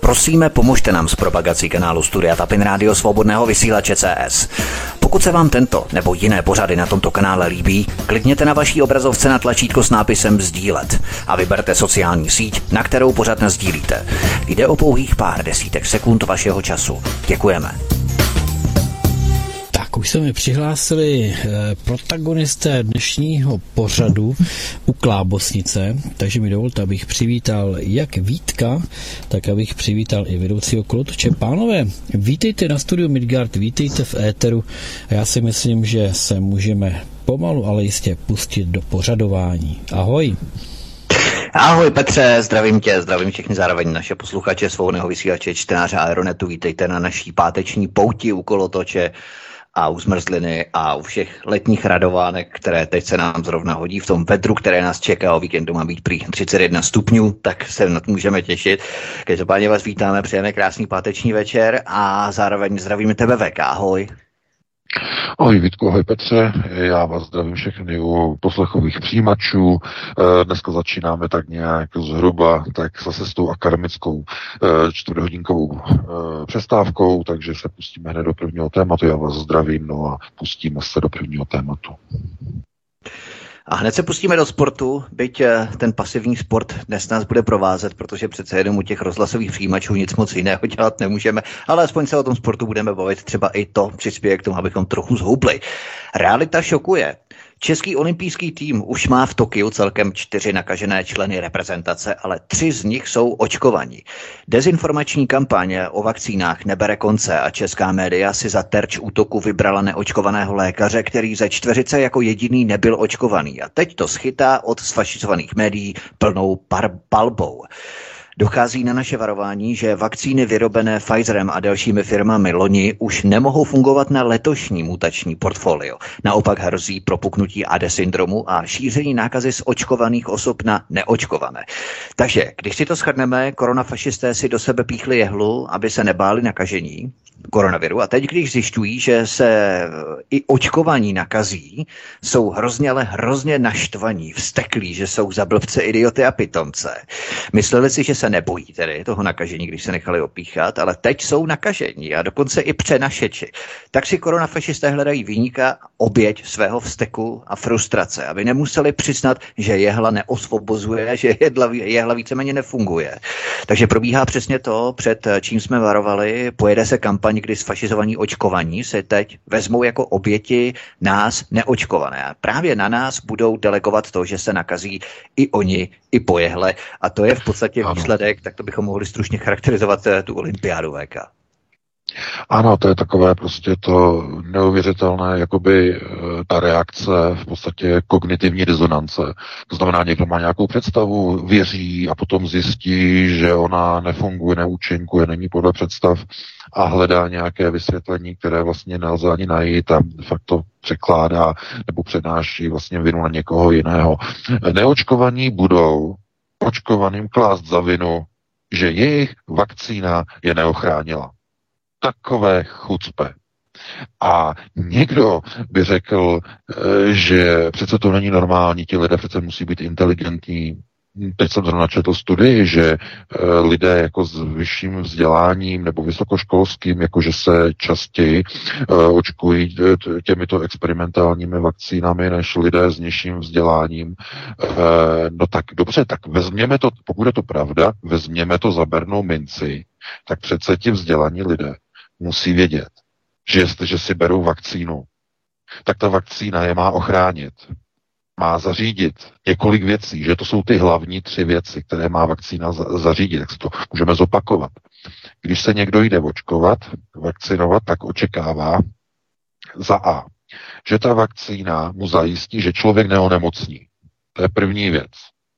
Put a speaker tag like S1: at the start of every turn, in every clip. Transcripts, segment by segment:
S1: Prosíme, pomožte nám s propagací kanálu Studia Tapin Rádio Svobodného vysílače CS. Pokud se vám tento nebo jiné pořady na tomto kanále líbí, klikněte na vaší obrazovce na tlačítko s nápisem sdílet a vyberte sociální síť, na kterou pořad nasdílíte. Jde o pouhých pár desítek sekund vašeho času. Děkujeme.
S2: Tak už se mi přihlásili protagonisté dnešního pořadu u Klábosnice, takže mi dovolte, abych přivítal jak Vítka, tak abych přivítal i vedoucího kolotoče. Pánové, vítejte na studiu Midgard, vítejte v éteru a já si myslím, že se můžeme pomalu, ale jistě pustit do pořadování. Ahoj.
S1: Ahoj Petře, zdravím tě, zdravím všechny zároveň naše posluchače Svobodného vysílače, čtenáře Aeronetu, vítejte na naší páteční pouti u kolotoče a u zmrzliny a u všech letních radovánek, které teď se nám zrovna hodí v tom vedru, které nás čeká. O víkendu má být prý 31 stupňů, tak se na to můžeme těšit. Každopádně vás vítáme, přejeme krásný páteční večer a zároveň zdravíme tebe VK, ahoj.
S3: Ahoj Vítku, ahoj Petře, já vás zdravím všechny u poslechových přijímačů. Dneska začínáme tak nějak zhruba tak zase s tou akademickou čtvrthodinkovou přestávkou, takže se pustíme hned do prvního tématu. Já vás zdravím, no a pustíme se do prvního tématu.
S1: A hned se pustíme do sportu, byť ten pasivní sport dnes nás bude provázet, protože přece jenom u těch rozhlasových přijímačů nic moc jiného dělat nemůžeme, ale aspoň se o tom sportu budeme bavit, třeba i to přispěje k tomu, abychom trochu zhoupli. Realita šokuje. Český olympijský tým už má v Tokiu celkem 4 nakažené členy reprezentace, ale 3 z nich jsou očkovaní. Dezinformační kampaň o vakcínách nebere konce a česká média si za terč útoku vybrala neočkovaného lékaře, který ze čtveřice jako jediný nebyl očkovaný. A teď to schytá od sfašizovaných médií plnou palbou. Dochází na naše varování, že vakcíny vyrobené Pfizerem a dalšími firmami loni už nemohou fungovat na letošní mutační portfolio. Naopak hrozí propuknutí AD syndromu a šíření nákazy z očkovaných osob na neočkované. Takže, když si to shrneme, koronafašisté si do sebe píchli jehlu, aby se nebáli nakažení koronaviru. A teď, když zjišťují, že se i očkovaní nakazí, jsou hrozně naštvaní, vzteklí, že jsou za blbce, idioty a pitomce. Mysleli si, že se nebojí tedy toho nakažení, když se nechali opíchat, ale teď jsou nakažení a dokonce i přenašeči. Tak si koronafašisté hledají viníka, oběť svého vzteku a frustrace, aby nemuseli přiznat, že jehla neosvobozuje, že jehla víceméně nefunguje. Takže probíhá přesně to, před čím jsme varovali, pojede se kampaň, kdy sfašizovaní očkovaní se teď vezmou jako oběti nás neočkované. A právě na nás budou delegovat to, že se nakazí i oni, i po jehle. A to je v podstatě výsledek, tak to bychom mohli stručně charakterizovat tu olympiádu VK.
S3: Ano, to je takové prostě to neuvěřitelné, jakoby ta reakce v podstatě kognitivní disonance. To znamená, někdo má nějakou představu, věří a potom zjistí, že ona nefunguje, neúčinkuje, není podle představ a hledá nějaké vysvětlení, které vlastně nelze ani najít a fakt to překládá nebo přenáší vlastně vinu na někoho jiného. Neočkovaní budou očkovaným klást za vinu, že jejich vakcína je neochránila. Takové chucpe. A někdo by řekl, že přece to není normální, ti lidé přece musí být inteligentní. Teď jsem zrovna četl studii, že lidé jako s vyšším vzděláním nebo vysokoškolským, jakože se častěji očkují těmito experimentálními vakcínami než lidé s nižším vzděláním. No tak dobře, tak vezměme to, pokud je to pravda, vezměme to za bernou minci, tak přece ti vzdělaní lidé musí vědět, že jestliže si berou vakcínu, tak ta vakcína je má ochránit, má zařídit několik věcí, že to jsou ty hlavní 3 věci, které má vakcína zařídit, tak si to můžeme zopakovat. Když se někdo jde očkovat, vakcinovat, tak očekává za A, že ta vakcína mu zajistí, že člověk neonemocní. To je první věc.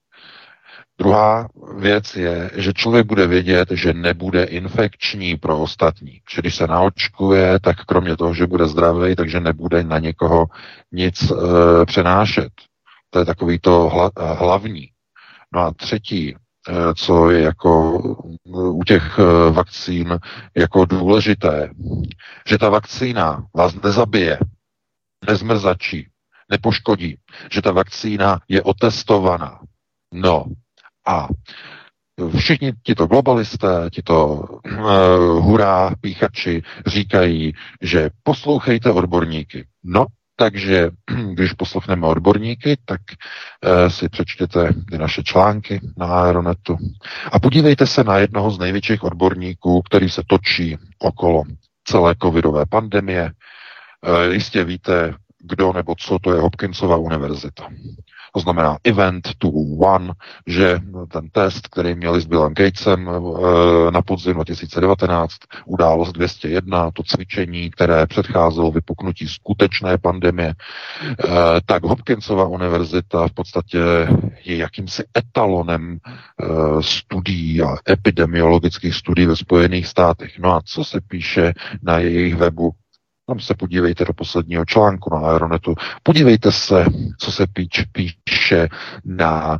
S3: Druhá věc je, že člověk bude vědět, že nebude infekční pro ostatní. Že když se naočkuje, tak kromě toho, že bude zdravý, takže nebude na někoho nic přenášet. To je takový to hlavní. No a třetí, co je jako u těch vakcín jako důležité, že ta vakcína vás nezabije, nezmrzačí, nepoškodí, že ta vakcína je otestovaná. No a Všichni tito globalisté, tito hurá píchači říkají, že poslouchejte odborníky. No, takže když poslechneme odborníky, tak si přečtěte ty naše články na Aeronetu a podívejte se na jednoho z největších odborníků, který se točí okolo celé covidové pandemie. Jistě víte, kdo nebo co to je Hopkinsova univerzita. To znamená Event 2.1, že ten test, který měli s Billem Gatesem na podzim 2019, událost 201, to cvičení, které předcházelo vypuknutí skutečné pandemie, tak Hopkinsova univerzita v podstatě je jakýmsi etalonem studií a epidemiologických studií ve Spojených státech. No a co se píše na jejich webu? Tam se podívejte do posledního článku na Aeronetu. Podívejte se, co se píše na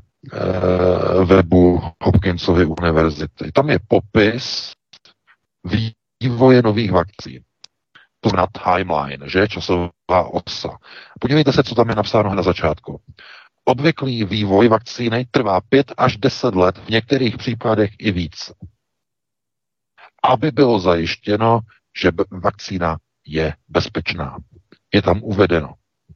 S3: webu Hopkinsovy univerzity. Tam je popis vývoje nových vakcín. To znamená timeline, že? Časová osa. Podívejte se, co tam je napsáno na začátku. Obvyklý vývoj vakcíny trvá 5 až 10 let, v některých případech i víc. Aby bylo zajištěno, že vakcína je bezpečná. Je tam uvedeno.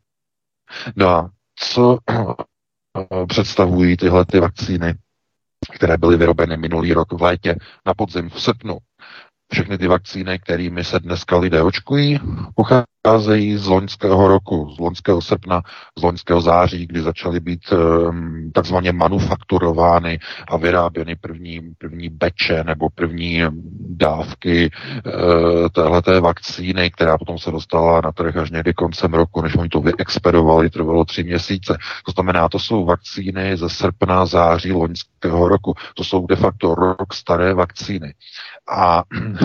S3: No a co představují tyhle ty vakcíny, které byly vyrobeny minulý rok v létě, na podzim v srpnu? Všechny ty vakcíny, kterými se dneska lidé očkují, pocházejí z loňského roku, z loňského srpna, z loňského září, kdy začaly být takzvaně manufakturovány a vyráběny první beče nebo první dávky téhleté vakcíny, která potom se dostala na trh až někdy koncem roku, než oni to vyexpedovali, trvalo 3 měsíce. To znamená, to jsou vakcíny ze srpna, září loňského roku. To jsou de facto rok staré vakcíny. A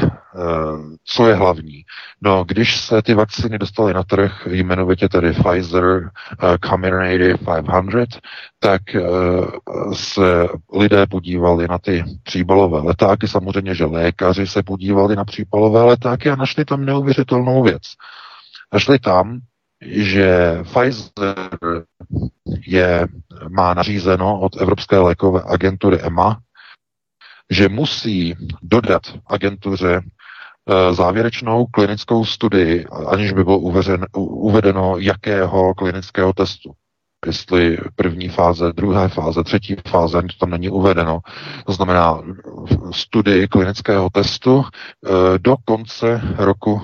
S3: co je hlavní? No, když se ty vakcíny dostaly na trh, jmenovitě tedy Pfizer Comirnaty 500, tak se lidé podívali na ty příbalové letáky. Samozřejmě, že lékaři se podívali na příbalové letáky a našli tam neuvěřitelnou věc. Našli tam, že Pfizer má nařízeno od Evropské lékové agentury EMA, že musí dodat agentuře závěrečnou klinickou studii, aniž by bylo uvedeno jakého klinického testu. Jestli první fáze, druhé fáze, třetí fáze, ani to tam není uvedeno. To znamená studii klinického testu do konce roku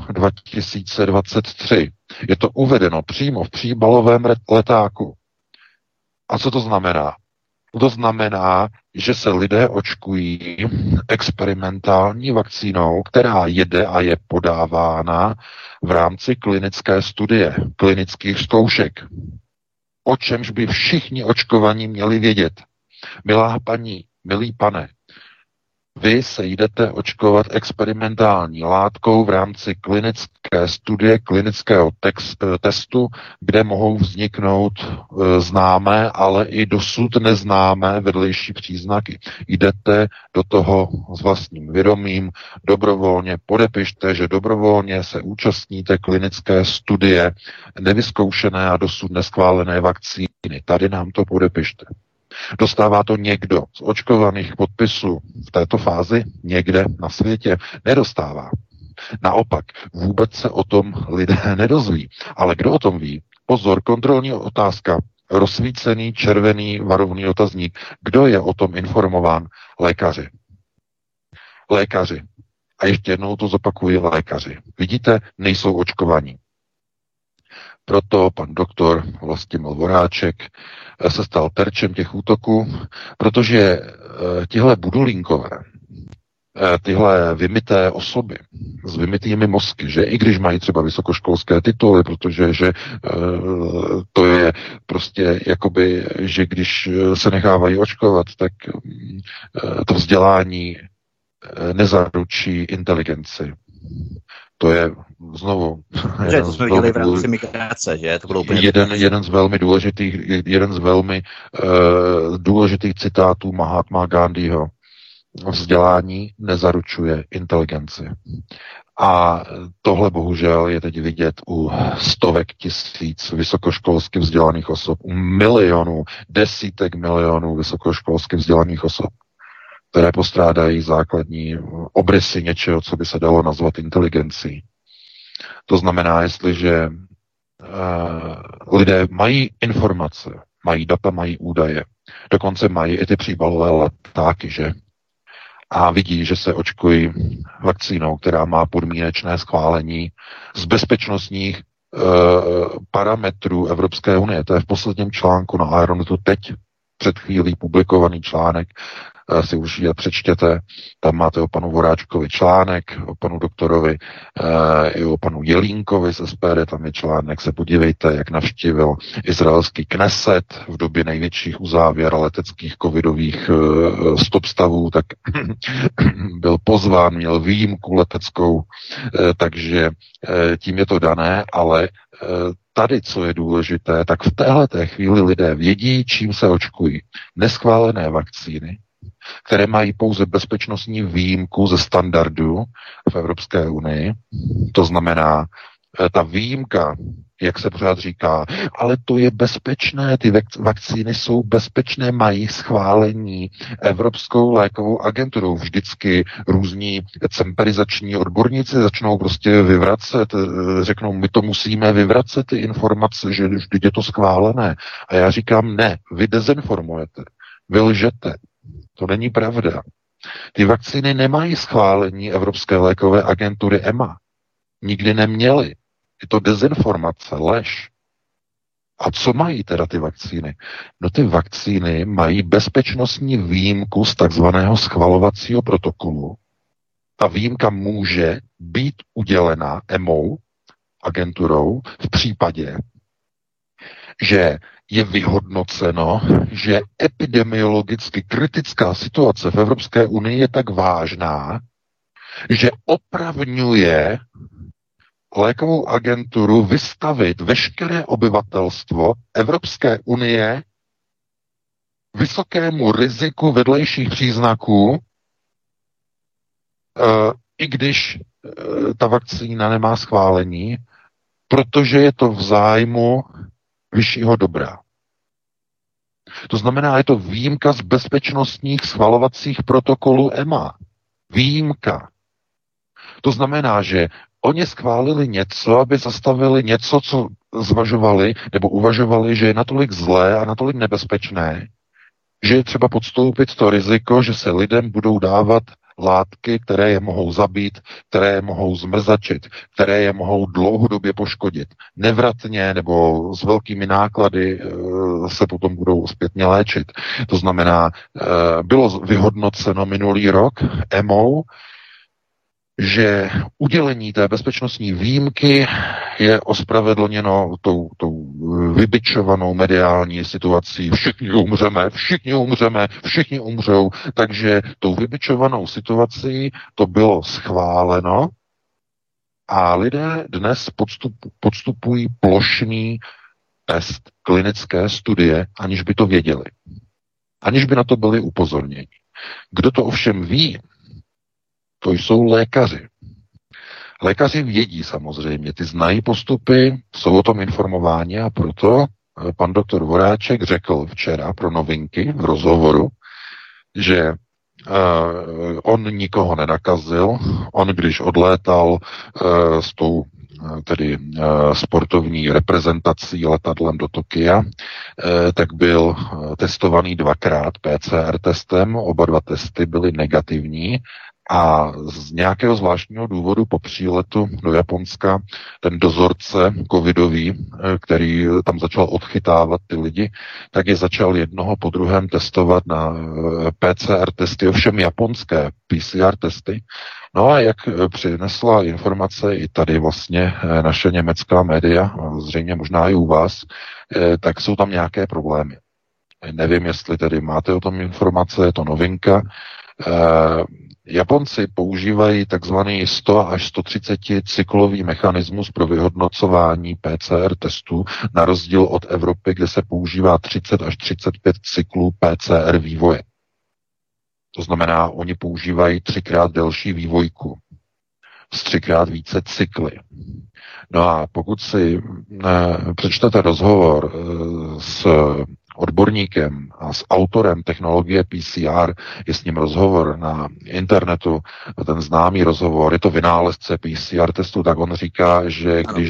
S3: 2023. Je to uvedeno přímo v příbalovém letáku. A co to znamená? To znamená, že se lidé očkují experimentální vakcínou, která jede a je podávána v rámci klinické studie, klinických zkoušek. O čemž by všichni očkovaní měli vědět. Milá paní, milý pane, vy se jdete očkovat experimentální látkou v rámci klinické studie, klinického testu, kde mohou vzniknout známé, ale i dosud neznámé vedlejší příznaky. Jdete do toho s vlastním vědomím, dobrovolně podepište, že dobrovolně se účastníte klinické studie nevyzkoušené a dosud neschválené vakcíny. Tady nám to podepište. Dostává to někdo z očkovaných podpisů v této fázi někde na světě? Nedostává. Naopak, vůbec se o tom lidé nedozví. Ale kdo o tom ví? Pozor, kontrolní otázka. Rozsvícený červený varovný otazník. Kdo je o tom informován? Lékaři. Lékaři. A ještě jednou to zopakuji, lékaři. Vidíte, nejsou očkovaní. Proto pan doktor Vlastimil Voráček se stal terčem těch útoků, protože tihle budulínkové, tyhle vymyté osoby s vymytými mozky, že i když mají třeba vysokoškolské tituly, protože že to je prostě jakoby, že když se nechávají očkovat, tak to vzdělání nezaručí inteligenci. To je znovu
S1: to jsme viděli v rámci migrace, že? To bylo úplně
S3: jeden z velmi důležitých citátů Mahatma Gandhiho. Vzdělání nezaručuje inteligenci. A tohle bohužel je teď vidět u stovek tisíc vysokoškolsky vzdělaných osob, u milionů, desítek milionů vysokoškolsky vzdělaných osob. které postrádají základní obrysy něčeho, co by se dalo nazvat inteligencí. To znamená, jestliže lidé mají informace, mají data, mají údaje, dokonce mají i ty příbalové letáky, že? A vidí, že se očkují vakcínou, která má podmínečné schválení z bezpečnostních parametrů Evropské unie. To je v posledním článku na Aeronetu teď, před chvílí publikovaný článek, si určitě přečtěte, tam máte o panu Voráčkovi článek, o panu doktorovi, i o panu Jelínkovi z SPD, tam je článek, se podívejte, jak navštívil izraelský Kneset v době největších uzávěr leteckých covidových stop stavů, tak byl pozván, měl výjimku leteckou, takže tím je to dané, ale tady, co je důležité, tak v téhleté chvíli lidé vědí, čím se očkují. Neschválené vakcíny, které mají pouze bezpečnostní výjimku ze standardu v Evropské unii. To znamená, ta výjimka, jak se pořád říká, ale to je bezpečné, ty vakcíny jsou bezpečné, mají schválení Evropskou lékovou agenturou. Vždycky různí cemperizační odborníci začnou prostě vyvracet, řeknou, my to musíme vyvracet, ty informace, že vždyť je to schválené. A já říkám, ne, vy dezinformujete, vy lžete. To není pravda. Ty vakcíny nemají schválení Evropské lékové agentury EMA. Nikdy neměly. Je to dezinformace, lež. A co mají teda ty vakcíny? No ty vakcíny mají bezpečnostní výjimku z takzvaného schvalovacího protokolu. Ta výjimka může být udělena EMou, agenturou, v případě, že je vyhodnoceno, že epidemiologicky kritická situace v Evropské unii je tak vážná, že opravňuje lékovou agenturu vystavit veškeré obyvatelstvo Evropské unie vysokému riziku vedlejších příznaků, i když ta vakcína nemá schválení, protože je to v zájmu vyššího dobra. To znamená, je to výjimka z bezpečnostních schvalovacích protokolů EMA. Výjimka. To znamená, že oni schválili něco, aby zastavili něco, co zvažovali nebo uvažovali, že je natolik zlé a natolik nebezpečné, že je třeba podstoupit to riziko, že se lidem budou dávat látky, které je mohou zabít, které je mohou zmrzačit, které je mohou dlouhodobě poškodit. Nevratně nebo s velkými náklady se potom budou zpětně léčit. To znamená, bylo vyhodnoceno minulý rok EMou, že udělení té bezpečnostní výjimky je ospravedlněno tou vybičovanou mediální situací. Všichni umřou. Takže tou vybičovanou situací to bylo schváleno a lidé dnes podstupují plošný test, klinické studie, aniž by to věděli. Aniž by na to byli upozorněni. Kdo to ovšem ví, to jsou lékaři. Lékaři vědí samozřejmě, ty znají postupy, jsou o tom informováni a proto pan doktor Voráček řekl včera pro Novinky v rozhovoru, že on nikoho nenakazil, on když odlétal s tou tedy sportovní reprezentací letadlem do Tokia, tak byl testovaný dvakrát PCR testem, oba dva testy byly negativní a z nějakého zvláštního důvodu po příletu do Japonska ten dozorce covidový, který tam začal odchytávat ty lidi, tak je začal jednoho po druhém testovat na PCR testy, ovšem japonské PCR testy. No a jak přinesla informace i tady vlastně naše německá média, zřejmě možná i u vás, tak jsou tam nějaké problémy. Nevím, jestli tedy máte o tom informace, je to novinka. Japonci používají takzvaný 100 až 130 cyklový mechanismus pro vyhodnocování PCR testů, na rozdíl od Evropy, kde se používá 30 až 35 cyklů PCR vývoje. To znamená, oni používají 3x delší vývojku s 3x více cykly. No a pokud si přečtete rozhovor s odborníkem a s autorem technologie PCR, je s ním rozhovor na internetu, ten známý rozhovor, je to vynálezce PCR testu, tak on říká, že když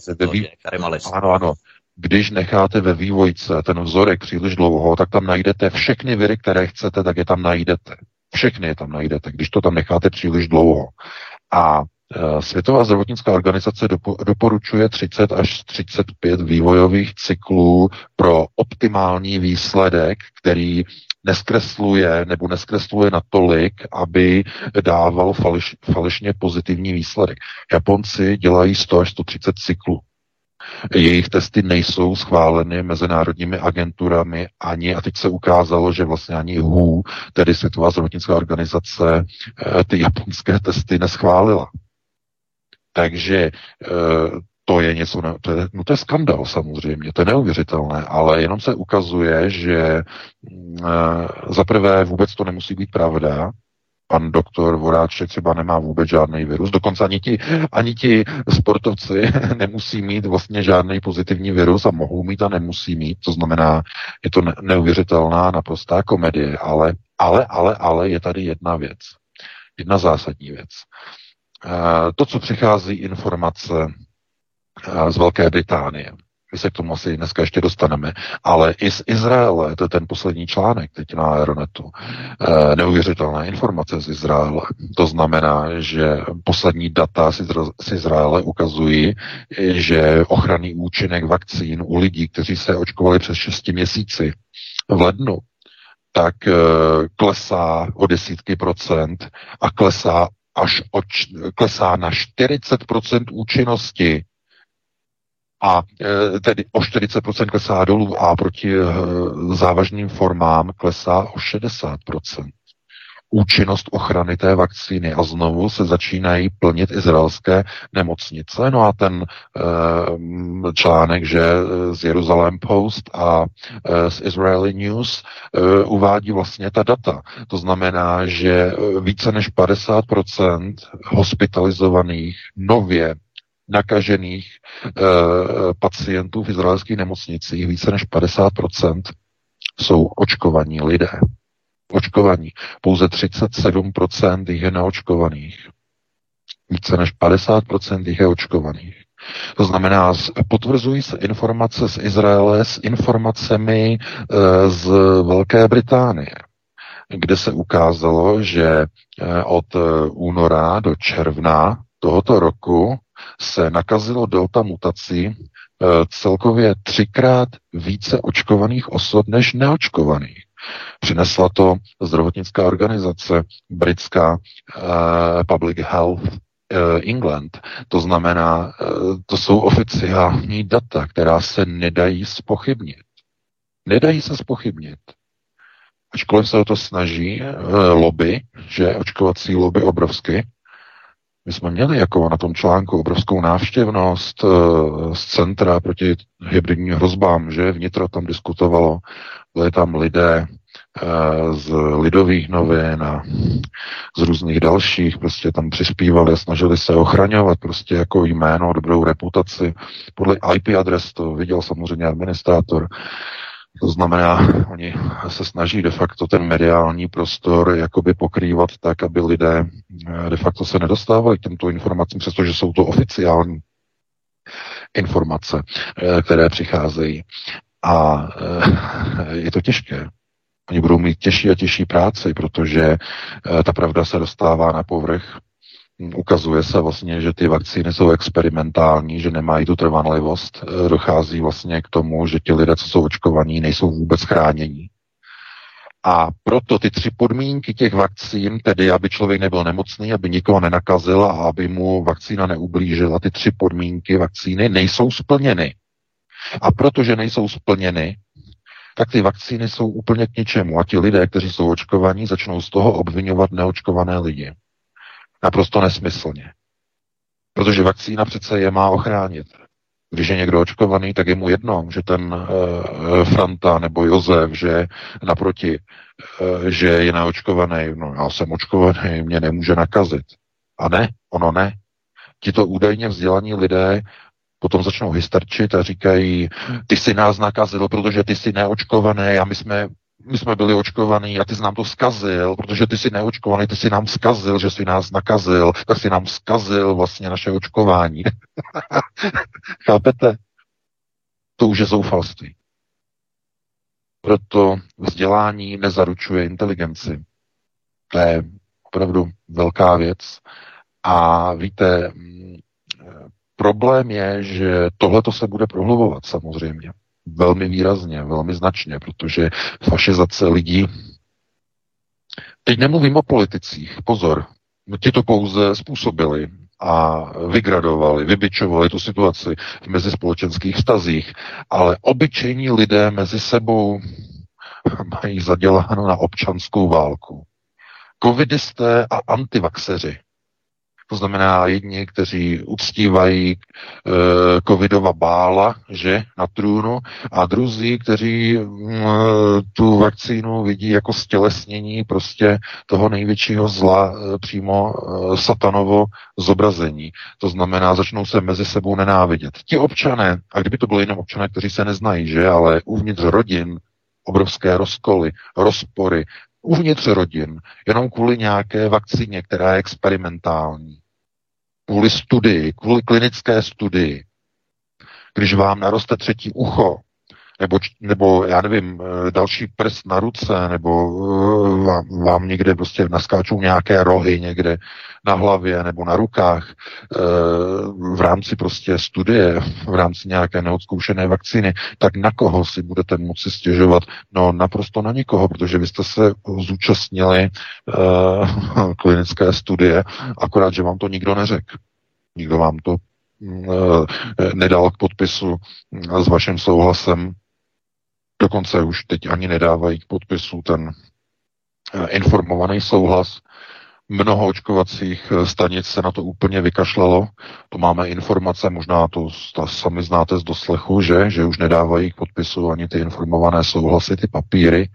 S3: když necháte ve vývojce ten vzorek příliš dlouho, tak tam najdete všechny viry, které chcete, tak je tam najdete. Všechny je tam najdete, když to tam necháte příliš dlouho. A Světová zdravotnická organizace doporučuje 30 až 35 vývojových cyklů pro optimální výsledek, který neskresluje natolik, aby dával falešně pozitivní výsledek. Japonci dělají 100 až 130 cyklů. Jejich testy nejsou schváleny mezinárodními agenturami ani, a teď se ukázalo, že vlastně ani WHO, tedy Světová zdravotnická organizace, ty japonské testy neschválila. Takže to je něco, to je skandál samozřejmě, to je neuvěřitelné, ale jenom se ukazuje, že zaprvé vůbec to nemusí být pravda. Pan doktor Voráček třeba nemá vůbec žádný virus, dokonce ani ti sportovci nemusí mít vlastně žádný pozitivní virus a mohou mít a nemusí mít, to znamená, je to neuvěřitelná naprostá komedie, ale je tady jedna věc, jedna zásadní věc. To, co přichází informace z Velké Británie, my se k tomu asi dneska ještě dostaneme, ale i z Izraele, to je ten poslední článek teď na Aeronetu, neuvěřitelné informace z Izraele. To znamená, že poslední data z Izraele ukazují, že ochranný účinek vakcín u lidí, kteří se očkovali přes 6 měsíci v lednu, tak klesá o desítky procent a klesá na 40% účinnosti a tedy o 40% klesá dolů a proti závažným formám klesá o 60%. Účinnost ochrany té vakcíny a znovu se začínají plnit izraelské nemocnice. No a ten článek, že z Jerusalem Post a z Israeli News uvádí vlastně ta data. To znamená, že více než 50% hospitalizovaných nově nakažených pacientů v izraelských nemocnicích, více než 50% jsou očkovaní lidé. Očkovaní. Pouze 37% jich je neočkovaných. Více než 50% jich je očkovaných. To znamená, potvrzují se informace z Izraele s informacemi z Velké Británie, kde se ukázalo, že od února do června tohoto roku se nakazilo delta mutací celkově 3krát více očkovaných osob než neočkovaných. Přinesla to zdravotnická organizace britská Public Health England. To znamená, to jsou oficiální data, která se nedají zpochybnit. Nedají se zpochybnit. Ačkoliv se o to snaží lobby, že očkovací lobby obrovsky. My jsme měli jako na tom článku obrovskou návštěvnost z Centra proti hybridním hrozbám, že vnitro tam diskutovalo, byli tam lidé z Lidových novin a z různých dalších, prostě tam přispívali a snažili se ochraňovat prostě jako jméno, dobrou reputaci. Podle IP adres to viděl samozřejmě administrátor. To znamená, oni se snaží de facto ten mediální prostor jakoby pokrývat tak, aby lidé de facto se nedostávali k těmto informacím, přestože jsou to oficiální informace, které přicházejí. A je to těžké. Oni budou mít těžší a těžší práci, protože ta pravda se dostává na povrch. Ukazuje se vlastně, že ty vakcíny jsou experimentální, že nemají tu trvanlivost. Dochází vlastně k tomu, že ti lidé, co jsou očkovaní, nejsou vůbec chránění. A proto ty 3 podmínky těch vakcín, tedy aby člověk nebyl nemocný, aby nikoho nenakazil a aby mu vakcína neublížila, ty 3 podmínky vakcíny nejsou splněny. A protože nejsou splněny, tak ty vakcíny jsou úplně k ničemu. A ti lidé, kteří jsou očkovaní, začnou z toho obvinovat neočkované lidi. Naprosto nesmyslně. Protože vakcína přece je má ochránit. Když je někdo očkovaný, tak je mu jedno, že ten Franta nebo Josef, že naproti, že je neočkovaný. No já jsem očkovaný, mě nemůže nakazit. A ne, ono ne. Tito údajně vzdělaní lidé Potom začnou hysterčit a říkají, ty jsi nás nakazil, protože ty jsi neočkovaný a my jsme byli očkovaní a ty jsi nám to zkazil, protože ty jsi neočkovaný, ty jsi nám zkazil, že jsi nás nakazil, tak jsi nám zkazil vlastně naše očkování. Chápete? To už je zoufalství. Proto vzdělání nezaručuje inteligenci. To je opravdu velká věc. A víte, problém je, že tohleto se bude prohlubovat samozřejmě. Velmi výrazně, velmi značně, protože fašizace lidí, teď nemluvím o politicích, pozor, ti to pouze způsobili a vygradovali, vybičovali tu situaci v mezispolečenských vztazích, ale obyčejní lidé mezi sebou mají zaděláno na občanskou válku. Covidisté a antivaxeři. To znamená jedni, kteří uctívají covidova bála, že, na trůnu, a druzí, kteří tu vakcínu vidí jako stělesnění prostě toho největšího zla, přímo satanovo zobrazení. To znamená, začnou se mezi sebou nenávidět. Ti občané, a kdyby to byly jenom občané, kteří se neznají, že, ale uvnitř rodin obrovské rozkoly, rozpory, uvnitř rodin, jenom kvůli nějaké vakcíně, která je experimentální. Kvůli studii, kvůli klinické studii. Když vám naroste třetí ucho, nebo já nevím, další prst na ruce, nebo vám někde prostě naskáčou nějaké rohy někde na hlavě nebo na rukách v rámci prostě studie, v rámci nějaké neodzkoušené vakcíny, tak na koho si budete moci stěžovat? No naprosto na nikoho, protože vy jste se zúčastnili klinické studie, akorát, že vám to nikdo neřekl. Nikdo vám to nedal k podpisu s vaším souhlasem. Dokonce už teď ani nedávají k podpisu ten informovaný souhlas. Mnoho očkovacích stanic se na to úplně vykašlalo. To máme informace, možná to sami znáte z doslechu, že už nedávají k podpisu ani ty informované souhlasy, ty papíry,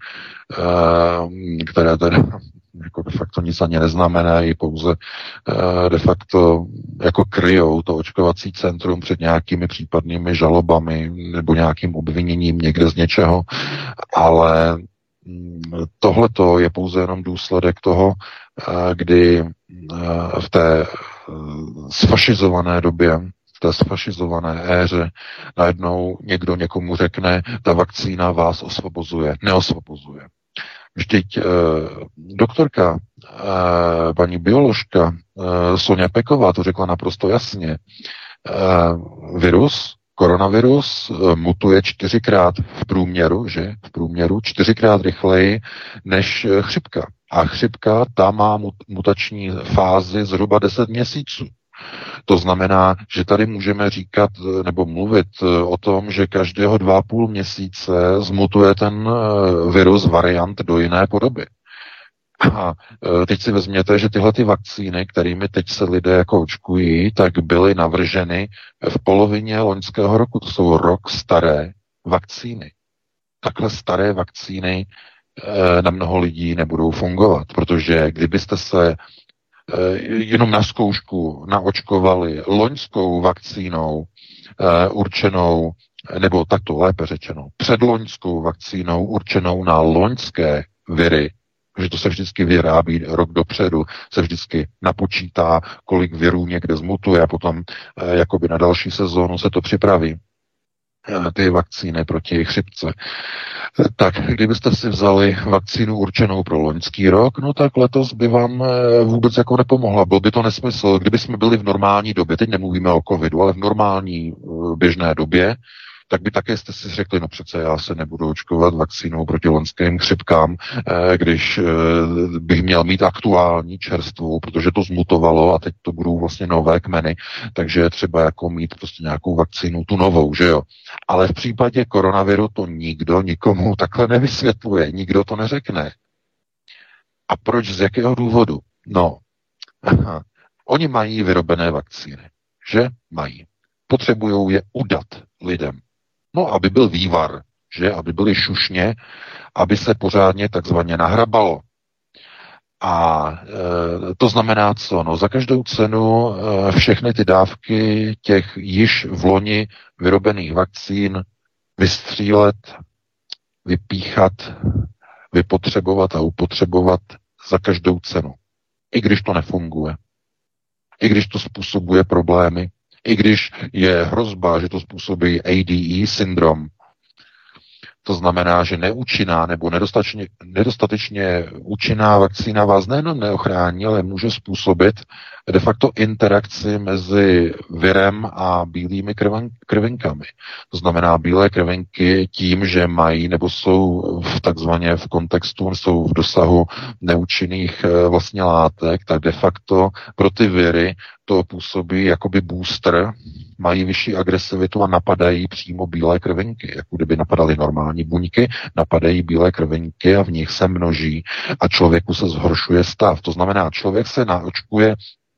S3: které tedy jako de facto nic ani neznamenají, pouze de facto jako kryjou to očkovací centrum před nějakými případnými žalobami nebo nějakým obviněním někde z něčeho, ale tohleto je pouze jenom důsledek toho, kdy v té sfašizované době, v té sfašizované éře najednou někdo někomu řekne, ta vakcína vás osvobozuje. Neosvobozuje. Vždyť doktorka, paní bioložka Sonja Peková to řekla naprosto jasně. Koronavirus mutuje 4krát v průměru, že? V průměru 4krát rychleji než chřipka. A chřipka, ta má mutační fázi zhruba 10 měsíců. To znamená, že tady můžeme říkat nebo mluvit o tom, že každého 2,5 měsíce zmutuje ten virus variant do jiné podoby. A teď si vezměte, že tyhle ty vakcíny, kterými teď se lidé jako očkují, tak byly navrženy v polovině loňského roku. To jsou rok staré vakcíny. Takhle staré vakcíny na mnoho lidí nebudou fungovat, protože kdybyste se jenom na zkoušku naočkovali loňskou vakcínou určenou, nebo takto lépe řečeno, předloňskou vakcínou určenou na loňské viry, že to se vždycky vyrábí rok dopředu, se vždycky napočítá, kolik virů někde zmutuje a potom jakoby na další sezónu se to připraví, ty vakcíny proti chřipce. Tak kdybyste si vzali vakcínu určenou pro loňský rok, no tak letos by vám vůbec jako nepomohla. Byl by to nesmysl. Kdyby jsme byli v normální době, teď nemluvíme o covidu, ale v normální běžné době, tak by také jste si řekli, no přece já se nebudu očkovat vakcínou proti loňským chřipkám, když bych měl mít aktuální čerstvou, protože to zmutovalo a teď to budou vlastně nové kmeny, takže třeba jako mít prostě nějakou vakcínu, tu novou, že jo. Ale v případě koronaviru to nikdo nikomu takhle nevysvětluje, nikdo to neřekne. A proč, z jakého důvodu? No, oni mají vyrobené vakcíny, že? Mají. Potřebují je udat lidem. No, aby byl vývar, že? Aby byly šušně, aby se pořádně takzvaně nahrabalo. A to znamená co? No, za každou cenu všechny ty dávky těch již v loni vyrobených vakcín vystřílet, vypíchat, vypotřebovat a upotřebovat za každou cenu. I když to nefunguje. I když to způsobuje problémy. I když je hrozba, že to způsobí ADE syndrom. To znamená, že neúčinná nebo nedostatečně účinná vakcína vás nejenom neochrání, ale může způsobit de facto interakci mezi virem a bílými krvinkami. To znamená, bílé krvinky tím, že mají nebo jsou takzvaně v kontextu, jsou v dosahu neúčinných vlastně látek, tak de facto pro ty viry to působí jakoby booster, mají vyšší agresivitu a napadají přímo bílé krvinky. Jako kdyby napadaly normální buňky, napadají bílé krvinky a v nich se množí a člověku se zhoršuje stav. To znamená, člověk se naočkuje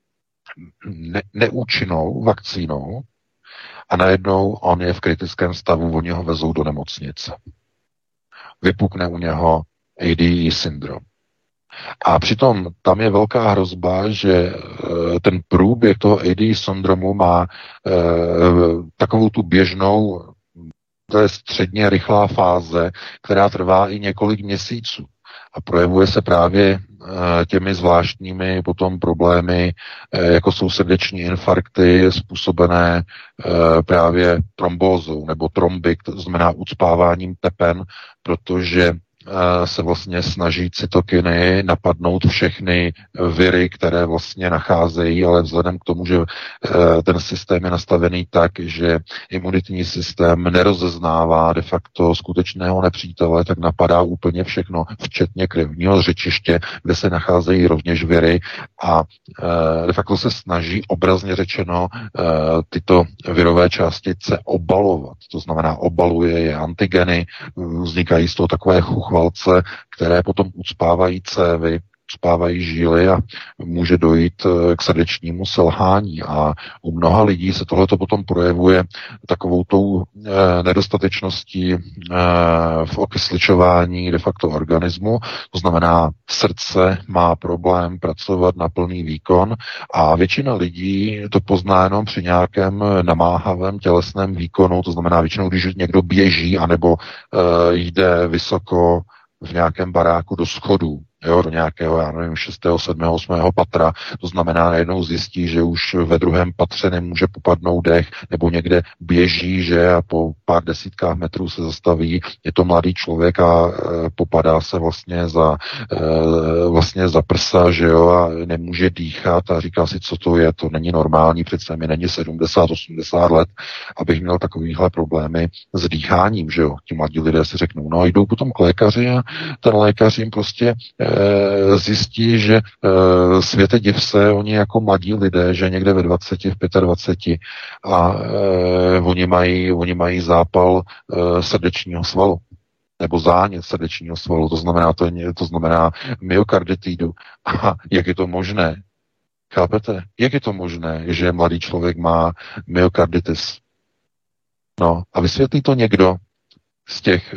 S3: neúčinnou vakcínou a najednou on je v kritickém stavu, oni ho vezou do nemocnice. Vypukne u něho ADE syndrom. A přitom tam je velká hrozba, že ten průběh toho ADE syndromu má takovou tu běžnou, to je středně rychlá fáze, která trvá i několik měsíců. A projevuje se právě těmi zvláštními potom problémy, jako jsou srdeční infarkty způsobené právě trombózou nebo tromby, to znamená ucpáváním tepen, protože se vlastně snaží cytokiny napadnout všechny viry, které vlastně nacházejí, ale vzhledem k tomu, že ten systém je nastavený tak, že imunitní systém nerozeznává de facto skutečného nepřítele, tak napadá úplně všechno, včetně krevního řečiště, kde se nacházejí rovněž viry a de facto se snaží obrazně řečeno tyto virové částice obalovat. To znamená, obaluje je antigeny, vznikají z toho takové chuchvalce, které potom ucpávají cévy, ucpávají žíly a může dojít k srdečnímu selhání. A u mnoha lidí se tohleto potom projevuje takovou tou nedostatečností v okysličování de facto organismu. To znamená, srdce má problém pracovat na plný výkon a většina lidí to pozná jenom při nějakém namáhavém tělesném výkonu. To znamená většinou, když někdo běží anebo jde vysoko v nějakém baráku do schodů, jo, do nějakého, já nevím, 6., 7., 8. patra, to znamená najednou zjistí, že už ve druhém patře nemůže popadnout dech, nebo někde běží, že a po pár desítkách metrů se zastaví, je to mladý člověk a popadá se vlastně za prsa, že jo, a nemůže dýchat a říká si, co to je, to není normální, přece mi není 70, 80 let, abych měl takovýhle problémy s dýcháním, že jo. Ti mladí lidé si řeknou, no a jdou potom k lékaři a ten lékař jim prostě zjistí, že světe div se, oni jako mladí lidé, že někde ve 20, v 25 a oni mají zápal srdečního svalu nebo zánět srdečního svalu, to znamená myokarditidu. A jak je to možné? Chápete? Jak je to možné, že mladý člověk má myokarditis? No a vysvětlí to někdo z těch,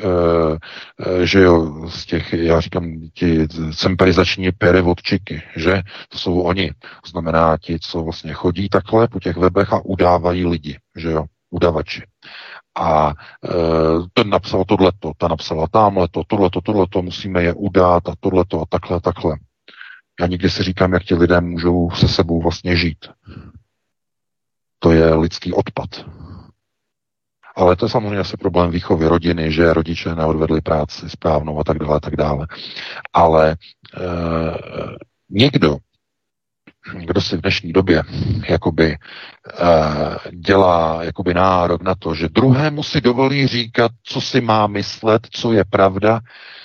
S3: já říkám, ti semperizační perevodčiky, že? To jsou oni. To znamená ti, co vlastně chodí takhle po těch webech a udávají lidi, že jo? Udavači. A ten napsal tohleto, ta napsala tamhleto, tohleto, musíme je udát a tohleto a takhle. Já někdy si říkám, jak ti lidé můžou se sebou vlastně žít. To je lidský odpad. Ale to je samozřejmě asi problém výchovy rodiny, že rodiče neodvedli práci správnou a tak dále. Ale někdo, kdo si v dnešní době jakoby dělá jakoby nárok na to, že druhému si dovolí říkat, co si má myslet, co je pravda,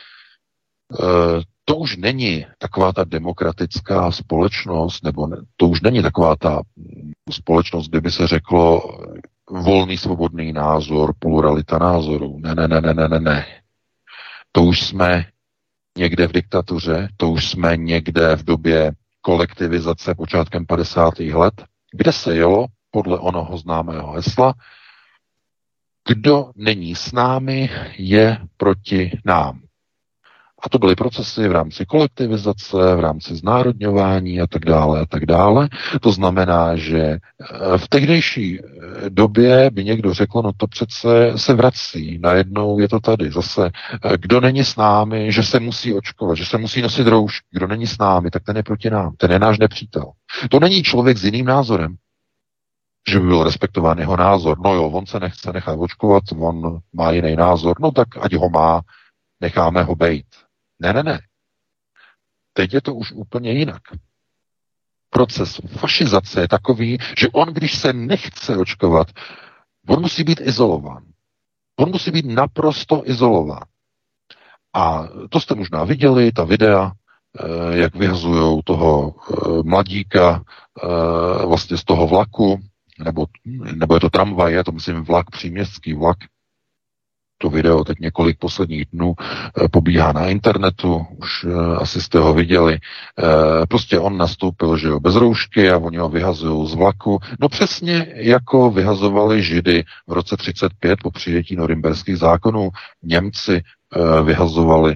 S3: to už není taková ta demokratická společnost, nebo to už není taková ta společnost, kde by se řeklo volný, svobodný názor, pluralita názorů. Ne. To už jsme někde v diktatuře, to už jsme někde v době kolektivizace počátkem 50. let, kde se jelo podle onoho známého hesla, kdo není s námi, je proti nám. A to byly procesy v rámci kolektivizace, v rámci znárodňování a tak dále a tak dále. To znamená, že v tehdejší době by někdo řekl, no to přece se vrací, najednou je to tady zase. Kdo není s námi, že se musí očkovat, že se musí nosit roušky, kdo není s námi, tak ten je proti nám, ten je náš nepřítel. To není člověk s jiným názorem, že by byl respektován jeho názor. No jo, on se nechce nechat očkovat, on má jiný názor, no tak ať ho má, necháme ho bejt. Ne. Teď je to už úplně jinak. Proces fašizace je takový, že on, když se nechce očkovat, on musí být izolován. On musí být naprosto izolován. A to jste možná viděli, ta videa, jak vyhazují toho mladíka vlastně z toho vlaku, nebo je to tramvaj, je to myslím vlak, příměstský vlak. To video teď několik posledních dnů pobíhá na internetu, už asi jste ho viděli. Prostě on nastoupil, že jo, bez roušky a oni ho vyhazují z vlaku. No přesně jako vyhazovali Židy v roce 1935 po přijetí norimberských zákonů. Němci vyhazovali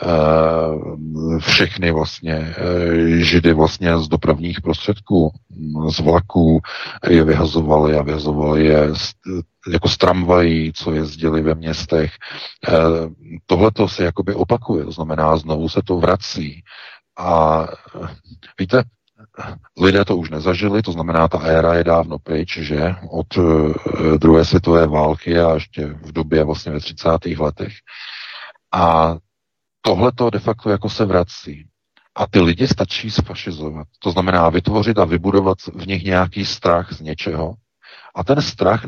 S3: všechny vlastně Židy vlastně z dopravních prostředků, z vlaků je vyhazovali a vyhazovali je jako z tramvají, co jezdili ve městech. Tohle to se jakoby opakuje, to znamená, znovu se to vrací. A víte, lidé to už nezažili, to znamená, ta éra je dávno pryč, že od druhé světové války a ještě v době vlastně ve 30. letech. A tohle to de facto jako se vrací. A ty lidi stačí sfašizovat. To znamená vytvořit a vybudovat v nich nějaký strach z něčeho. A ten strach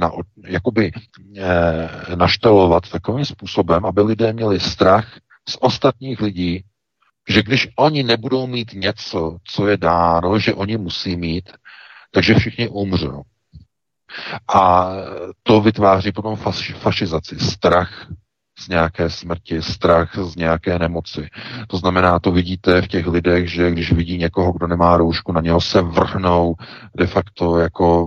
S3: naštelovat takovým způsobem, aby lidé měli strach z ostatních lidí, že když oni nebudou mít něco, co je dáno, že oni musí mít, takže všichni umřou. A to vytváří potom fašizaci, strach z nějaké smrti, strach z nějaké nemoci. To znamená, to vidíte v těch lidech, že když vidí někoho, kdo nemá roušku, na něho se vrhnou de facto jako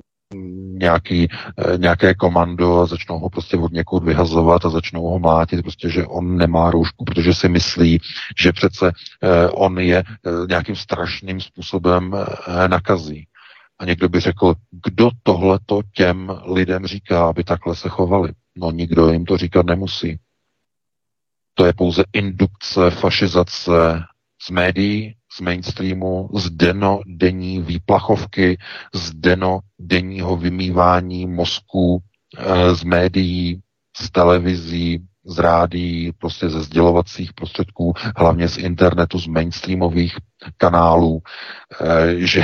S3: nějaké komando a začnou ho prostě od někud vyhazovat a začnou ho mlátit, prostě, že on nemá roušku, protože si myslí, že přece on je nějakým strašným způsobem nakazí. A někdo by řekl, kdo tohleto těm lidem říká, aby takhle se chovali. No nikdo jim to říkat nemusí. To je pouze indukce, fašizace z médií, z mainstreamu, z denodenní výplachovky, z denodenního vymývání mozků, z médií, z televizí, z rádií, prostě ze sdělovacích prostředků, hlavně z internetu, z mainstreamových kanálů, že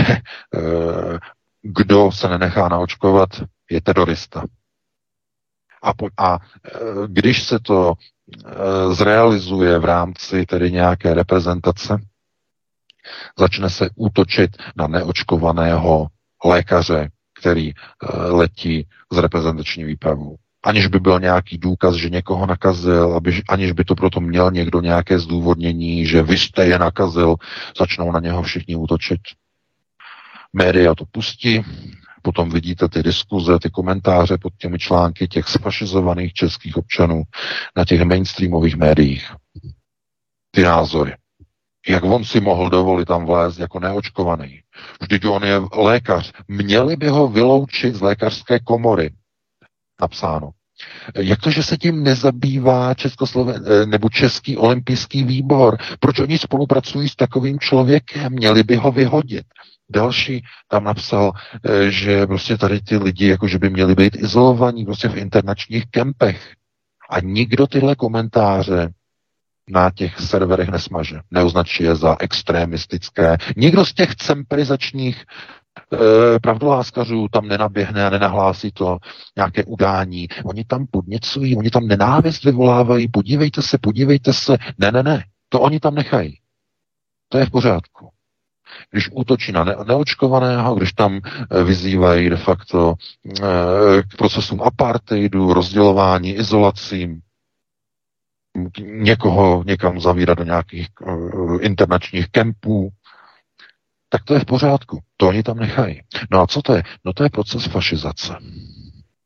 S3: kdo se nenechá naočkovat, je terorista. A když se to zrealizuje v rámci tedy nějaké reprezentace, začne se útočit na neočkovaného lékaře, který letí z reprezentační výpravou. Aniž by byl nějaký důkaz, že někoho nakazil, aniž by to proto měl někdo nějaké zdůvodnění, že vy jste je nakazil, začnou na něho všichni útočit. Média to pustí, potom vidíte ty diskuze, ty komentáře pod těmi články těch sfašizovaných českých občanů na těch mainstreamových médiích. Ty názory. Jak on si mohl dovolit tam vlézt jako neočkovaný. Vždyť on je lékař. Měli by ho vyloučit z lékařské komory. Napsáno. Jak to, že se tím nezabývá nebo Český olympijský výbor? Proč oni spolupracují s takovým člověkem? Měli by ho vyhodit. Další tam napsal, že prostě tady ty lidi, jakože by měli být izolovaní prostě v internačních kempech. A nikdo tyhle komentáře na těch serverech nesmaže. Neoznačí je za extremistické. Nikdo z těch cemperizačních pravdoláskařů tam nenaběhne a nenahlásí to nějaké udání. Oni tam podněcují, oni tam nenávist vyvolávají. Podívejte se. Ne. To oni tam nechají. To je v pořádku. Když útočí na neočkovaného, když tam vyzývají de facto k procesům apartheidu, rozdělování, izolacím, někoho někam zavírat do nějakých internačních kempů, tak to je v pořádku. To oni tam nechají. No a co to je? No to je proces fašizace.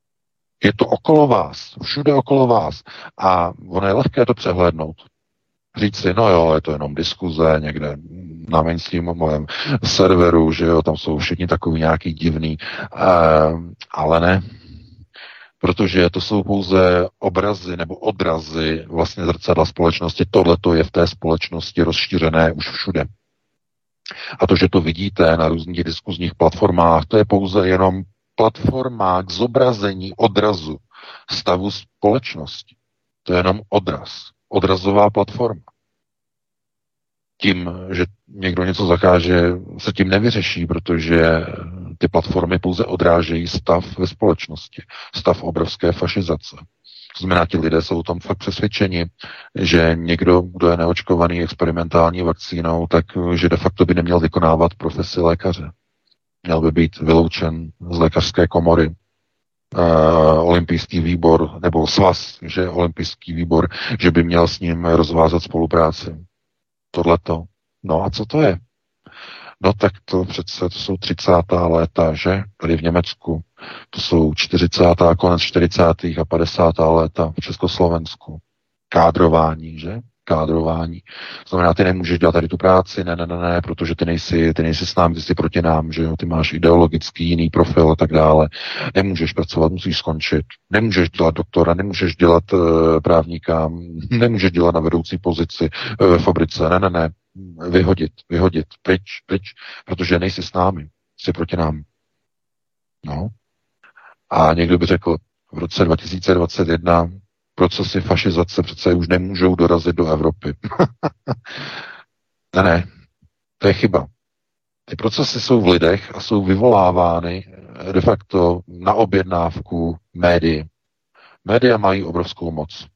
S3: Je to okolo vás, všude okolo vás. A ono je lehké to přehlédnout. Říct si, no jo, je to jenom diskuze někde na mainstreamovém serveru, že jo, tam jsou všichni takový nějaký divný, ale ne, protože to jsou pouze obrazy nebo odrazy vlastně zrcadla společnosti. Tohleto je v té společnosti rozšířené už všude. A to, že to vidíte na různých diskuzních platformách, to je pouze jenom platforma k zobrazení odrazu stavu společnosti. To je jenom odraz. Odrazová platforma. Tím, že někdo něco zakáže, se tím nevyřeší, protože ty platformy pouze odrážejí stav ve společnosti. Stav obrovské fašizace. To znamená, ti lidé jsou o tom fakt přesvědčeni, že někdo, kdo je neočkovaný experimentální vakcínou, takže de facto by neměl vykonávat profesi lékaře. Měl by být vyloučen z lékařské komory. Olympijský výbor, nebo svaz, že olympijský výbor, že by měl s ním rozvázat spolupráci. Tohleto. No a co to je? No tak to přece to jsou 30. léta, že? Tady v Německu. To jsou 40. konec 40. a 50. léta v Československu. Kádrování, že? Kádrování. To znamená, ty nemůžeš dělat tady tu práci, ne, protože ty nejsi s námi, ty jsi proti nám, že jo? Ty máš ideologický jiný profil a tak dále. Nemůžeš pracovat, musíš skončit. Nemůžeš dělat doktora, nemůžeš dělat právníka, nemůžeš dělat na vedoucí pozici ve fabrice, ne. Vyhodit, pryč, protože nejsi s námi, jsi proti nám. No. A někdo by řekl, v roce 2021 procesy fašizace přece už nemůžou dorazit do Evropy. ne, to je chyba. Ty procesy jsou v lidech a jsou vyvolávány de facto na objednávku médií. Média mají obrovskou moc.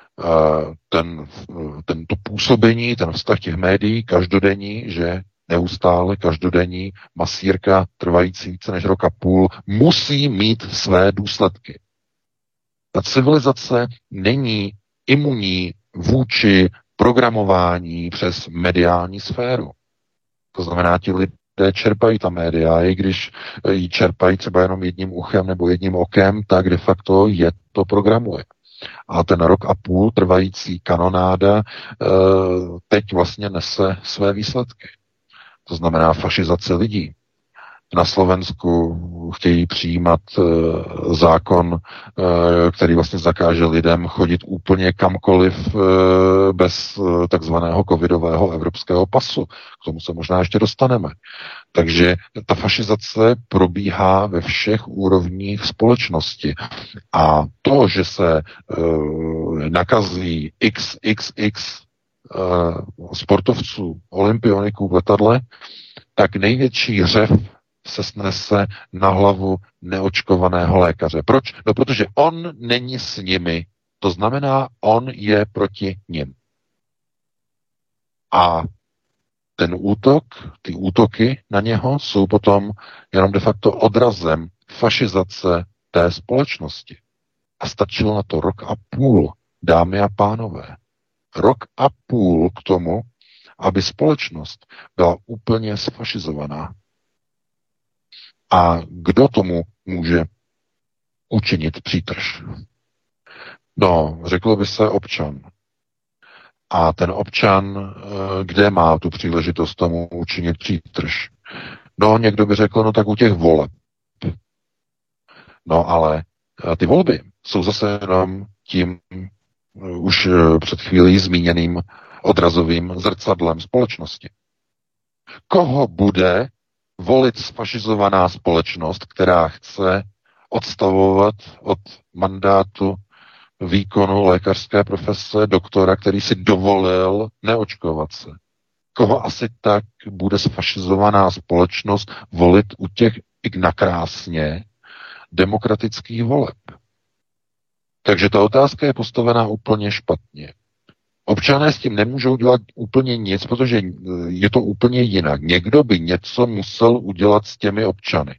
S3: To působení, ten vztah těch médií každodenní, že neustále každodenní masírka trvající více než rok a půl musí mít své důsledky. Ta civilizace není imunní vůči programování přes mediální sféru. To znamená, ti lidé čerpají ta média, i když ji čerpají třeba jenom jedním uchem nebo jedním okem, tak de facto je to programuje. A ten rok a půl trvající kanonáda teď vlastně nese své výsledky. To znamená fašizace lidí. Na Slovensku chtějí přijímat zákon, který vlastně zakáže lidem chodit úplně kamkoliv bez takzvaného covidového evropského pasu. K tomu se možná ještě dostaneme. Takže ta fašizace probíhá ve všech úrovních společnosti. A to, že se nakazí XXX sportovců, olympioniků v letadle, tak největší hřev se snese na hlavu neočkovaného lékaře. Proč? No, protože on není s nimi. To znamená, on je proti nim. A ten útok, ty útoky na něho jsou potom jenom de facto odrazem fašizace té společnosti. A stačilo na to rok a půl, dámy a pánové. Rok a půl k tomu, aby společnost byla úplně sfašizovaná. A kdo tomu může učinit přítrž? No, řeklo by se občan. A ten občan, kde má tu příležitost tomu učinit přítrž? No, někdo by řekl, no tak u těch voleb. No, ale ty volby jsou zase jenom tím už před chvílí zmíněným odrazovým zrcadlem společnosti. Koho bude volit sfašizovaná společnost, která chce odstavovat od mandátu výkonu lékařské profese doktora, který si dovolil neočkovat se? Koho asi tak bude sfašizovaná společnost volit u těch nakrásně demokratických voleb? Takže ta otázka je postavená úplně špatně. Občané s tím nemůžou dělat úplně nic, protože je to úplně jinak. Někdo by něco musel udělat s těmi občany.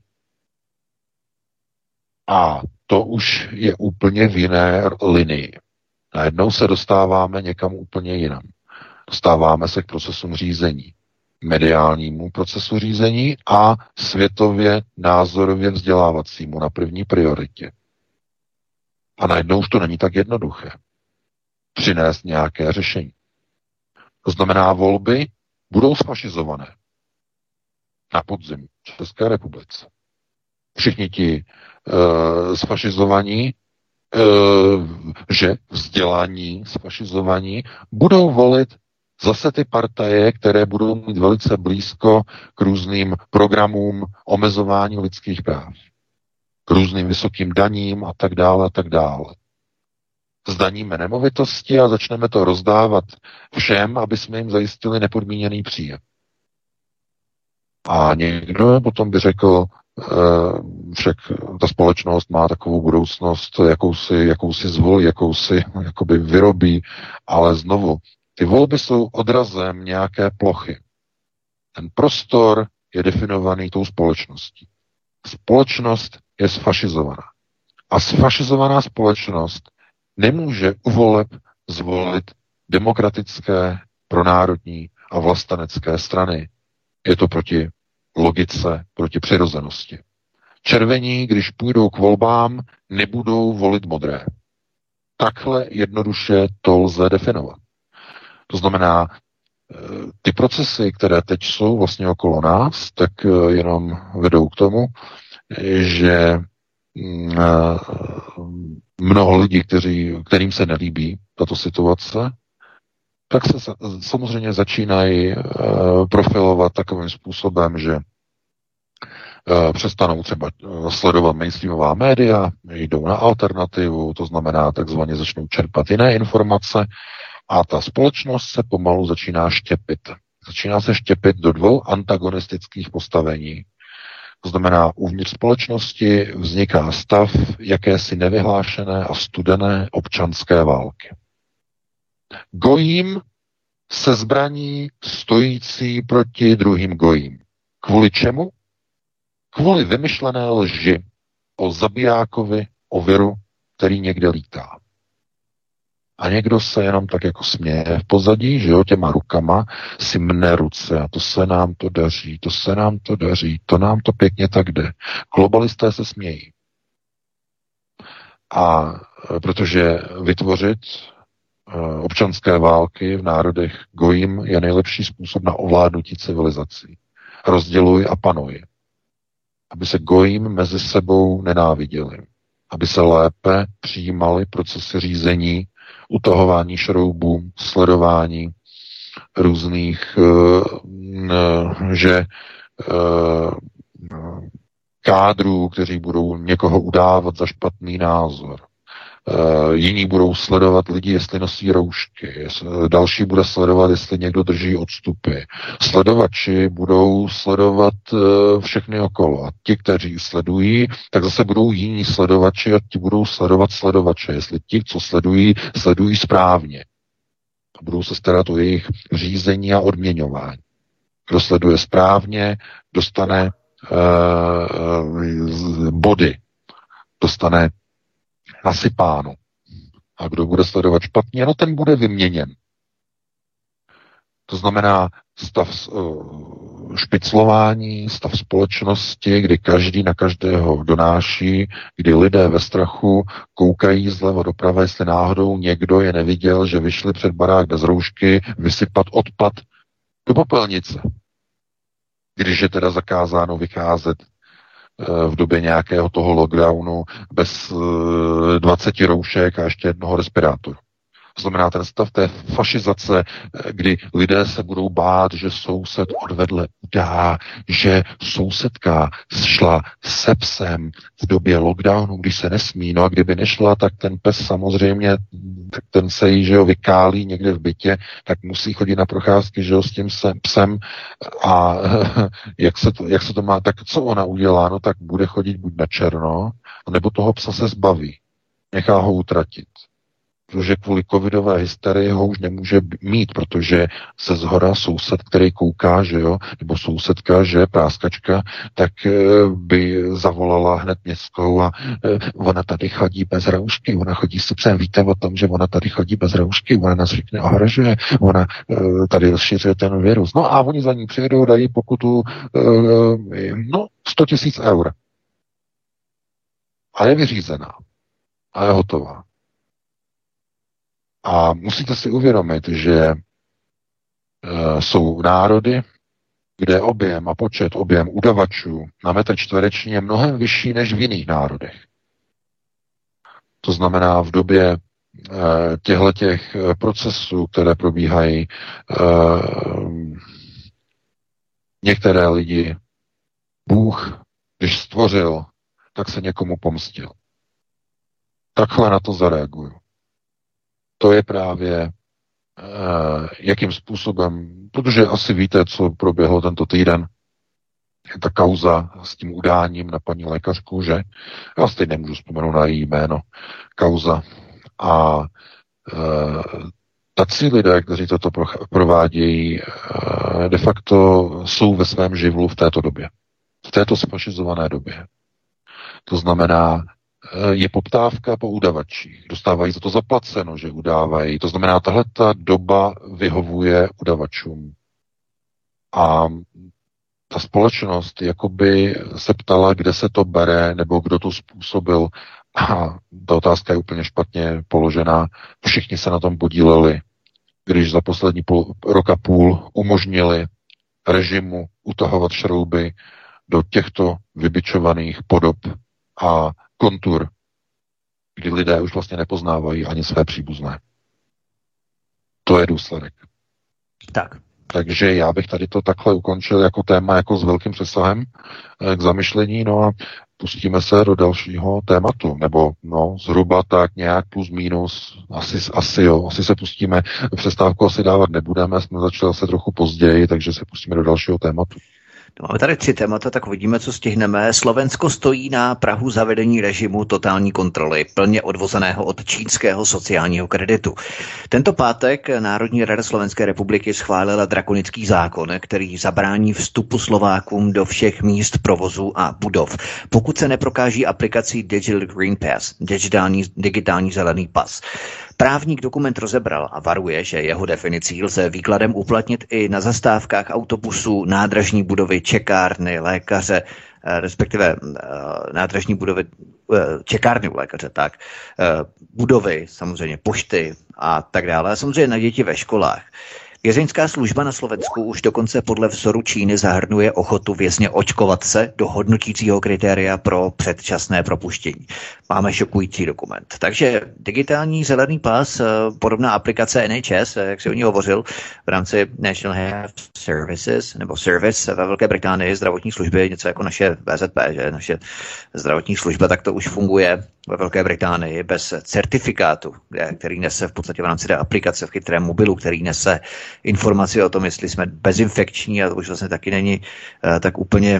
S3: A to už je úplně v jiné linii. Najednou se dostáváme někam úplně jinam. Dostáváme se k procesům řízení. Mediálnímu procesu řízení a světově názorově vzdělávacímu na první prioritě. A najednou už to není tak jednoduché přinést nějaké řešení. To znamená, volby budou sfašizované na podzim v České republice. Všichni ti sfašizovaní, že vzdělaní sfašizovaní, budou volit zase ty partaje, které budou mít velice blízko k různým programům omezování lidských práv, k různým vysokým daním a tak dále a tak dále. Zdaníme nemovitosti a začneme to rozdávat všem, aby jsme jim zajistili nepodmíněný příjem. A někdo potom by řekl, však ta společnost má takovou budoucnost, jakou si zvolí, jakou si jakoby vyrobí, ale znovu, ty volby jsou odrazem nějaké plochy. Ten prostor je definovaný tou společností. Společnost je sfašizovaná. A sfašizovaná společnost nemůže u voleb zvolit demokratické, pronárodní a vlastenecké strany. Je to proti logice, proti přirozenosti. Červení, když půjdou k volbám, nebudou volit modré. Takhle jednoduše to lze definovat. To znamená, ty procesy, které teď jsou vlastně okolo nás, tak jenom vedou k tomu, že mnoho lidí, kterým se nelíbí tato situace, tak se samozřejmě začínají profilovat takovým způsobem, že přestanou třeba sledovat mainstreamová média, jdou na alternativu, to znamená takzvaně začnou čerpat jiné informace a ta společnost se pomalu začíná štěpit. Začíná se štěpit do dvou antagonistických postavení. To znamená, uvnitř společnosti vzniká stav jakési nevyhlášené a studené občanské války. Gojím se zbraní stojící proti druhým gojím. Kvůli čemu? Kvůli vymyšlené lži o zabijákovi, o viru, který někde lítá. A někdo se jenom tak jako směje v pozadí, že jo, těma rukama si mne ruce a to se nám to daří, to nám to pěkně tak jde. Globalisté se smějí. A protože vytvořit občanské války v národech gojím je nejlepší způsob na ovládnutí civilizací. Rozděluj a panuj. Aby se gojím mezi sebou nenáviděli. Aby se lépe přijímaly procesy řízení, utahování šroubů, sledování různých kádrů, kteří budou někoho udávat za špatný názor. Jiní budou sledovat lidi, jestli nosí roušky, další bude sledovat, jestli někdo drží odstupy. Sledovači budou sledovat všechny okolo. A ti, kteří sledují, tak zase budou jiní sledovači a ti budou sledovat sledovače, jestli ti, co sledují správně. A budou se starat o jejich řízení a odměňování. Kdo sleduje správně, dostane body, dostane nasypáno. A kdo bude sledovat špatně, no ten bude vyměněn. To znamená stav špiclování, stav společnosti, kdy každý na každého donáší, kdy lidé ve strachu koukají zleva doprava, jestli náhodou někdo je neviděl, že vyšli před barák bez roušky vysypat odpad do popelnice. Když je teda zakázáno vycházet v době nějakého toho lockdownu bez 20 roušek a ještě jednoho respirátoru. To znamená ten stav té fašizace, kdy lidé se budou bát, že soused odvedle udá, že sousedka šla se psem v době lockdownu, když se nesmí, no a kdyby nešla, tak ten pes samozřejmě, tak ten se jí, že jo, vykálí někde v bytě, tak musí chodit na procházky, že jo, s tím psem a jak se to má, tak co ona udělá, no tak bude chodit buď na černo, nebo toho psa se zbaví, nechá ho utratit. Protože kvůli covidové hysterii ho už nemůže mít, protože se zhora soused, který kouká, že jo, nebo sousedka, že práskačka, tak by zavolala hned městskou a ona tady chodí bez roušky, ona chodí s psem, víte o tom, že ona tady chodí bez roušky, ona nás řekne ohrožuje, ona tady rozšiřuje ten virus. No a oni za ní přijedou, dají pokutu 100 000 eur. A je vyřízená. A je hotová. A musíte si uvědomit, že jsou národy, kde objem udavačů na metr čtvereční je mnohem vyšší než v jiných národech. To znamená, v době těch procesů, které probíhají, některé lidi Bůh, když stvořil, tak se někomu pomstil. Takhle na to zareaguju. To je právě jakým způsobem, protože asi víte, co proběhlo tento týden, je ta kauza s tím udáním na paní lékařku, že? Já si teď nemůžu vzpomenout na její jméno. Kauza. A tací lidé, kteří toto provádějí, de facto jsou ve svém živlu v této době. V této sfašizované době. To znamená, je poptávka po udavačích. Dostávají za to zaplaceno, že udávají. To znamená, tahle ta doba vyhovuje udavačům. A ta společnost jakoby se ptala, kde se to bere, nebo kdo to způsobil. A ta otázka je úplně špatně položená. Všichni se na tom podíleli, když za poslední rok a půl umožnili režimu utahovat šrouby do těchto vybičovaných podob a kontur, kdy lidé už vlastně nepoznávají ani své příbuzné. To je důsledek.
S1: Tak.
S3: Takže já bych tady to takhle ukončil jako téma, jako s velkým přesahem k zamyšlení, no a pustíme se do dalšího tématu, nebo zhruba tak nějak plus minus, asi se pustíme, přestávku asi dávat nebudeme, jsme začali asi trochu později, takže se pustíme do dalšího tématu.
S1: Máme tady 3 témata, tak uvidíme, co stihneme. Slovensko stojí na prahu zavedení režimu totální kontroly, plně odvozeného od čínského sociálního kreditu. Tento pátek Národní rada Slovenské republiky schválila drakonický zákon, který zabrání vstupu Slovákům do všech míst provozu a budov, pokud se neprokáží aplikací Digital Green Pass, digitální zelený pas. Právník dokument rozebral a varuje, že jeho definicí lze výkladem uplatnit i na zastávkách autobusů, nádražní budovy, čekárny, lékaře, respektive nádražní budovy, čekárny u lékaře, tak, budovy, samozřejmě pošty a tak dále, a samozřejmě na děti ve školách. Vězeňská služba na Slovensku už dokonce podle vzoru Číny zahrnuje ochotu vězně očkovat se do hodnotícího kritéria pro předčasné propuštění. Máme šokující dokument. Takže digitální zelený pás, podobná aplikace NHS, jak si o ní hovořil, v rámci National Health Services, nebo Service ve Velké Británii, zdravotní služby, něco jako naše VZP, že naše zdravotní služba, tak to už funguje ve Velké Británii bez certifikátu, který nese v podstatě v rámci té aplikace v chytrém mobilu, který nese informaci o tom, jestli jsme bezinfekční, a to už vlastně taky není tak úplně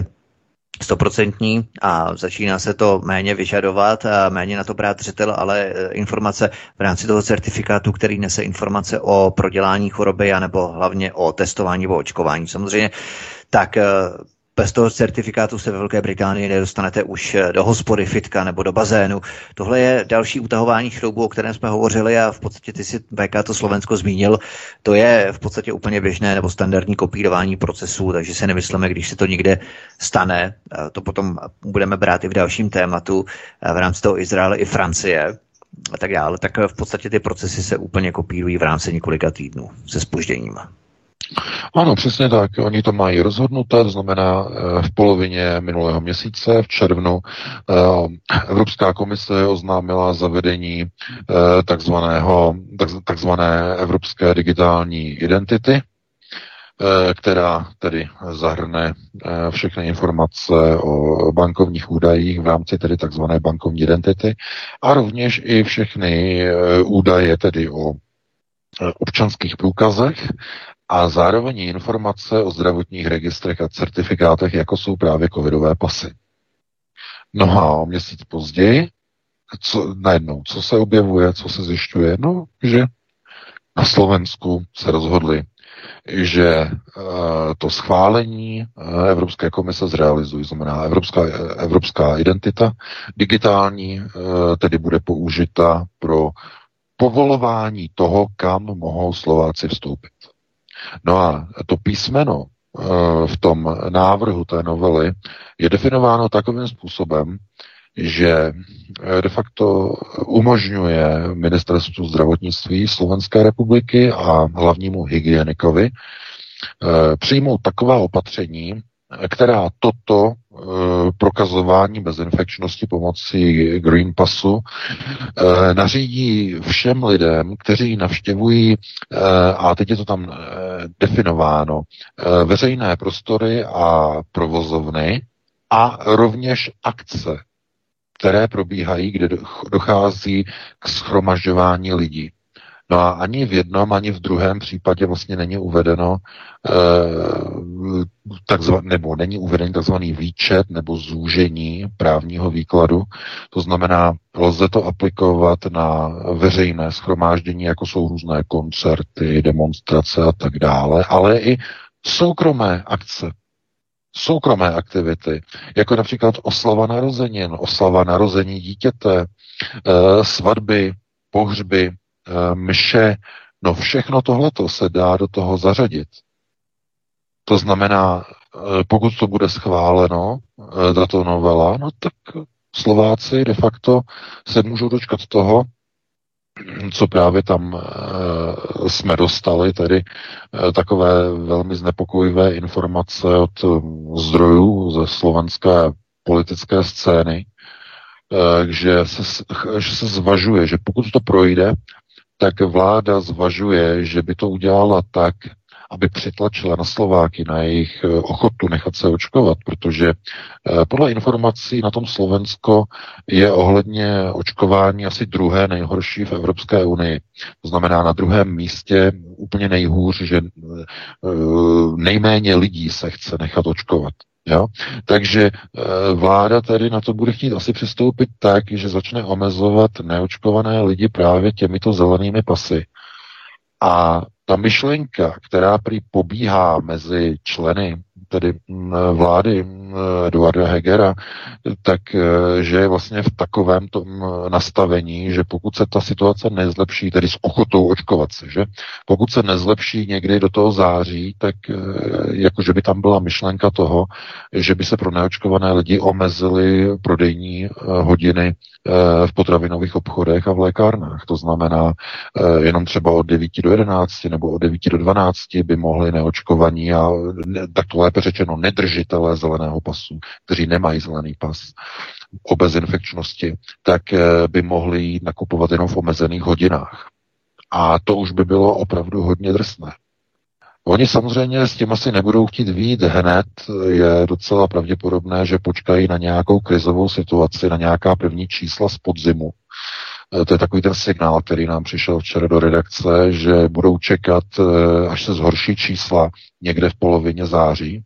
S1: 100% a začíná se to méně vyžadovat a méně na to brát zřetel, ale informace v rámci toho certifikátu, který nese informace o prodělání choroby anebo hlavně o testování nebo očkování. Samozřejmě tak bez toho certifikátu se ve Velké Británii nedostanete už do hospody, fitka nebo do bazénu. Tohle je další utahování šroubů, o kterém jsme hovořili, a v podstatě ty si VK to Slovensko zmínil. To je v podstatě úplně běžné nebo standardní kopírování procesů, takže se nemyslíme, když se to někde stane, to potom budeme brát i v dalším tématu v rámci toho Izraele i Francie a tak dále, tak v podstatě ty procesy se úplně kopírují v rámci několika týdnů se zpožděním.
S3: Ano, přesně tak. Oni to mají rozhodnuté, to znamená v polovině minulého měsíce, v červnu, Evropská komise oznámila zavedení takzvané evropské digitální identity, která tedy zahrne všechny informace o bankovních údajích v rámci tedy takzvané bankovní identity a rovněž i všechny údaje tedy o občanských průkazech a zároveň informace o zdravotních registrech a certifikátech, jako jsou právě covidové pasy. No a o měsíc později, co se objevuje, co se zjišťuje? No, že na Slovensku se rozhodli, že to schválení Evropské komise zrealizují, znamená evropská identita digitální, tedy bude použita pro povolování toho, kam mohou Slováci vstoupit. No a to písmeno v tom návrhu té novely je definováno takovým způsobem, že de facto umožňuje ministerstvu zdravotnictví Slovenské republiky a hlavnímu hygienikové přijmout taková opatření, která toto prokazování bezinfekčnosti pomocí Green Passu nařídí všem lidem, kteří navštěvují, a teď je to tam definováno, veřejné prostory a provozovny a rovněž akce, které probíhají, kde dochází k shromažďování lidí. No a ani v jednom, ani v druhém případě vlastně není uvedeno nebo není uvedený takzvaný výčet nebo zúžení právního výkladu. To znamená, lze to aplikovat na veřejné shromáždění, jako jsou různé koncerty, demonstrace a tak dále, ale i soukromé akce, soukromé aktivity, jako například oslava narozenin, oslava narození dítěte, svatby, pohřby, mše, no všechno tohleto se dá do toho zařadit. To znamená, pokud to bude schváleno, tato novela, no tak Slováci de facto se můžou dočkat toho, co právě tam jsme dostali, tedy takové velmi znepokojivé informace od zdrojů ze slovenské politické scény, že se zvažuje, že pokud to projde, tak vláda zvažuje, že by to udělala tak, aby přitlačila na Slováky, na jejich ochotu nechat se očkovat, protože podle informací na tom Slovensko je ohledně očkování asi druhé nejhorší v Evropské unii. To znamená na druhém místě úplně nejhůř, že nejméně lidí se chce nechat očkovat. Jo? Takže vláda tedy na to bude chtít asi přistoupit tak, že začne omezovat neočkované lidi právě těmito zelenými pasy. A ta myšlenka, která prý pobíhá mezi členy tedy vlády Eduarda Hegera, tak že je vlastně v takovém tom nastavení, že pokud se ta situace nezlepší, tedy s ochotou očkovat se, že pokud se nezlepší někdy do toho září, tak jakože by tam byla myšlenka toho, že by se pro neočkované lidi omezily prodejní hodiny v potravinových obchodech a v lékárnách. To znamená, jenom třeba od 9 do 11 nebo od 9 do 12 by mohli neočkovaní a tak to lépe řečeno nedržitelé zeleného pasu, kteří nemají zelený pas o bezinfekčnosti, tak by mohli jít nakupovat jenom v omezených hodinách. A to už by bylo opravdu hodně drsné. Oni samozřejmě s tím asi nebudou chtít vyjít hned, je docela pravděpodobné, že počkají na nějakou krizovou situaci, na nějaká první čísla z podzimu. To je takový ten signál, který nám přišel včera do redakce, že budou čekat, až se zhorší čísla někde v polovině září,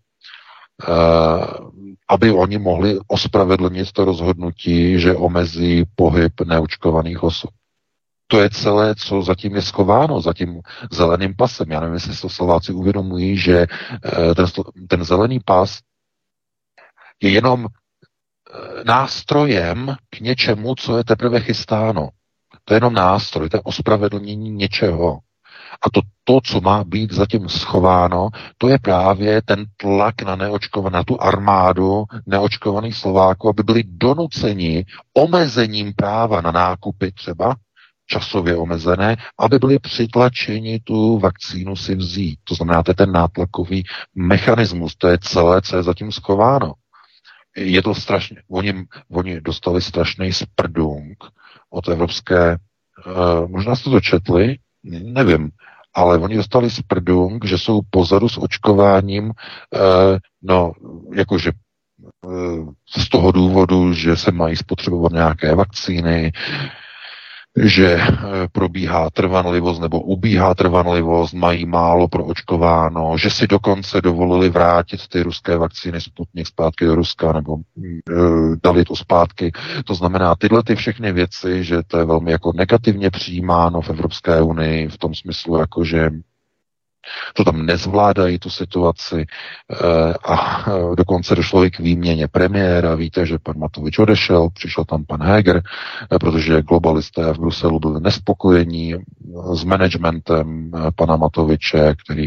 S3: aby oni mohli ospravedlnit to rozhodnutí, že omezí pohyb neočkovaných osob. To je celé, co zatím je schováno za tím zeleným pasem. Já nevím, jestli se Slováci uvědomují, že ten zelený pas je jenom nástrojem k něčemu, co je teprve chystáno. To je jenom nástroj, to je ospravedlnění něčeho. A to, co má být zatím schováno, to je právě ten tlak na neočkované, na tu armádu neočkovaných Slováků, aby byli donuceni omezením práva na nákupy třeba, časově omezené, aby byli přitlačeni tu vakcínu si vzít. To znamená, to je ten nátlakový mechanismus, to je celé, co je zatím schováno. Je to strašně, oni dostali strašný sprdung od evropské, možná jste to četli, nevím, ale oni dostali sprdung, že jsou pozadu s očkováním, jakože z toho důvodu, že se mají spotřebovat nějaké vakcíny, že probíhá trvanlivost nebo ubíhá trvanlivost, mají málo proočkováno, že si dokonce dovolili vrátit ty ruské vakcíny Sputnik zpátky do Ruska nebo dali to zpátky. To znamená tyhle ty všechny věci, že to je velmi jako negativně přijímáno v Evropské unii v tom smyslu, jako že to tam nezvládají tu situaci a dokonce došlo i k výměně premiéra. Víte, že pan Matovič odešel, přišel tam pan Heger, protože globalisté v Bruselu byli nespokojení s managementem pana Matoviče, který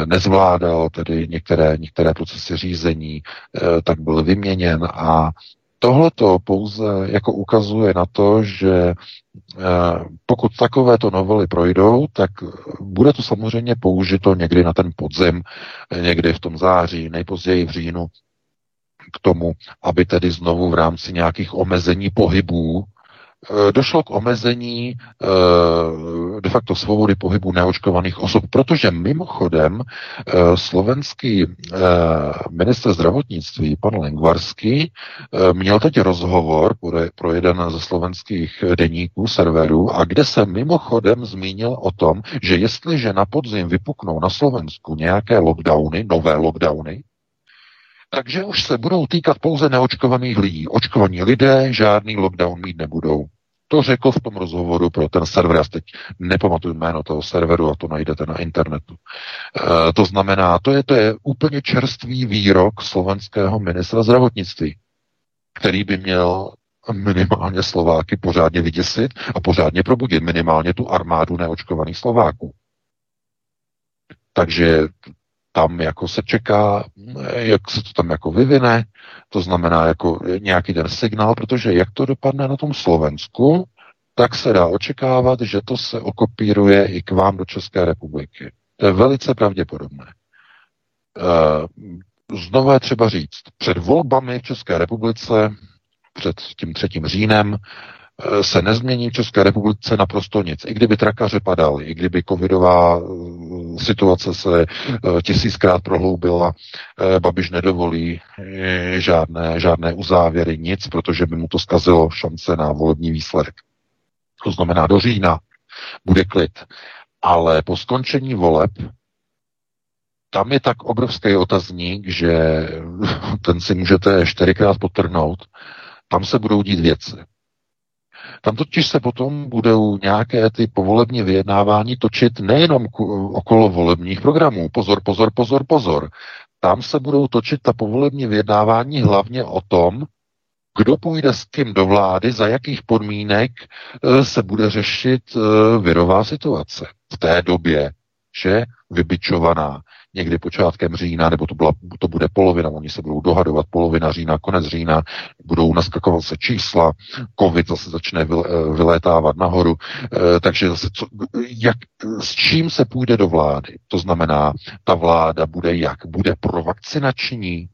S3: nezvládal tedy některé procesy řízení, tak byl vyměněn a Tohle to pouze jako ukazuje na to, že pokud takovéto novely projdou, tak bude to samozřejmě použito někdy na ten podzim, někdy v tom září, nejpozději v říjnu, k tomu, aby tedy znovu v rámci nějakých omezení pohybů došlo k omezení de facto svobody pohybu neočkovaných osob, protože mimochodem slovenský ministr zdravotnictví, pan Lengvarský, měl teď rozhovor pro jeden ze slovenských deníků, serverů, a kde se mimochodem zmínil o tom, že jestliže na podzim vypuknou na Slovensku nějaké lockdowny, nové lockdowny, takže už se budou týkat pouze neočkovaných lidí. Očkovaní lidé žádný lockdown mít nebudou. To řekl v tom rozhovoru pro ten server. Já teď nepamatuju jméno toho serveru a to najdete na internetu. To znamená, to je úplně čerstvý výrok slovenského ministra zdravotnictví, který by měl minimálně Slováky pořádně vyděsit a pořádně probudit minimálně tu armádu neočkovaných Slováků. Takže tam jako se čeká, jak se to tam jako vyvine, to znamená jako nějaký ten signál, protože jak to dopadne na tom Slovensku, tak se dá očekávat, že to se okopíruje i k vám do České republiky. To je velice pravděpodobné. Znovu je třeba říct, před volbami v České republice, před tím 3. říjnem, se nezmění v České republice naprosto nic. I kdyby trakaře padaly, i kdyby covidová situace se 1000krát prohloubila, Babiš nedovolí žádné uzávěry, nic, protože by mu to zkazilo šance na volební výsledek. To znamená, do října bude klid. Ale po skončení voleb tam je tak obrovský otazník, že ten si můžete 4krát podtrhnout, tam se budou dít věci. Tam totiž se potom budou nějaké ty povolební vyjednávání točit nejenom okolo volebních programů. Pozor, pozor, pozor, pozor. Tam se budou točit ta povolební vyjednávání hlavně o tom, kdo půjde s kým do vlády, za jakých podmínek se bude řešit virová situace. V té době, že vybičovaná někdy počátkem října, nebo to bude polovina, oni se budou dohadovat polovina října, konec října, budou naskakovat se čísla, covid zase začne vylétávat nahoru, takže zase s čím se půjde do vlády? To znamená, ta vláda bude jak? Bude provakcinační?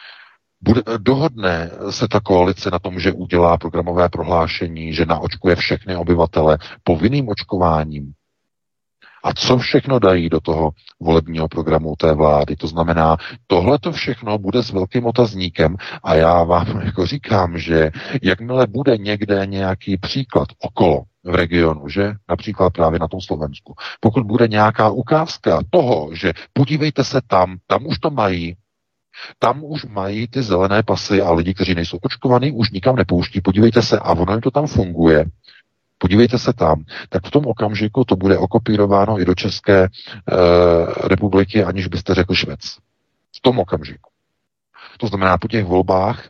S3: Dohodne se ta koalice na tom, že udělá programové prohlášení, že naočkuje všechny obyvatele povinným očkováním? A co všechno dají do toho volebního programu té vlády? To znamená, tohle to všechno bude s velkým otazníkem a já vám jako říkám, že jakmile bude někde nějaký příklad okolo v regionu, že například právě na tom Slovensku, pokud bude nějaká ukázka toho, že podívejte se tam už to mají, tam už mají ty zelené pasy a lidi, kteří nejsou očkovaní, už nikam nepouští, podívejte se a ono jim to tam funguje. Podívejte se tam, tak v tom okamžiku to bude okopírováno i do České republiky, aniž byste řekl Švec. V tom okamžiku. To znamená, po těch volbách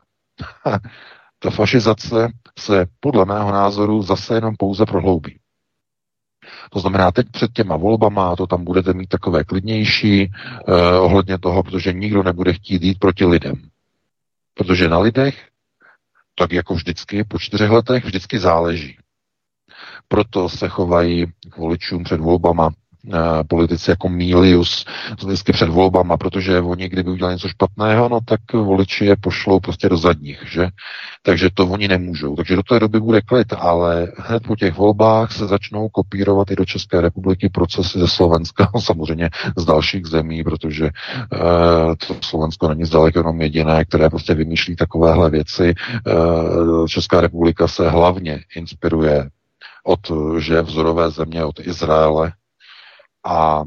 S3: ta fašizace se podle mého názoru zase jenom pouze prohloubí. To znamená, teď před těma volbama to tam budete mít takové klidnější ohledně toho, protože nikdo nebude chtít jít proti lidem. Protože na lidech, tak jako vždycky, po 4 letech vždycky záleží. Proto se chovají k voličům před volbama politici jako Milius vždycky před volbama, protože oni, kdyby udělali něco špatného, no tak voliči je pošlou prostě do zadních, že? Takže to oni nemůžou. Takže do té doby bude klid, ale hned po těch volbách se začnou kopírovat i do České republiky procesy ze Slovenska, samozřejmě z dalších zemí, protože to Slovensko není zdaleka jenom jediné, které prostě vymýšlí takovéhle věci. Česká republika se hlavně inspiruje od vzorové země, od Izraele, a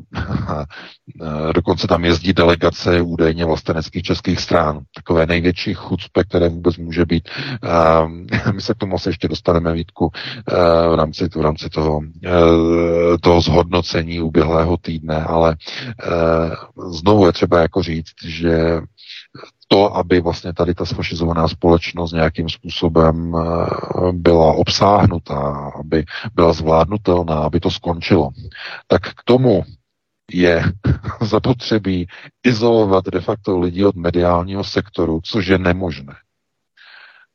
S3: dokonce tam jezdí delegace údajně vlasteneckých českých stran. Takové největší chucpe, které vůbec může být. My se k tomu asi ještě dostaneme, Vítku, v rámci toho zhodnocení uběhlého týdne, ale znovu je třeba jako říct, že to, aby vlastně tady ta sfašizovaná společnost nějakým způsobem byla obsáhnutá, aby byla zvládnutelná, aby to skončilo, tak k tomu je zapotřebí izolovat de facto lidi od mediálního sektoru, což je nemožné.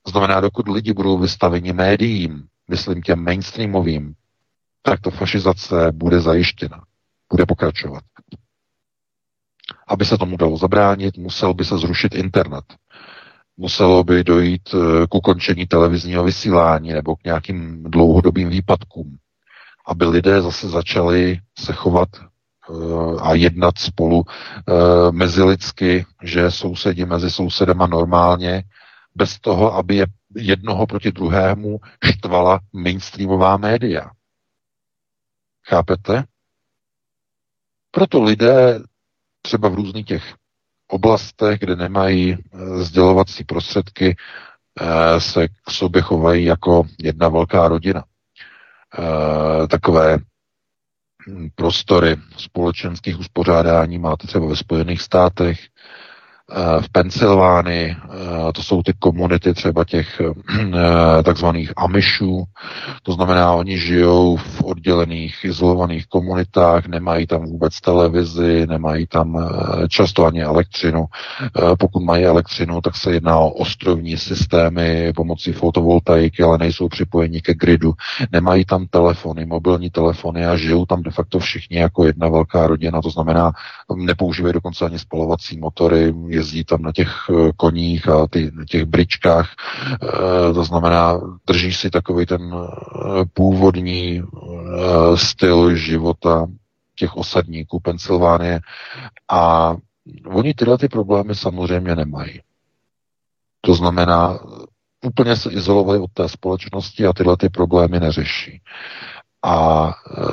S3: To znamená, dokud lidi budou vystaveni médiím, myslím těm mainstreamovým, tak to fašizace bude zajištěna, bude pokračovat. Aby se tomu dalo zabránit, musel by se zrušit internet. Muselo by dojít k ukončení televizního vysílání nebo k nějakým dlouhodobým výpadkům, aby lidé zase začali se chovat a jednat spolu mezilidsky, že sousedi mezi sousedama normálně, bez toho, aby je jednoho proti druhému štvala mainstreamová média. Chápete? Proto lidé třeba v různých těch oblastech, kde nemají sdělovací prostředky, se k sobě chovají jako jedna velká rodina. Takové prostory společenských uspořádání máte třeba ve Spojených státech, v Pensylvánii, to jsou ty komunity třeba těch takzvaných Amishů, to znamená, oni žijou v oddělených, izolovaných komunitách, nemají tam vůbec televizi, nemají tam často ani elektřinu. Pokud mají elektřinu, tak se jedná o ostrovní systémy pomocí fotovoltaiky, ale nejsou připojeni ke gridu. Nemají tam telefony, mobilní telefony a žijou tam de facto všichni jako jedna velká rodina, to znamená, nepoužívají dokonce ani spalovací motory, jezdí tam na těch koních a těch bričkách, to znamená, drží si takový ten původní styl života těch osadníků Pensylvánie a oni tyhle ty problémy samozřejmě nemají. To znamená, úplně se izolovali od té společnosti a tyhle ty problémy neřeší. A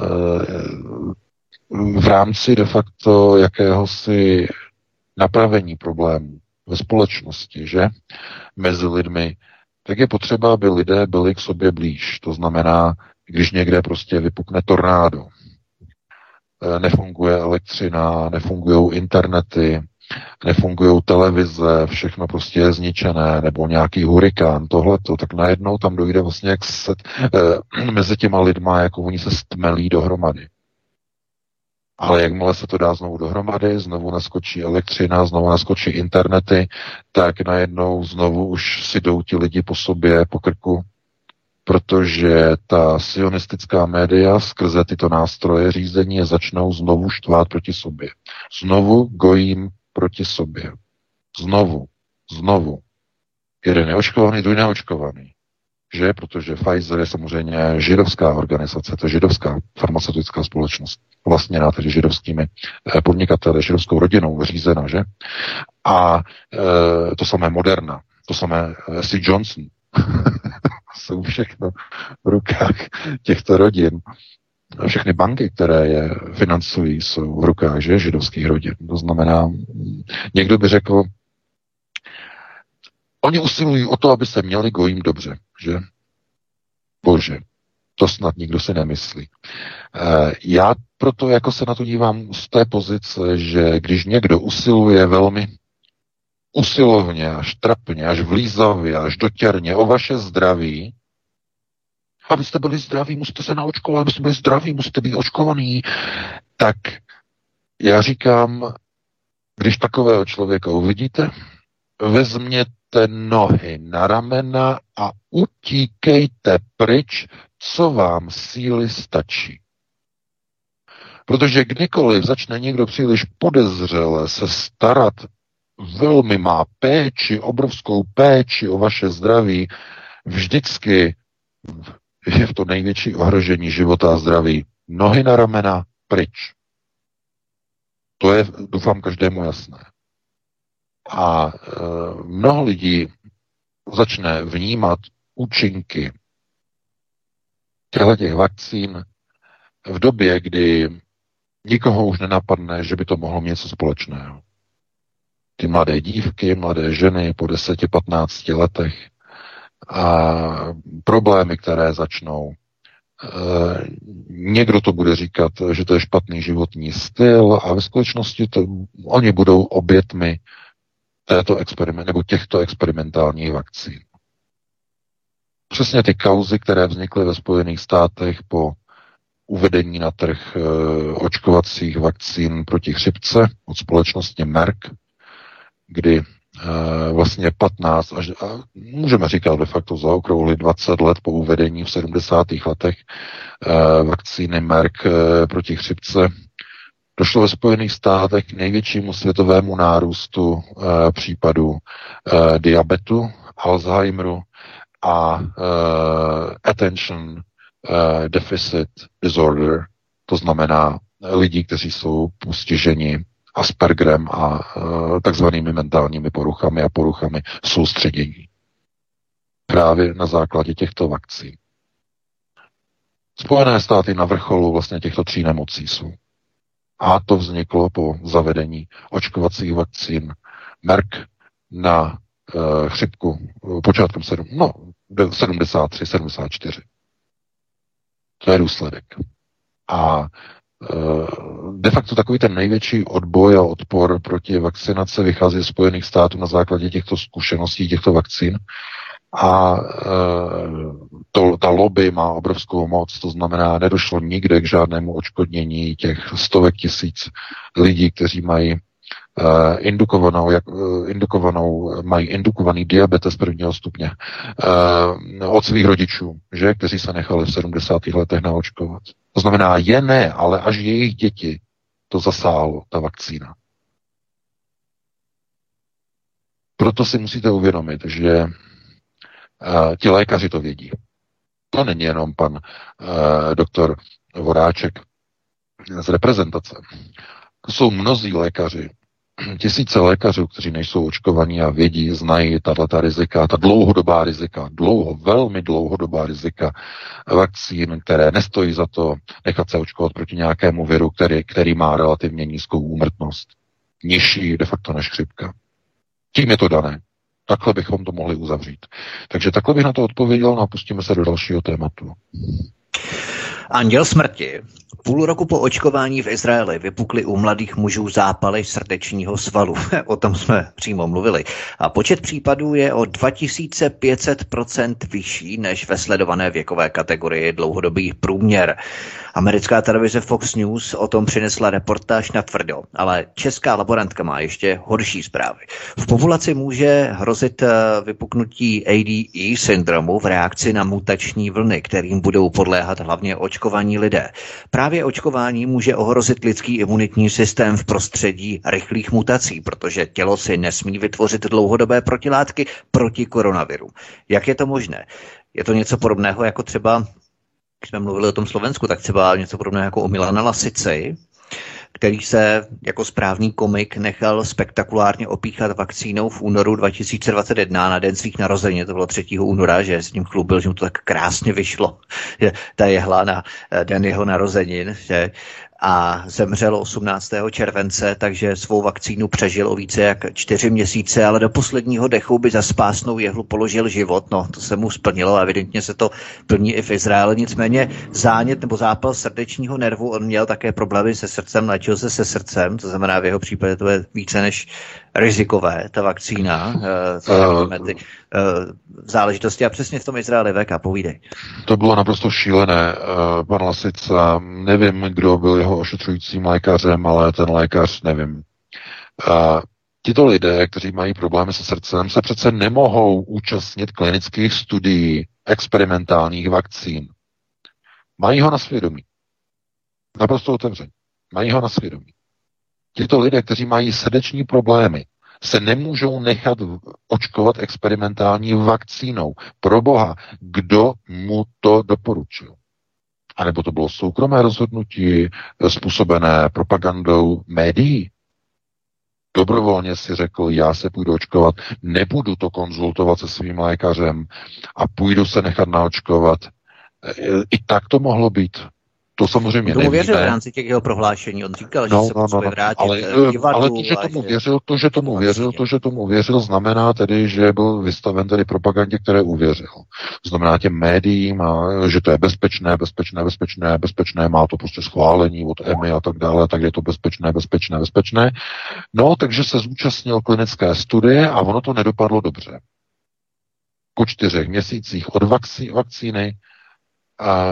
S3: v rámci de facto jakéhosi napravení problémů ve společnosti, že mezi lidmi, tak je potřeba, aby lidé byli k sobě blíž. To znamená, když někde prostě vypukne tornádo, nefunguje elektřina, nefungují internety, nefungují televize, všechno prostě je zničené, nebo nějaký hurikán, tohleto, tak najednou tam dojde vlastně jak mezi těma lidma, jako oni se stmelí dohromady. Ale jakmile se to dá znovu dohromady, znovu naskočí elektřina, znovu naskočí internety, tak najednou znovu už si jdou ti lidi po sobě, po krku, protože ta sionistická média skrze tyto nástroje řízení je začnou znovu štvát proti sobě. Znovu gojím proti sobě. Znovu. Jeden je očkovaný, druhý neočkovaný. Že? Protože Pfizer je samozřejmě židovská organizace, to je židovská farmaceutická společnost, vlastněná tedy židovskými podnikateli, židovskou rodinou řízena, že? A to samé Moderna, to samé S. Johnson, jsou všechno v rukách těchto rodin. Všechny banky, které je financují, jsou v rukách, že? Židovských rodin. To znamená, někdo by řekl, oni usilují o to, aby se měli gojím dobře, že? Bože, to snad nikdo si nemyslí. Já proto jako se na to dívám z té pozice, že když někdo usiluje velmi usilovně, až trapně, až vlízavě, až dotěrně o vaše zdraví, abyste byli zdraví, musíte se naočkovat, abyste byli zdraví, musíte být očkovaný, tak já říkám, když takového člověka uvidíte, vezměte nohy na ramena a utíkejte pryč, co vám síly stačí. Protože kdykoliv začne někdo příliš podezřele se starat, velmi má péči, obrovskou péči o vaše zdraví, vždycky je v to největší ohrožení života a zdraví. Nohy na ramena, pryč. To je, doufám, každému jasné. A mnoho lidí začne vnímat účinky těch vakcín v době, kdy nikoho už nenapadne, že by to mohlo mít něco společného. Ty mladé dívky, mladé ženy po 10-15 letech a problémy, které začnou. Někdo to bude říkat, že to je špatný životní styl a ve skutečnosti oni budou obětmi těchto experimentálních vakcín. Přesně ty kauzy, které vznikly ve Spojených státech po uvedení na trh očkovacích vakcín proti chřipce od společnosti Merck, kdy vlastně 15 až, můžeme říkat de facto zaokrouhli 20 let po uvedení v 70. letech vakcíny Merck proti chřipce, došlo ve Spojených státech k největšímu světovému nárůstu případů diabetu, Alzheimeru a attention deficit disorder, to znamená lidí, kteří jsou postiženi Aspergerem a takzvanými mentálními poruchami a poruchami soustředění. Právě na základě těchto vakcín. Spojené státy na vrcholu vlastně těchto 3 nemocí jsou. A to vzniklo po zavedení očkovacích vakcín Merck na chřipku počátkem 73, 74. To je důsledek. A de facto takový ten největší odboj a odpor proti vakcinaci vychází z Spojených států na základě těchto zkušeností, těchto vakcín. A ta lobby má obrovskou moc, to znamená, nedošlo nikde k žádnému odškodnění těch stovek tisíc lidí, kteří mají mají indukovaný diabetes 1. stupně od svých rodičů, že, kteří se nechali v 70. letech naočkovat. To znamená, ne, ale až jejich děti to zasáhlo, ta vakcína. Proto si musíte uvědomit, že ti lékaři to vědí. To není jenom pan doktor Voráček z reprezentace. To jsou mnozí lékaři, tisíce lékařů, kteří nejsou očkovaní a vědí, znají tato rizika, ta dlouhodobá rizika, velmi dlouhodobá rizika vakcín, které nestojí za to nechat se očkovat proti nějakému viru, který má relativně nízkou úmrtnost. Nižší de facto než chřipka. Tím je to dané. Takhle bychom to mohli uzavřít. Takže takhle bych na to odpověděl, no a pustíme se do dalšího tématu.
S1: Anděl smrti. Půl roku po očkování v Izraeli vypukly u mladých mužů zápaly srdečního svalu. O tom jsme přímo mluvili. A počet případů je o 2500% vyšší než ve sledované věkové kategorii dlouhodobý průměr. Americká televize Fox News o tom přinesla reportáž natvrdo, ale česká laborantka má ještě horší zprávy. V populaci může hrozit vypuknutí ADE syndromu v reakci na mutační vlny, kterým budou podléhat hlavně očkovaní lidé. Právě očkování může ohrozit lidský imunitní systém v prostředí rychlých mutací, protože tělo si nesmí vytvořit dlouhodobé protilátky proti koronaviru. Jak je to možné? Je to něco podobného jako třeba, když jsme mluvili o tom Slovensku, tak třeba něco podobného jako o Milana Lasici, který se jako správný komik nechal spektakulárně opíchat vakcínou v únoru 2021 na den svých narozenin. To bylo 3. února, že s ním chlubil, že mu to tak krásně vyšlo. Ta jehla na den jeho narozenin, že a zemřel 18. července, takže svou vakcínu přežil o více jak 4 měsíce, ale do posledního dechu by za spásnou jehlu položil život. No, to se mu splnilo a evidentně se to plní i v Izraeli. Nicméně zánět nebo zápal srdečního nervu, on měl také problémy se srdcem, léčil se srdcem, to znamená v jeho případě to je více než rizikové, ta vakcína, ty záležitosti a přesně v tom Izraeli VK, povídej.
S3: To bylo naprosto šílené. Pan Lasica, nevím, kdo byl jeho ošetřujícím lékařem, ale ten lékař, nevím. Tito lidé, kteří mají problémy se srdcem, se přece nemohou účastnit klinických studií experimentálních vakcín. Mají ho na svědomí. Naprosto otevřeně. Mají ho na svědomí. Tito lidé, kteří mají srdeční problémy, se nemůžou nechat očkovat experimentální vakcínou. Pro boha, kdo mu to doporučil? A nebo to bylo soukromé rozhodnutí způsobené propagandou médií? Dobrovolně si řekl, já se půjdu očkovat, nebudu to konzultovat se svým lékařem a půjdu se nechat naočkovat. I tak to mohlo být. To samozřejmě
S1: nevíme. Tomu věřil v rámci těch jeho prohlášení. On říkal, že se musí vrátit
S3: ale to, že tomu věřil, znamená tedy, že byl vystaven tedy propagandě, které uvěřil. Znamená těm médiím, že to je bezpečné, má to prostě schválení od EMI a tak dále, tak je to bezpečné. No, takže se zúčastnil klinické studie a ono to nedopadlo dobře. Po 4 měsících od vakcíny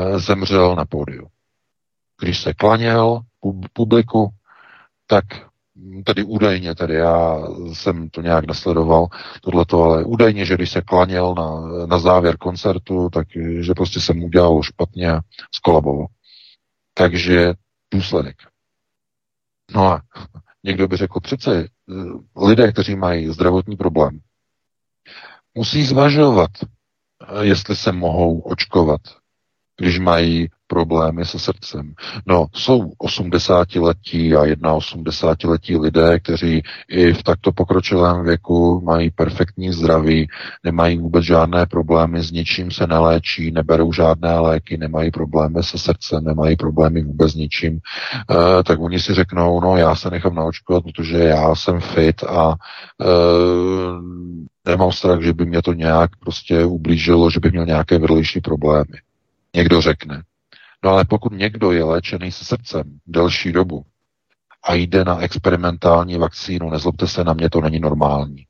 S3: zemřel na pódiu. Když se klaněl publiku, tak tedy údajně, tedy já jsem to nějak nesledoval, tohleto, ale údajně, že když se klaněl na závěr koncertu, tak že prostě se mu udělalo špatně a skolaboval. Takže důsledek. No a někdo by řekl, přece lidé, kteří mají zdravotní problém, musí zvažovat, jestli se mohou očkovat, když mají problémy se srdcem. No, jsou 80letí a 81letí lidé, kteří i v takto pokročilém věku mají perfektní zdraví, nemají vůbec žádné problémy, s ničím se neléčí, neberou žádné léky, nemají problémy se srdcem, nemají problémy vůbec s ničím, tak oni si řeknou, no já se nechám naočkovat, protože já jsem fit a nemám strach, že by mě to nějak prostě ublížilo, že by měl nějaké vedlejší problémy. Někdo řekne. No ale pokud někdo je léčený se srdcem delší dobu a jde na experimentální vakcínu, nezlobte se na mě, to není normální.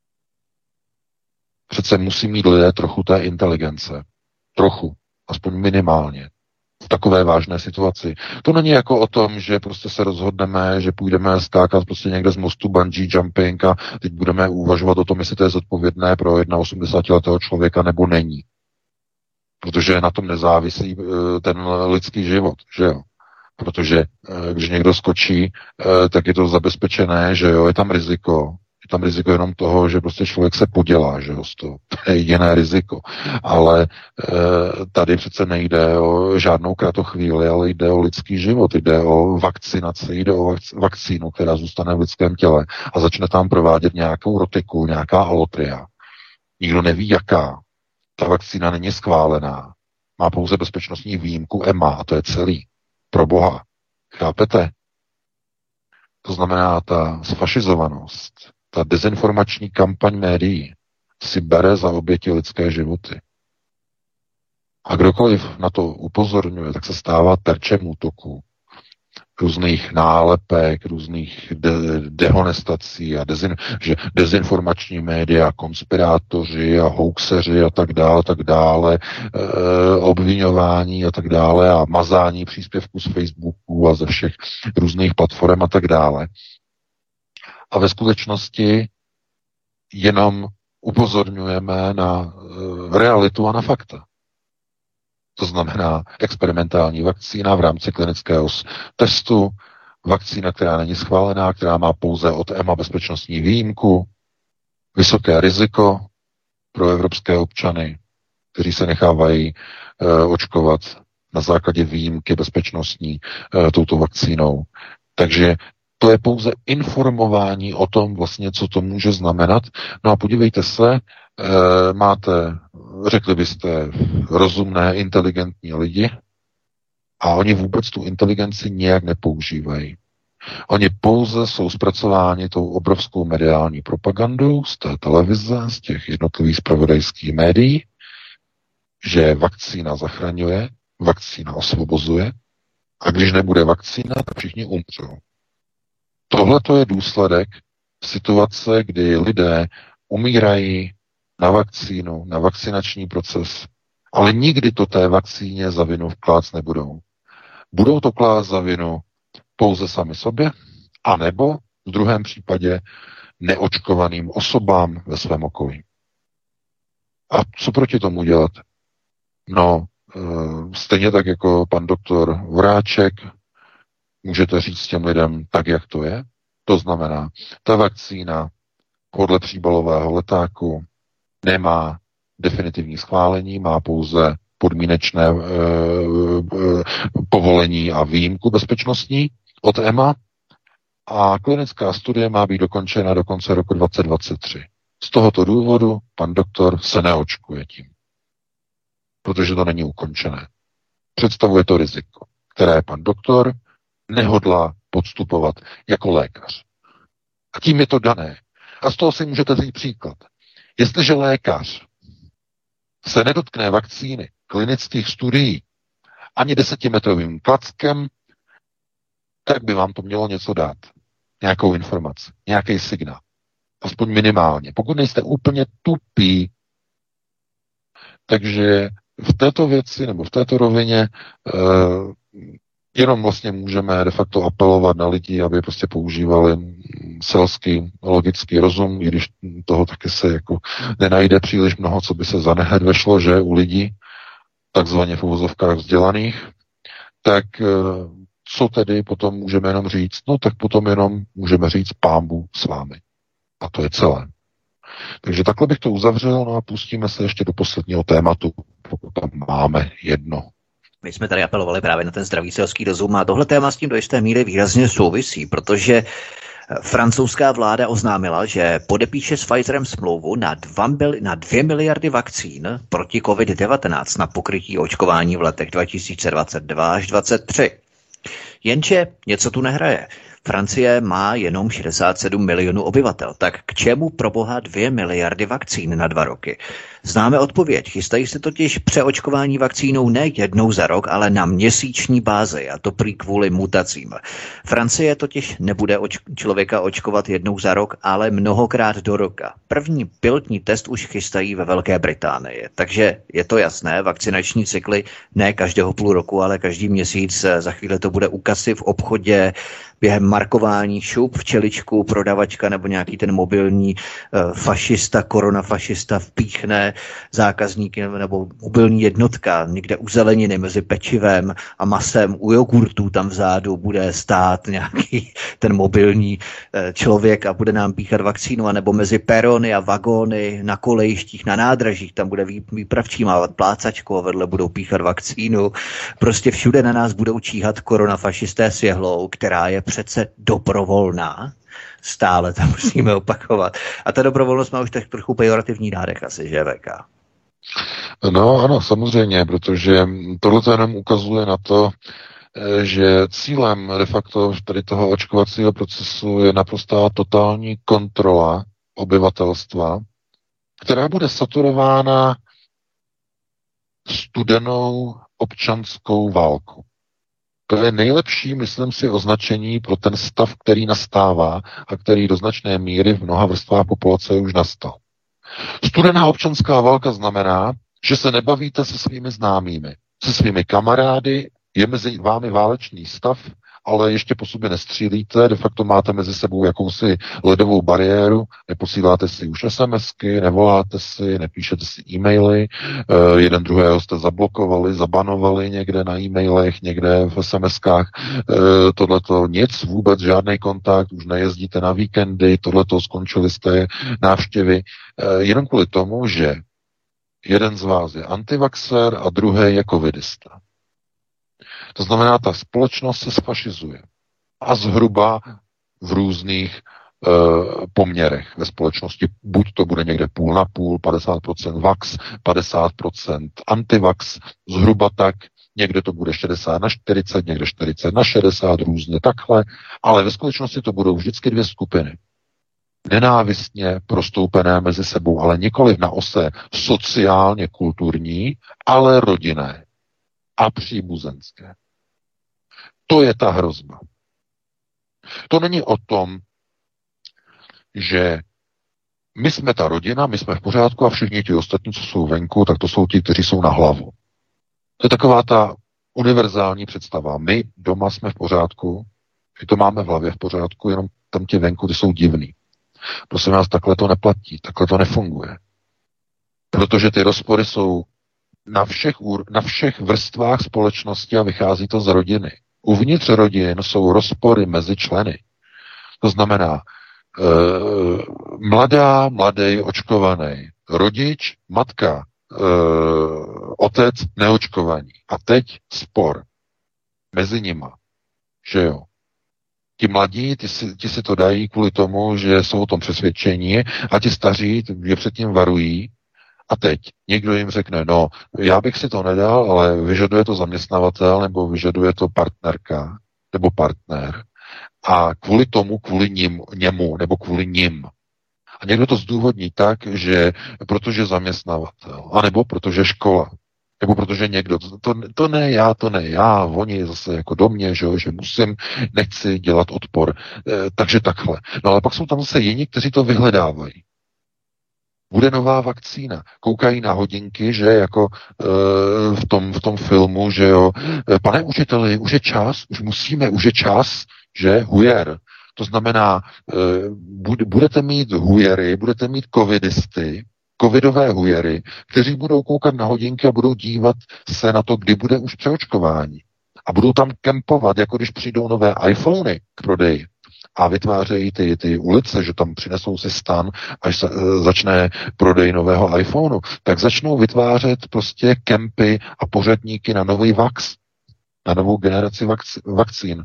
S3: Přece musí mít lidé trochu té inteligence. Trochu. Aspoň minimálně. V takové vážné situaci. To není jako o tom, že prostě se rozhodneme, že půjdeme skákat prostě někde z mostu bungee jumping a teď budeme uvažovat o tom, jestli to je zodpovědné pro 81letého člověka nebo není. Protože na tom nezávisí ten lidský život, že jo. Protože když někdo skočí, tak je to zabezpečené, že jo, je tam riziko. Je tam riziko jenom toho, že prostě člověk se podělá, že jo, z toho. To je jediné riziko. Ale tady přece nejde o žádnou kratochvíli, ale jde o lidský život, jde o vakcinaci, jde o vakcínu, která zůstane v lidském těle a začne tam provádět nějakou rotiku, nějaká alotria. Nikdo neví, jaká. Ta vakcína není schválená. Má pouze bezpečnostní výjimku EMA a to je celý. Pro Boha. Chápete? To znamená, ta sfašizovanost, ta dezinformační kampaň médií si bere za oběti lidské životy. A kdokoliv na to upozorňuje, tak se stává terčem útoků. Různých nálepek, různých dehonestací a dezinformační média, konspirátoři a hoaxeři a tak dále, obviňování a tak dále a mazání příspěvků z Facebooku a ze všech různých platform a tak dále. A ve skutečnosti jenom upozorňujeme na realitu a na fakta. To znamená experimentální vakcína v rámci klinického testu, vakcína, která není schválená, která má pouze od EMA bezpečnostní výjimku, vysoké riziko pro evropské občany, kteří se nechávají očkovat na základě výjimky bezpečnostní touto vakcínou. Takže to je pouze informování o tom vlastně, co to může znamenat. No a podívejte se, máte, řekli byste, rozumné, inteligentní lidi a oni vůbec tu inteligenci nějak nepoužívají. Oni pouze jsou zpracováni tou obrovskou mediální propagandou z té televize, z těch jednotlivých zpravodajských médií, že vakcína zachraňuje, vakcína osvobozuje a když nebude vakcína, tak všichni umřou. Tohle to je důsledek situace, kdy lidé umírají na vakcínu, na vakcinační proces, ale nikdy to té vakcíně za vinu vklást nebudou. Budou to klást za vinu pouze sami sobě, anebo v druhém případě neočkovaným osobám ve svém okolí. A co proti tomu dělat? No, stejně tak jako pan doktor Vráček, můžete říct těm lidem tak, jak to je. To znamená, ta vakcína podle příbalového letáku nemá definitivní schválení, má pouze podmínečné povolení a výjimku bezpečnostní od EMA a klinická studie má být dokončena do konce roku 2023. Z tohoto důvodu pan doktor se neočkuje tím, protože to není ukončené. Představuje to riziko, které pan doktor nehodlá podstupovat jako lékař. A tím je to dané. A z toho si můžete vzít příklad. Jestliže lékař se nedotkne vakcíny, klinických studií, ani 10metrovým klackem, tak by vám to mělo něco dát. Nějakou informaci, nějaký signál. Aspoň minimálně. Pokud nejste úplně tupí. Takže v této věci nebo v této rovině Jenom vlastně můžeme de facto apelovat na lidi, aby prostě používali selský logický rozum, i když toho taky se jako nenajde příliš mnoho, co by se za nehed vešlo, že u lidí, takzvaně v uvozovkách vzdělaných, tak co tedy potom můžeme jenom říct? No tak potom jenom můžeme říct Pánbu s vámi. A to je celé. Takže takhle bych to uzavřel, no a pustíme se ještě do posledního tématu, pokud tam máme jedno.
S1: My jsme tady apelovali právě na ten zdravý selský rozum a tohle téma s tím do jisté míry výrazně souvisí, protože francouzská vláda oznámila, že podepíše s Pfizerem smlouvu na 2 miliardy vakcín proti COVID-19 na pokrytí očkování v letech 2022 až 2023. Jenže něco tu nehraje. Francie má jenom 67 milionů obyvatel, tak k čemu pro boha 2 miliardy vakcín na 2 roky? Známe odpověď. Chystají se totiž přeočkování vakcínou ne jednou za rok, ale na měsíční bázi, a to prý kvůli mutacím. Francie totiž nebude člověka očkovat jednou za rok, ale mnohokrát do roka. První pilotní test už chystají ve Velké Británii. Takže je to jasné, vakcinační cykly ne každého půl roku, ale každý měsíc. Za chvíli to bude u kasy v obchodě, během markování šup, včeličku, prodavačka nebo nějaký ten mobilní fašista, koronafašista vpíchne zákazníky nebo mobilní jednotka někde u zeleniny mezi pečivem a masem, u jogurtů tam vzadu bude stát nějaký ten mobilní člověk a bude nám píchat vakcínu, anebo mezi perony a vagóny na kolejištích, na nádražích, tam bude výpravčí mávat plácačku a vedle budou píchat vakcínu. Prostě všude na nás budou číhat koronafašisté s jehlou, která je přece dobrovolná. Stále to musíme opakovat. A ta dobrovolnost má už tak trochu pejorativní nádech asi, že VK?
S3: No ano, samozřejmě, protože tohle to jenom ukazuje na to, že cílem de facto tady toho očkovacího procesu je naprostá totální kontrola obyvatelstva, která bude saturována studenou občanskou válkou. To je nejlepší, myslím si, označení pro ten stav, který nastává a který do značné míry v mnoha vrstvách populace už nastal. Studená občanská válka znamená, že se nebavíte se svými známými, se svými kamarády, je mezi vámi válečný stav, ale ještě po sobě nestřílíte, de facto máte mezi sebou jakousi ledovou bariéru, neposíláte si už SMSky, nevoláte si, nepíšete si e-maily, jeden druhého jste zablokovali, zabanovali někde na e-mailech, někde v SMSkách, tohleto nic, vůbec žádný kontakt, už nejezdíte na víkendy, tohleto skončili jste návštěvy, jenom kvůli tomu, že jeden z vás je antivaxer a druhý je covidista. To znamená, ta společnost se sfašizuje. A zhruba v různých poměrech ve společnosti. Buď to bude někde půl na půl, 50% vax, 50% antivax, zhruba tak, někde to bude 60 na 40, někde 40 na 60, různě takhle, ale ve skutečnosti to budou vždycky 2 skupiny. Nenávistně prostoupené mezi sebou, ale nikoliv na ose sociálně kulturní, ale rodinné a příbuzenské. To je ta hrozba. To není o tom, že my jsme ta rodina, my jsme v pořádku a všichni ti ostatní, co jsou venku, tak to jsou ti, kteří jsou na hlavu. To je taková ta univerzální představa. My doma jsme v pořádku, my to máme v hlavě v pořádku, jenom tam ti venku, ty jsou divný. Prosím vás, takhle to neplatí, takhle to nefunguje. Protože ty rozpory jsou na všech vrstvách společnosti a vychází to z rodiny. Uvnitř rodin jsou rozpory mezi členy. To znamená, mladý, očkovaný, rodič, matka, otec, neočkovaný. A teď spor mezi nima. Že jo? Ti mladí, ti si to dají kvůli tomu, že jsou o tom přesvědčení a ti staří je před tím varují. A teď někdo jim řekne, no, já bych si to nedal, ale vyžaduje to zaměstnavatel, nebo vyžaduje to partnerka, nebo partner. A kvůli tomu, němu, nebo kvůli nim. A někdo to zdůvodní tak, že protože zaměstnavatel, anebo protože škola, nebo protože někdo, to ne já, oni zase jako do mě, že nechci dělat odpor. Takže takhle. No ale pak jsou tam zase jiní, kteří to vyhledávají. Bude nová vakcína. Koukají na hodinky, že jako v tom filmu, že jo, pane učiteli, už je čas, už je čas, že hujer. To znamená, budete mít hujery, budete mít covidisty, covidové hujery, kteří budou koukat na hodinky a budou dívat se na to, kdy bude už přeočkování. A budou tam kempovat, jako když přijdou nové iPhony k prodeji a vytvářejí ty ulice, že tam přinesou si stan, až začne prodej nového iPhoneu, tak začnou vytvářet prostě kempy a pořadníky na nový na novou generaci vakcín,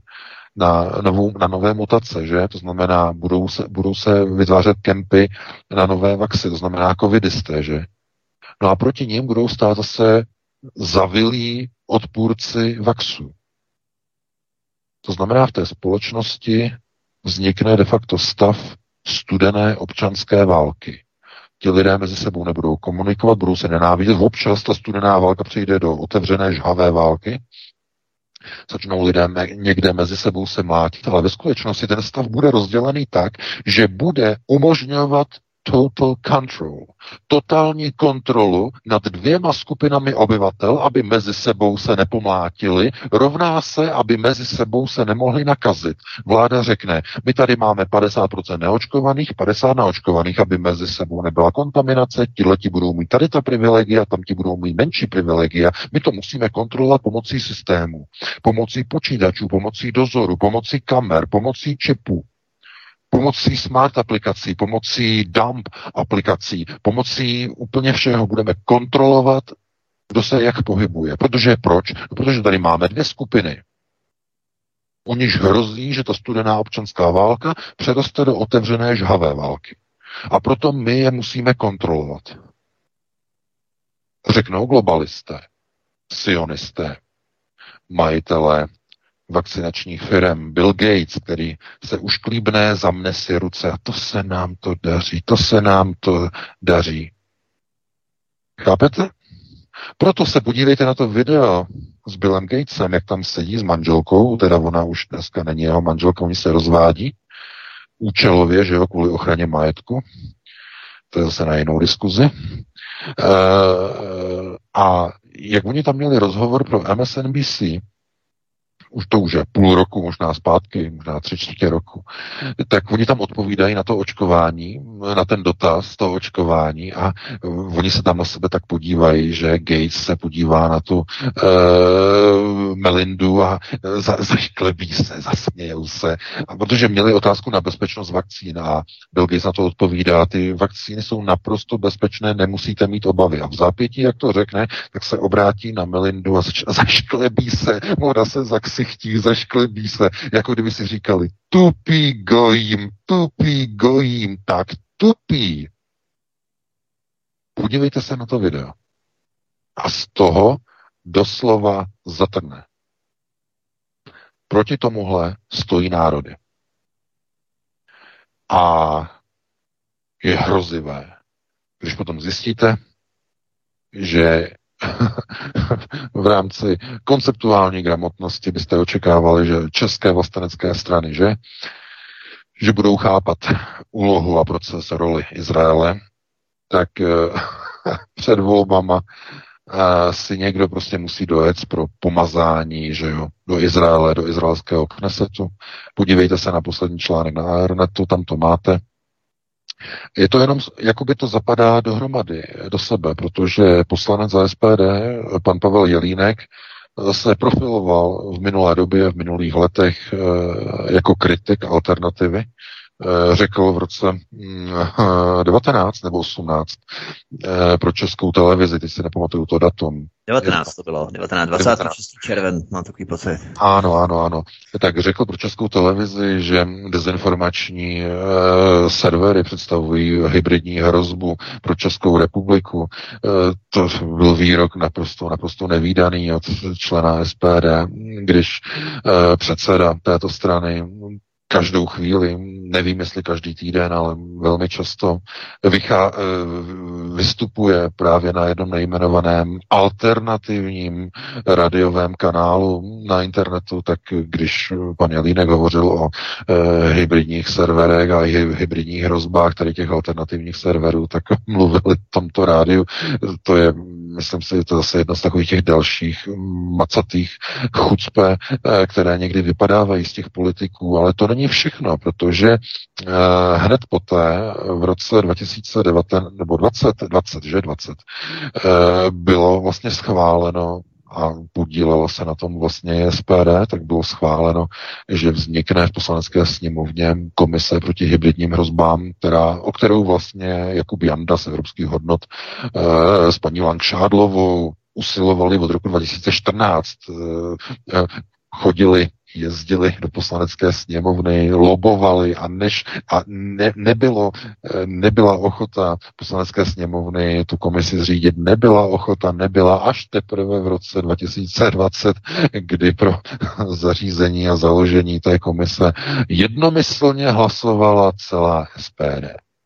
S3: na nové mutace, že? To znamená, budou se vytvářet kempy na nové vaxy, to znamená covidisté, že? No a proti nim budou stát zase zavilí odpůrci vaxů. To znamená, v té společnosti vznikne de facto stav studené občanské války. Ti lidé mezi sebou nebudou komunikovat, budou se nenávidět. Občas ta studená válka přejde do otevřené žhavé války. Začnou lidé někde mezi sebou se mlátit, ale ve skutečnosti ten stav bude rozdělený tak, že bude umožňovat total control, totální kontrolu nad dvěma skupinami obyvatel, aby mezi sebou se nepomlátili, rovná se, aby mezi sebou se nemohli nakazit. Vláda řekne, my tady máme 50% neočkovaných, 50 naočkovaných, aby mezi sebou nebyla kontaminace, tihleti budou mít tady ta privilegia, tam ti budou mít menší privilegia. My to musíme kontrolovat pomocí systému, pomocí počítačů, pomocí dozoru, pomocí kamer, pomocí čipů, pomocí smart aplikací, pomocí dump aplikací, pomocí úplně všeho budeme kontrolovat, kdo se jak pohybuje. Protože proč? Protože tady máme dvě skupiny. U nich hrozí, že ta studená občanská válka přeroste do otevřené žhavé války. A proto my je musíme kontrolovat. Řeknou globalisté, sionisté, majitelé vakcinačních firem, Bill Gates, který se už klíbne, zamne si ruce a to se nám to daří. Chápete? Proto se podívejte na to video s Billem Gatesem, jak tam sedí s manželkou, teda ona už dneska není jeho manželka, oni se rozvádí účelově, že jo, kvůli ochraně majetku. To je zase na jinou diskuzi. A jak oni tam měli rozhovor pro MSNBC, už je půl roku, možná zpátky, možná 3/4 roku, tak oni tam odpovídají na to očkování, na ten dotaz toho očkování a oni se tam na sebe tak podívají, že Gates se podívá na tu Melindu a zašklebí se, zasmějou se, a protože měli otázku na bezpečnost vakcín a Bill Gates na to odpovídá, ty vakcíny jsou naprosto bezpečné, nemusíte mít obavy. A v zápětí, jak to řekne, tak se obrátí na Melindu a zašklebí se, ona se chtí, zašklebí se, jako kdyby si říkali, tupý gojím, tak tupý. Podívejte se na to video. A z toho doslova zatrhne. Proti tomuhle stojí národy. A je hrozivé, když potom zjistíte, že v rámci konceptuální gramotnosti byste očekávali, že české vlastenecké strany, že budou chápat úlohu a proces roli Izraele, tak před volbama si někdo prostě musí dojet pro pomazání, že jo, do Izraele, do izraelského Knesetu. Podívejte se na poslední článek na Aeronetu, tam to máte. Je to jenom, jakoby to zapadá dohromady, do sebe, protože poslanec za SPD, pan Pavel Jelínek, se profiloval v minulé době, v minulých letech jako kritik alternativy. Řekl v roce 19 nebo 18 pro Českou televizi, teď si nepamatuju to datum.
S1: 19 to bylo, 26. červen, mám takový pocit.
S3: Ano. Tak řekl pro Českou televizi, že dezinformační servery představují hybridní hrozbu pro Českou republiku. To byl výrok naprosto nevídaný od člena SPD, když předseda této strany každou chvíli, nevím, jestli každý týden, ale velmi často vystupuje právě na jednom nejmenovaném alternativním radiovém kanálu na internetu, tak když pan Jelínek hovořil o hybridních serverech a hybridních hrozbách tady těch alternativních serverů, tak mluvili v tomto rádiu. To je, myslím si, to je zase jedno z takových těch dalších macatých chucpe, které někdy vypadávají z těch politiků, ale to není všechno, protože hned poté v roce 2019 nebo 2020 bylo vlastně schváleno a podílelo se na tom vlastně SPD, tak bylo schváleno, že vznikne v poslanecké sněmovně komise proti hybridním hrozbám, o kterou vlastně Jakub Janda z Evropských hodnot s paní Langšádlovou usilovali od roku 2014. Jezdili do poslanecké sněmovny, lobovali nebyla ochota poslanecké sněmovny tu komisi zřídit, nebyla až teprve v roce 2020, kdy pro zařízení a založení té komise jednomyslně hlasovala celá SPD.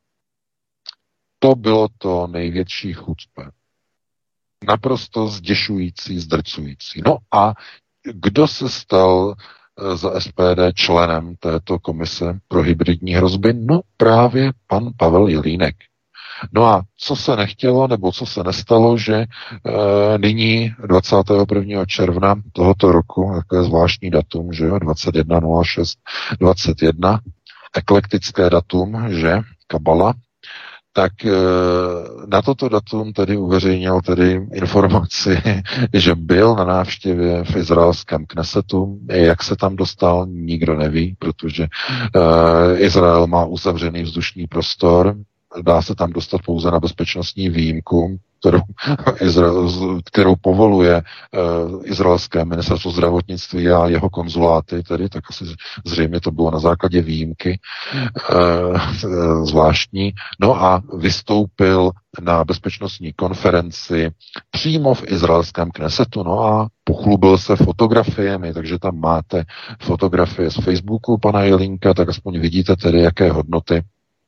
S3: To bylo to největší chucpe. Naprosto zděšující, zdrcující. No a kdo se stal za SPD členem této komise pro hybridní hrozby? No právě pan Pavel Jelínek. No a co se nechtělo, nebo co se nestalo, že nyní 21. června tohoto roku, takové zvláštní datum, že jo, 21.06.21, eklektické datum, že, kabala, tak na toto datum tedy uveřejnil tedy informaci, že byl na návštěvě v izraelském Knesetu. Jak se tam dostal, nikdo neví, protože Izrael má uzavřený vzdušný prostor, dá se tam dostat pouze na bezpečnostní výjimku, kterou povoluje izraelské ministerstvo zdravotnictví a jeho konzuláty, tedy, tak asi zřejmě to bylo na základě výjimky zvláštní. No a vystoupil na bezpečnostní konferenci přímo v izraelském Knesetu, no a pochlubil se fotografiemi, takže tam máte fotografie z Facebooku pana Jelínka, tak aspoň vidíte tedy, jaké hodnoty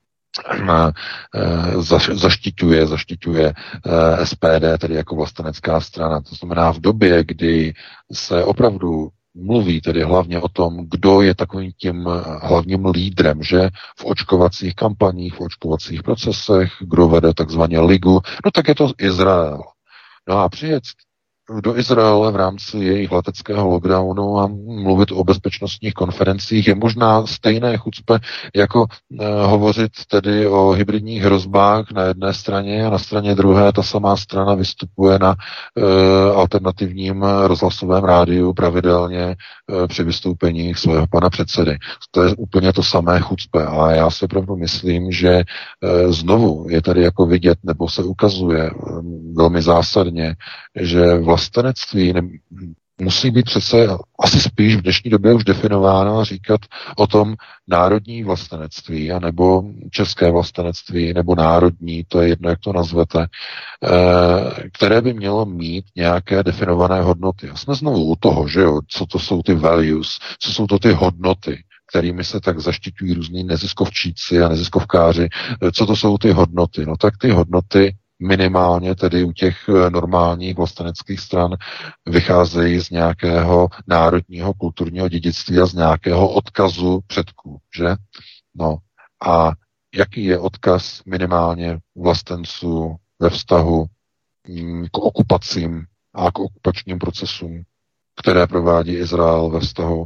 S3: zaštiťuje SPD, tedy jako vlastenecká strana. To znamená v době, kdy se opravdu mluví tedy hlavně o tom, kdo je takovým tím hlavním lídrem, že v očkovacích kampaních, v očkovacích procesech, kdo vede takzvaně ligu, no tak je to Izrael. No a přijet do Izraele v rámci jejich leteckého lockdownu a mluvit o bezpečnostních konferencích je možná stejné chucpe, jako hovořit tedy o hybridních hrozbách na jedné straně a na straně druhé ta samá strana vystupuje na alternativním rozhlasovém rádiu pravidelně při vystoupení svého pana předsedy. To je úplně to samé chucpe a já si opravdu myslím, že znovu je tady jako vidět, nebo se ukazuje velmi zásadně, že vlastenectví musí být přece asi spíš v dnešní době už definováno a říkat o tom národní vlastenectví, anebo české vlastenectví, nebo národní, to je jedno, jak to nazvete, které by mělo mít nějaké definované hodnoty. A jsme znovu u toho, že jo, co to jsou ty values, co jsou to ty hodnoty, kterými se tak zaštiťují různí neziskovčíci a neziskovkáři, co to jsou ty hodnoty. No tak ty hodnoty minimálně tedy u těch normálních vlasteneckých stran vycházejí z nějakého národního kulturního dědictví a z nějakého odkazu předků, že? No a jaký je odkaz minimálně vlastenců ve vztahu k okupacím a k okupačním procesům, které provádí Izrael ve vztahu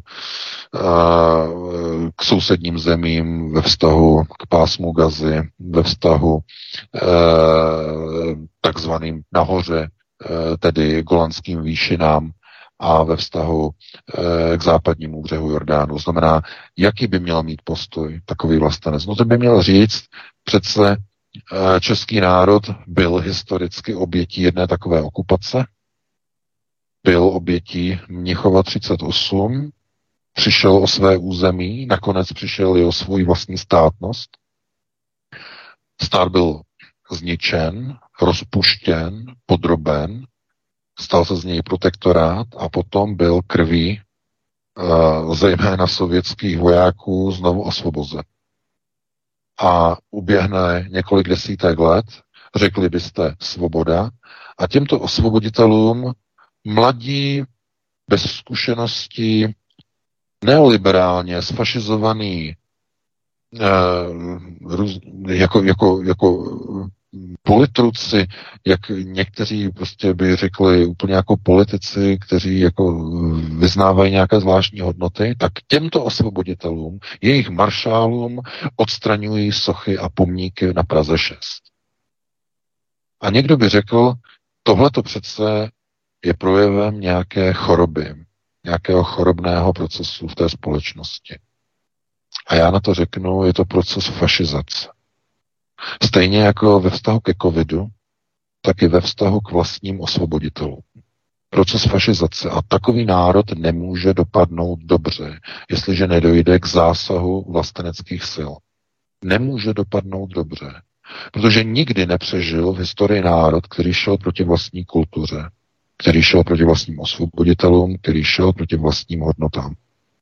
S3: k sousedním zemím, ve vztahu k pásmu Gazy, ve vztahu takzvaným nahoře, tedy Golanským výšinám a ve vztahu k západnímu břehu Jordánu. Znamená, jaký by měl mít postoj takový vlastenec? No to by měl říct, přece český národ byl historicky obětí jedné takové okupace, byl obětí Mnichova 38, přišel o své území, nakonec přišel i o svou vlastní státnost. Stát byl zničen, rozpuštěn, podroben, stal se z něj protektorát a potom byl krví zejména sovětských vojáků znovu osvobozen. A uběhne několik desítek let, řekli byste svoboda, a těmto osvoboditelům mladí, bez zkušeností, neoliberálně sfašizovaný jako politruci, jak někteří prostě by řekli úplně jako politici, kteří jako vyznávají nějaké zvláštní hodnoty, tak těmto osvoboditelům, jejich maršálům odstraňují sochy a pomníky na Praze 6. A někdo by řekl, tohleto přece je projevem nějaké choroby, nějakého chorobného procesu v té společnosti. A já na to řeknu, je to proces fašizace. Stejně jako ve vztahu ke covidu, tak i ve vztahu k vlastním osvoboditelům. Proces fašizace. A takový národ nemůže dopadnout dobře, jestliže nedojde k zásahu vlasteneckých sil. Nemůže dopadnout dobře. Protože nikdy nepřežil v historii národ, který šel proti vlastní kultuře, který šel proti vlastním osvoboditelům, který šel proti vlastním hodnotám.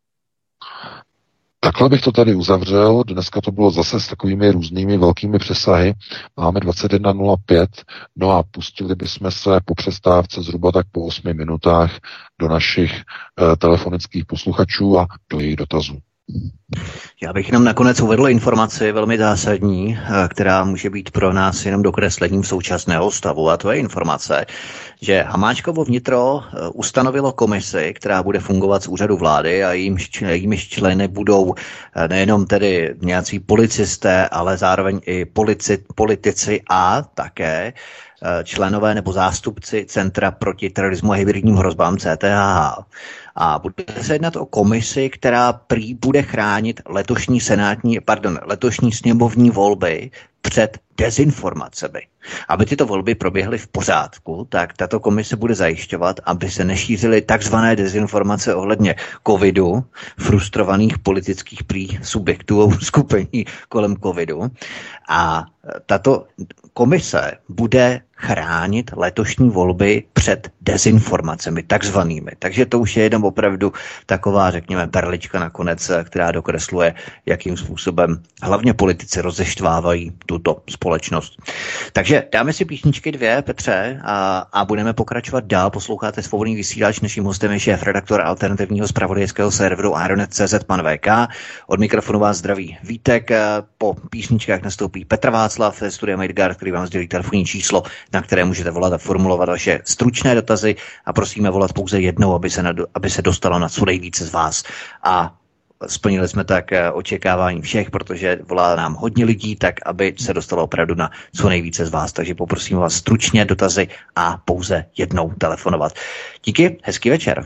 S3: Takhle bych to tady uzavřel. Dneska to bylo zase s takovými různými velkými přesahy. Máme 21:05, no a pustili bychom se po přestávce zhruba tak po 8 minutách do našich telefonických posluchačů a do jejich dotazů.
S1: Já bych jenom nakonec uvedl informaci velmi zásadní, která může být pro nás jenom dokreslením současného stavu, a to je informace, že Hamáčkovo vnitro ustanovilo komisi, která bude fungovat z úřadu vlády a jejímiž členy budou nejenom tedy nějací policisté, ale zároveň i politici a také členové nebo zástupci Centra proti terorismu a hybridním hrozbám CTHH. A bude se jednat o komisi, která prý bude chránit letošní sněmovní volby před dezinformacemi. Aby tyto volby proběhly v pořádku, tak tato komise bude zajišťovat, aby se nešířily takzvané dezinformace ohledně covidu, frustrovaných politických prý subjektů a uskupení kolem covidu. A tato komise bude chránit letošní volby před dezinformacemi, takzvanými. Takže to už je jenom opravdu taková, řekněme, perlička nakonec, která dokresluje, jakým způsobem hlavně politici rozeštvávají tuto společnost. Takže dáme si písničky 2, Petře, a budeme pokračovat dál. Posloucháte Svobodný vysílač. Naším hostem je šéfredaktor alternativního zpravodajského serveru Ironet.cz pan VK. Od mikrofonu vás zdraví Vítek. Po písničkách nastoupí Petr Václav ze studia Midgard, který vám sdělí telefonní číslo, na které můžete volat a formulovat vaše stručné dotazy, a prosíme volat pouze jednou, aby se dostalo na co nejvíce z vás. A splnili jsme tak očekávání všech, protože volá nám hodně lidí, tak aby se dostalo opravdu na co nejvíce z vás. Takže poprosím vás stručně dotazy a pouze jednou telefonovat. Díky, hezký večer.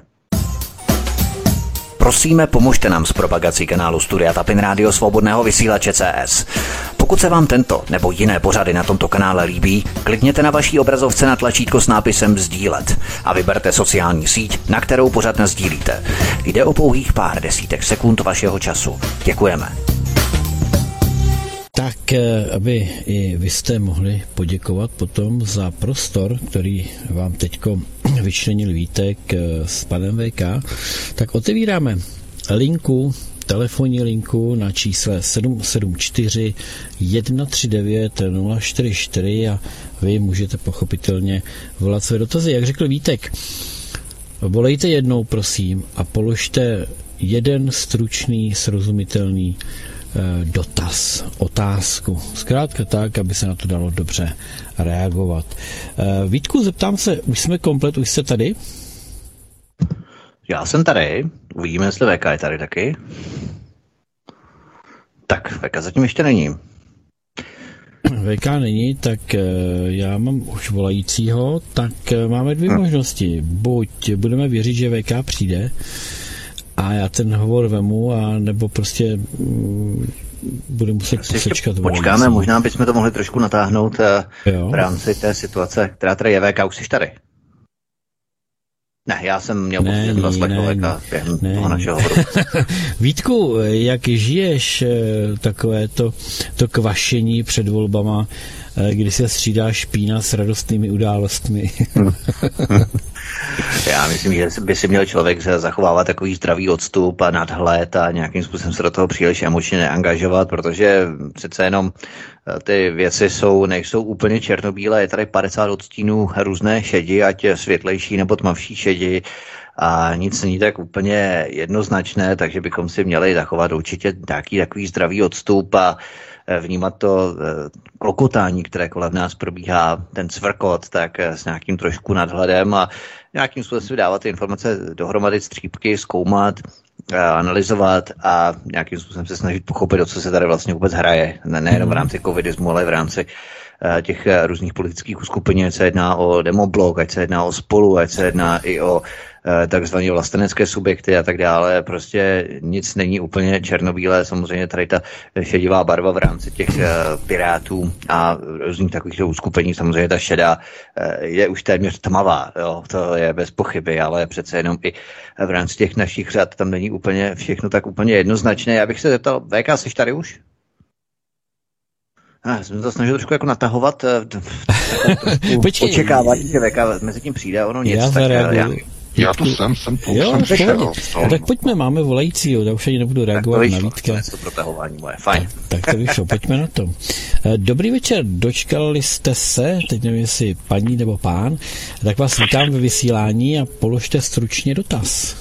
S1: Prosíme, pomožte nám s propagací kanálu Studia Tapin Rádio Svobodného vysílače CS. Pokud se vám tento nebo jiné pořady na tomto kanále líbí, klikněte na vaší obrazovce na tlačítko s nápisem sdílet a vyberte sociální síť, na kterou pořad nasdílíte. Jde o pouhých pár desítek sekund vašeho času. Děkujeme.
S2: Tak, aby i vy jste mohli poděkovat potom za prostor, který vám teďko vyčlenil Vítek s panem VK, tak otevíráme telefonní linku na čísle 774 139 044 a vy můžete pochopitelně volat své dotazy. Jak řekl Vítek, volejte jednou, prosím, a položte jeden stručný, srozumitelný dotaz, otázku. Zkrátka tak, aby se na to dalo dobře reagovat. Vítku, zeptám se, už jsme komplet, už jste tady?
S1: Já jsem tady. Uvidíme, jestli VK je tady taky. Tak, VK zatím ještě není.
S2: VK není, tak já mám už volajícího, tak máme dvě možnosti. Buď budeme věřit, že VK přijde a já ten hovor vemu, a nebo prostě budeme muset posečkat.
S1: Počkáme, možná bychom to mohli trošku natáhnout v rámci té situace, která tady je. VK, už jsi tady? Ne, já jsem měl pocit, že zaslechnu VK během toho našeho hovoru.
S2: Vítku, jak žiješ takové to kvašení před volbama kdy se střídá špína s radostnými událostmi.
S1: Já myslím, že by si měl člověk zachovávat takový zdravý odstup a nadhled a nějakým způsobem se do toho příliš emočně neangažovat, protože přece jenom ty věci nejsou úplně černobílé, je tady 50 odstínů různé šedi, ať světlejší nebo tmavší šedi, a nic není tak úplně jednoznačné, takže bychom si měli zachovat určitě nějaký takový zdravý odstup a vnímat to klokotání, které kolem nás probíhá, ten cvrkot, tak s nějakým trošku nadhledem a nějakým způsobem dávat ty informace dohromady, střípky, zkoumat, analyzovat a nějakým způsobem se snažit pochopit, o co se tady vlastně vůbec hraje. Nejenom v rámci covidismu, ale v rámci těch různých politických uskupení, ať se jedná o demoblok, ať se jedná o Spolu, ať se jedná i o takzvané vlastenecké subjekty a tak dále. Prostě nic není úplně černobílé. Samozřejmě tady ta šedivá barva v rámci těch pirátů a různých takových uskupení, samozřejmě ta šedá je už téměř tmavá, jo, to je bez pochyby, ale přece jenom i v rámci těch našich řad tam není úplně všechno tak úplně jednoznačné. Já bych se zeptal, VK, jsi tady už? Jsem to snažil trošku jako natahovat, očekávání, že VK mezi tím přijde, ono nic.
S3: Já tu jsem
S2: přišel. Tak pojďme, máme volajícího, já už ani nebudu reagovat na Vítka.
S1: To protahování moje, fajn.
S2: Tak to vyšlo, pojďme na to. Dobrý večer, dočkali jste se, teď nevím, jestli paní nebo pán, tak vás vítám ve vysílání a položte stručně dotaz.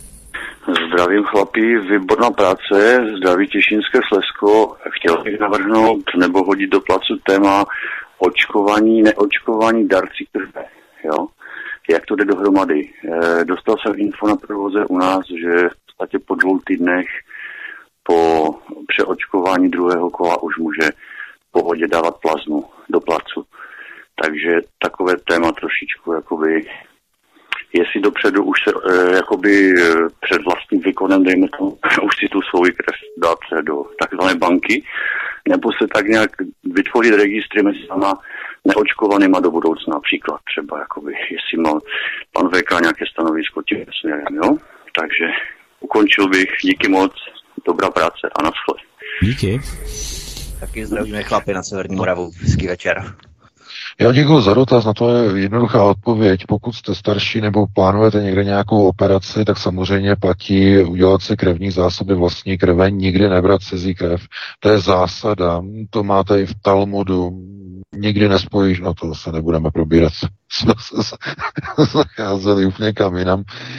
S4: Zdravím chlapi, výborná práce, zdraví Těšínské Slezsko. Chtěl bych navrhnout nebo hodit do placu téma očkování, neočkování, darci krve, jo? Jak to jde dohromady? Dostal jsem info na provoze u nás, že v podstatě po 2 týdnech po přeočkování druhého kola už může v pohodě dávat plazmu do placu. Takže takové téma trošičku, jakoby, jestli dopředu už se jakoby před vlastním výkonem, dejme tomu, už si tu svou krev dát do takzvané banky, nebo se tak nějak vytvořit registry mezi sama neočkovanýma do budoucna, například třeba, jakoby, jestli má pan VK nějaké stanovisko tím směrem, jo? Takže ukončil bych, díky moc, dobrá práce a naschle.
S2: Díky.
S1: Taky zdravíme chlapi na Severní Moravu, hezký večer.
S3: Já děkuji za dotaz, na to je jednoduchá odpověď. Pokud jste starší nebo plánujete někde nějakou operaci, tak samozřejmě platí udělat si krevní zásoby vlastní krve, nikdy nebrat cizí krev. To je zásada, to máte i v Talmudu, nikdy nespojíš, no to se nebudeme probírat, jsme se zacházeli úplně kam jinam,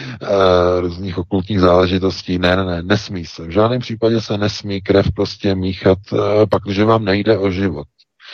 S3: různých okultních záležitostí, ne, nesmí se. V žádném případě se nesmí krev prostě míchat, pakliže vám nejde o život.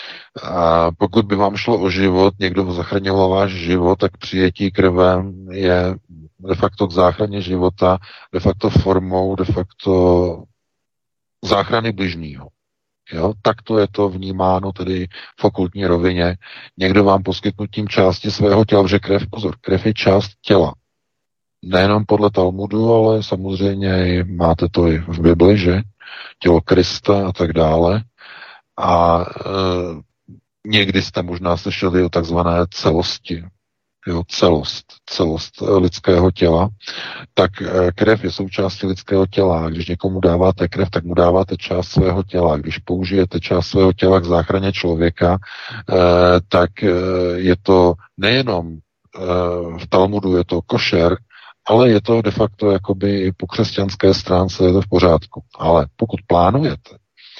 S3: A pokud by vám šlo o život, někdo zachraňoval váš život, tak přijetí krve je de facto k záchraně života, de facto formou, de facto záchrany bližního. Jo? Takto je to vnímáno tedy v okultní rovině. Někdo vám poskytnutím části svého těla, že krev je část těla. Nejenom podle Talmudu, ale samozřejmě máte to i v Bibli, že? Tělo Krista a tak dále. A někdy jste možná slyšeli o takzvané celosti. Jo, celost lidského těla, tak krev je součástí lidského těla. Když někomu dáváte krev, tak mu dáváte část svého těla. Když použijete část svého těla k záchraně člověka, tak je to nejenom v Talmudu je to košer, ale je to de facto jakoby i po křesťanské stránce je to v pořádku. Ale pokud plánujete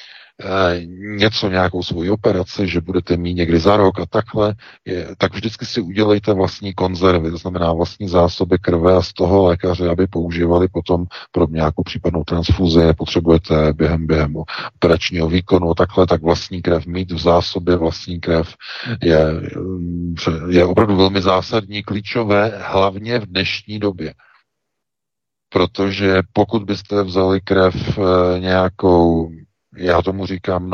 S3: nějakou svoji operaci, že budete mít někdy za rok a takhle, tak vždycky si udělejte vlastní konzervy, to znamená vlastní zásoby krve a z toho lékaře, aby používali potom pro nějakou případnou transfuzi, potřebujete během operačního výkonu a takhle, tak vlastní krev mít v zásobě, vlastní krev je opravdu velmi zásadní, klíčové, hlavně v dnešní době. Protože pokud byste vzali krev nějakou, já tomu říkám,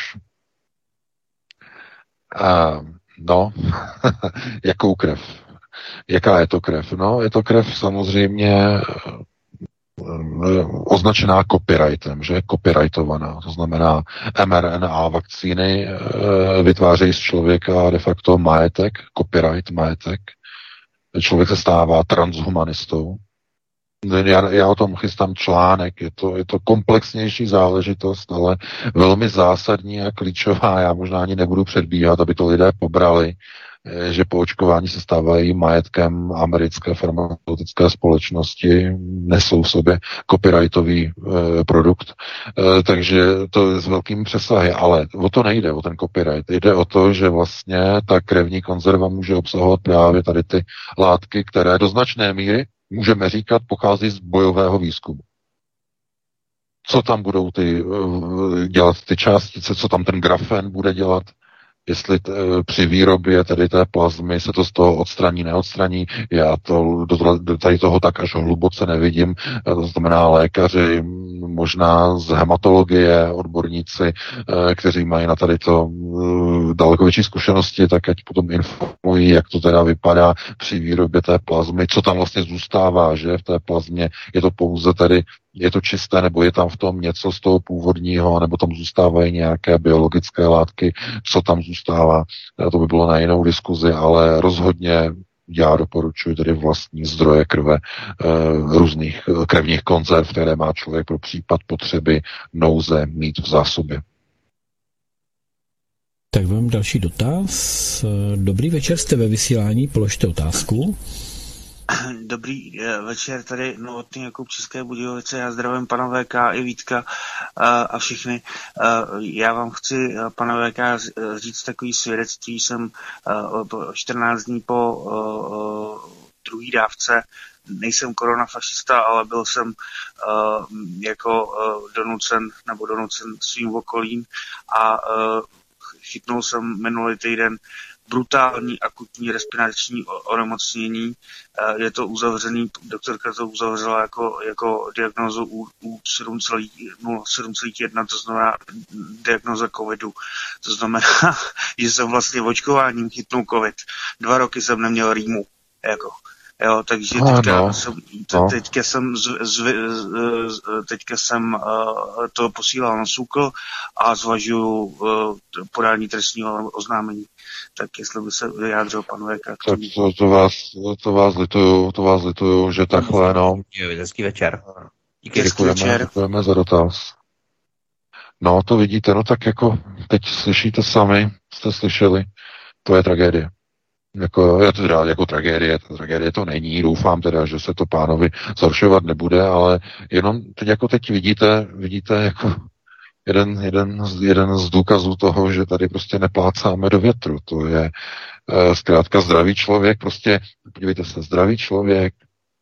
S3: jakou krev? Jaká je to krev? No, je to krev samozřejmě označená copyrightem, že je copyrightovaná. To znamená, mRNA vakcíny vytvářejí z člověka de facto majetek, copyright majetek. Člověk se stává transhumanistou. Já o tom chystám článek, je to komplexnější záležitost, ale velmi zásadní a klíčová. Já možná ani nebudu předbíhat, aby to lidé pobrali, že po očkování se stávají majetkem americké farmaceutické společnosti, nesou v sobě copyrightový produkt, takže to je s velkým přesahy, ale o to nejde, o ten copyright. Jde o to, že vlastně ta krevní konzerva může obsahovat právě tady ty látky, které do značné míry, můžeme říkat, pochází z bojového výzkumu. Co tam budou dělat ty částice, co tam ten grafen bude dělat, jestli při výrobě tedy té plazmy se to z toho odstraní, neodstraní. Já to do tady toho tak až hluboce nevidím. To znamená lékaři, možná z hematologie, odborníci, kteří mají na tady to daleko větší zkušenosti, tak ať potom informují, jak to teda vypadá při výrobě té plazmy, co tam vlastně zůstává, že v té plazmě je to pouze tedy je to čisté, nebo je tam v tom něco z toho původního, nebo tam zůstávají nějaké biologické látky, co tam zůstává. To by bylo na jinou diskuzi, ale rozhodně já doporučuji tedy vlastní zdroje krve, různých krevních konzerv, které má člověk pro případ potřeby nouze mít v zásobě.
S2: Tak vám další dotaz. Dobrý večer, jste ve vysílání, položte otázku.
S5: Dobrý večer, tady Novotný Jakub České Budějovice, já zdravím pana VK i Vítka a všechny. Já vám chci, pana VK, říct takový svědectví, jsem 14 dní po druhé dávce, nejsem koronafašista, ale byl jsem donucen svým okolím a chytnul jsem minulý týden brutální akutní respirační onemocnění. Je to uzavřený, doktorka to uzavřela jako diagnózu u 7,1, to znamená diagnóza covidu. To znamená, že jsem vlastně očkováním chytnul covid. 2 roky jsem neměl rýmu. Jo, takže teďka jsem to posílal na SÚKL a zvažuju podání trestního oznámení. Tak jestli by se vyjádřil pan VK.
S3: Tak to vás lituju, že takhle, no.
S1: Hezký večer.
S3: Děkujeme za dotaz. No, to vidíte, no tak jako teď slyšíte sami, jste slyšeli, to je tragédie. Jako tragédie to není, doufám teda, že se to pánovi zhoršovat nebude, ale jenom teď vidíte jako jeden z důkazů toho, že tady prostě neplácáme do větru. To je zkrátka zdravý člověk, prostě podívejte se, zdravý člověk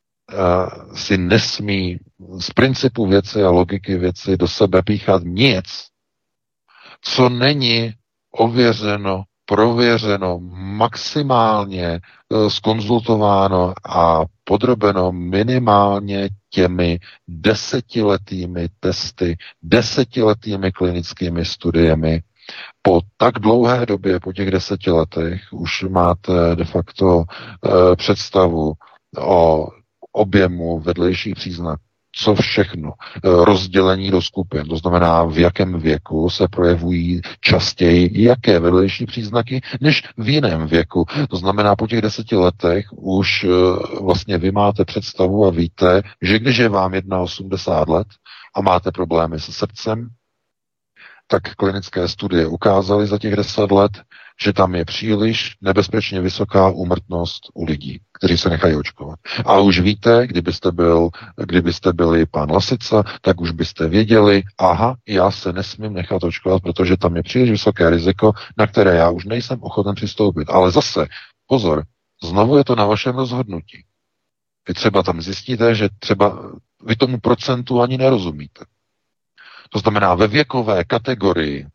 S3: si nesmí z principu věci a logiky věci do sebe píchat nic, co není ověřeno, prověřeno, maximálně zkonzultováno a podrobeno minimálně těmi 10letými testy, 10letými klinickými studiemi. Po tak dlouhé době, po těch 10 letech, už máte de facto představu o objemu vedlejších příznaků, co všechno, rozdělení do skupin, to znamená, v jakém věku se projevují častěji jaké vedlejší příznaky, než v jiném věku. To znamená, po těch 10 letech už vlastně vy máte představu a víte, že když je vám 81 let a máte problémy se srdcem, tak klinické studie ukázaly za těch 10 let, že tam je příliš nebezpečně vysoká úmrtnost u lidí, kteří se nechají očkovat. A už víte, kdybyste byli pán Lasica, tak už byste věděli, aha, já se nesmím nechat očkovat, protože tam je příliš vysoké riziko, na které já už nejsem ochoten přistoupit. Ale zase, pozor, znovu je to na vašem rozhodnutí. Vy třeba tam zjistíte, že třeba vy tomu procentu ani nerozumíte. To znamená, ve věkové kategorii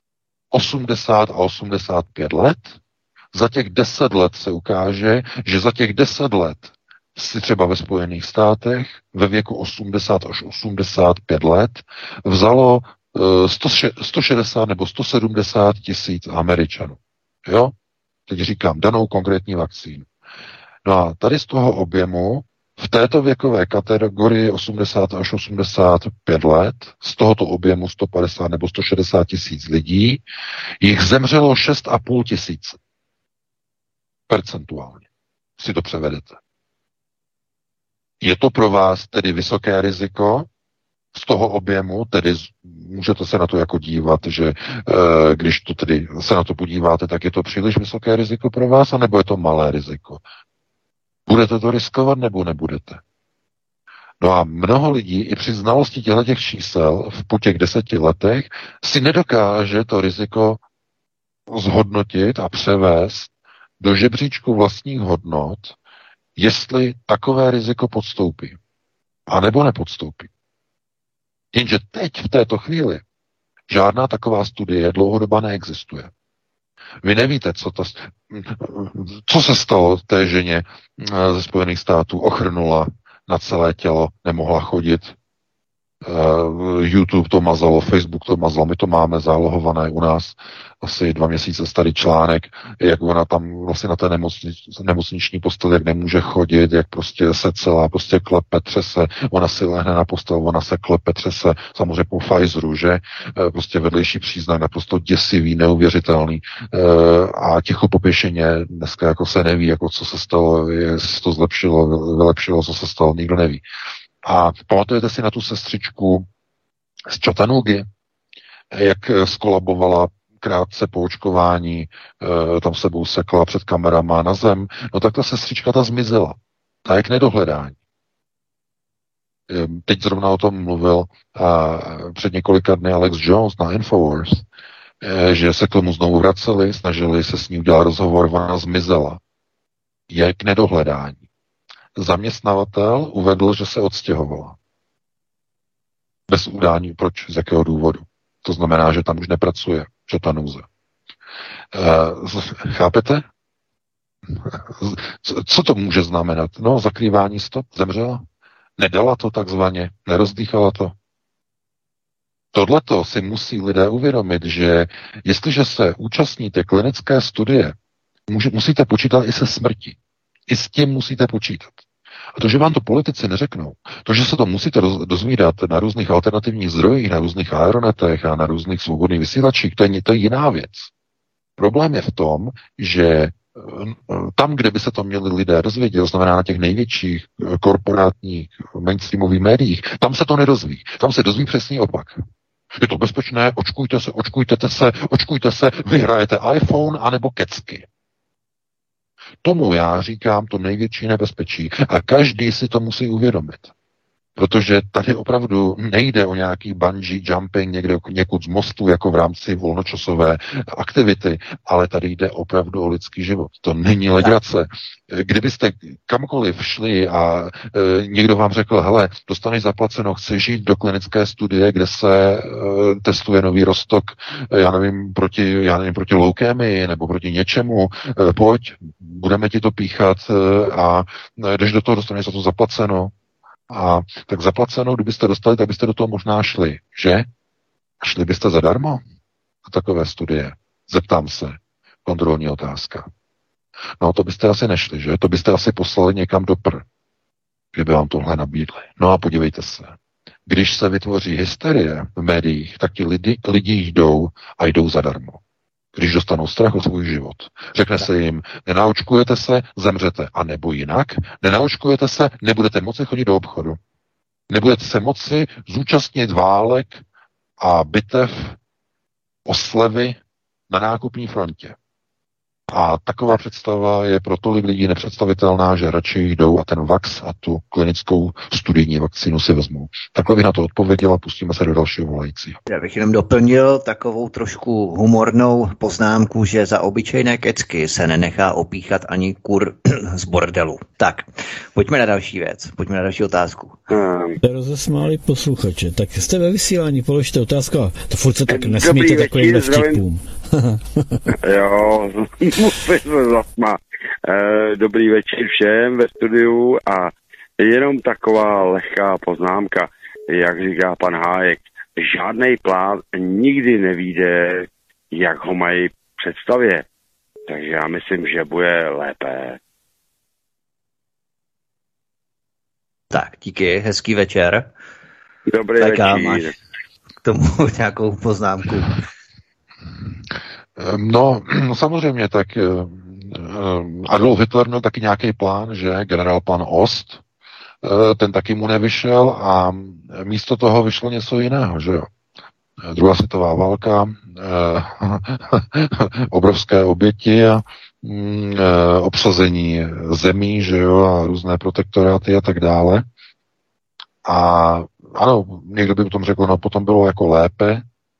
S3: 80 a 85 let, za těch 10 let se ukáže, že za těch 10 let si třeba ve Spojených státech ve věku 80 až 85 let vzalo 160 nebo 170 tisíc Američanů. Jo? Teď říkám danou konkrétní vakcínu. No a tady z toho objemu v této věkové kategorii 80 až 85 let, z tohoto objemu 150 nebo 160 tisíc lidí, jich zemřelo 6,5 tisíce. Percentuálně. Si to převedete. Je to pro vás tedy vysoké riziko z toho objemu, tedy můžete se na to jako dívat, že když to tedy se na to podíváte, tak je to příliš vysoké riziko pro vás, anebo je to malé riziko? Budete to riskovat, nebo nebudete? No a mnoho lidí i při znalosti těch čísel po těch 10 letech si nedokáže to riziko zhodnotit a převést do žebříčku vlastních hodnot, jestli takové riziko podstoupí, a nebo nepodstoupí. Jenže teď, v této chvíli, žádná taková studie dlouhodobá neexistuje. Vy nevíte, co se stalo té ženě ze Spojených států, ochrnula na celé tělo, nemohla chodit, YouTube to mazalo, Facebook to mazalo, my to máme zálohované u nás, asi 2 měsíce starý článek, jak ona tam vlastně na té nemocniční posteli, jak nemůže chodit, jak prostě se celá prostě klepe, třese, ona si lehne na postel, ona se klepe, třese, samozřejmě po Pfizeru, že? Prostě vedlejší příznak, naprosto děsivý, neuvěřitelný a ticho popěšeně, dneska jako se neví, jako co se stalo, jestli to zlepšilo, vylepšilo, co se stalo, nikdo neví. A pamatujete si na tu sestřičku z Chattanoogy, jak skolabovala krátce po očkování, tam sebou sekla před kamerama na zem, no tak ta sestřička ta zmizela. Ta je k nedohledání. Teď zrovna o tom mluvil před několika dny Alex Jones na Infowars, že se k tomu znovu vraceli, snažili se s ní udělat rozhovor, ona zmizela. Je k nedohledání. Zaměstnavatel uvedl, že se odstěhovala. Bez udání, proč, z jakého důvodu. To znamená, že tam už nepracuje v Chattanooze. Chápete? Co to může znamenat? No, zakrývání stop, zemřela. Nedala to takzvaně, nerozdýchala to. Tohleto si musí lidé uvědomit, že jestliže se účastníte klinické studie, musíte počítat i se smrtí. I s tím musíte počítat. A to, že vám to politici neřeknou, to, že se to musíte dozvídat na různých alternativních zdrojích, na různých aeronetech a na různých svobodných vysílačích, to je jiná věc. Problém je v tom, že tam, kde by se to měli lidé dozvědět, to znamená na těch největších korporátních mainstreamových médiích, tam se to nedozví. Tam se dozví přesný opak. Je to bezpečné, očkujte se, vyhrajete iPhone anebo kecky. Tomu já říkám to největší nebezpečí a každý si to musí uvědomit. Protože tady opravdu nejde o nějaký bungee jumping někud z mostu jako v rámci volnočasové aktivity, ale tady jde opravdu o lidský život. To není legrace. Kdybyste kamkoliv šli a někdo vám řekl, hele, dostaneš zaplaceno, chceš jít do klinické studie, kde se testuje nový roztok, já nevím, proti leukémii nebo proti něčemu, pojď, budeme ti to píchat a jdeš do toho, dostaneš za to zaplaceno. A tak zaplaceno, kdybyste dostali, tak byste do toho možná šli, že? A šli byste zadarmo do takové studie? Zeptám se. Kontrolní otázka. No to byste asi nešli, že? To byste asi poslali někam do kdyby vám tohle nabídli. No a podívejte se. Když se vytvoří hysterie v médiích, tak ti lidi jdou zadarmo. Když dostanou strach o svůj život. Řekne se jim, nenaočkujete se, zemřete. A nebo jinak, nenaočkujete se, nebudete moci chodit do obchodu. Nebudete se moci zúčastnit válek a bitev o slevy na nákupní frontě. A taková představa je pro tolik lidí nepředstavitelná, že radši jdou a ten vax a tu klinickou studijní vakcínu si vezmou. Takhle bych na to odpověděl a pustíme se do dalšího volajícího.
S1: Já bych jenom doplnil takovou trošku humornou poznámku, že za obyčejné kecky se nenechá opíchat ani kur z bordelu. Tak, pojďme na další věc, pojďme na další otázku.
S2: Rozesmáli posluchače, tak jste ve vysílání, položte otázku a to furt se tak nesmíte takovým vtipům.
S6: Jo, musím se zasmát. Dobrý večer všem ve studiu a jenom taková lehká poznámka, jak říká pan Hájek. Žádnej plán nikdy nevíde, jak ho mají v představě. Takže já myslím, že bude lépe.
S1: Tak, díky, hezký večer.
S6: Dobrý
S1: tak
S6: večer.
S1: Máš k tomu nějakou poznámku?
S3: No samozřejmě, tak Adolf Hitler měl taky nějaký plán, že generálplan Ost, ten taky mu nevyšel a místo toho vyšlo něco jiného, že jo. Druhá světová válka, obrovské oběti a obsazení zemí, že jo, a různé protektoráty a tak dále. A ano, někdo by potom řekl, no potom bylo jako lépe,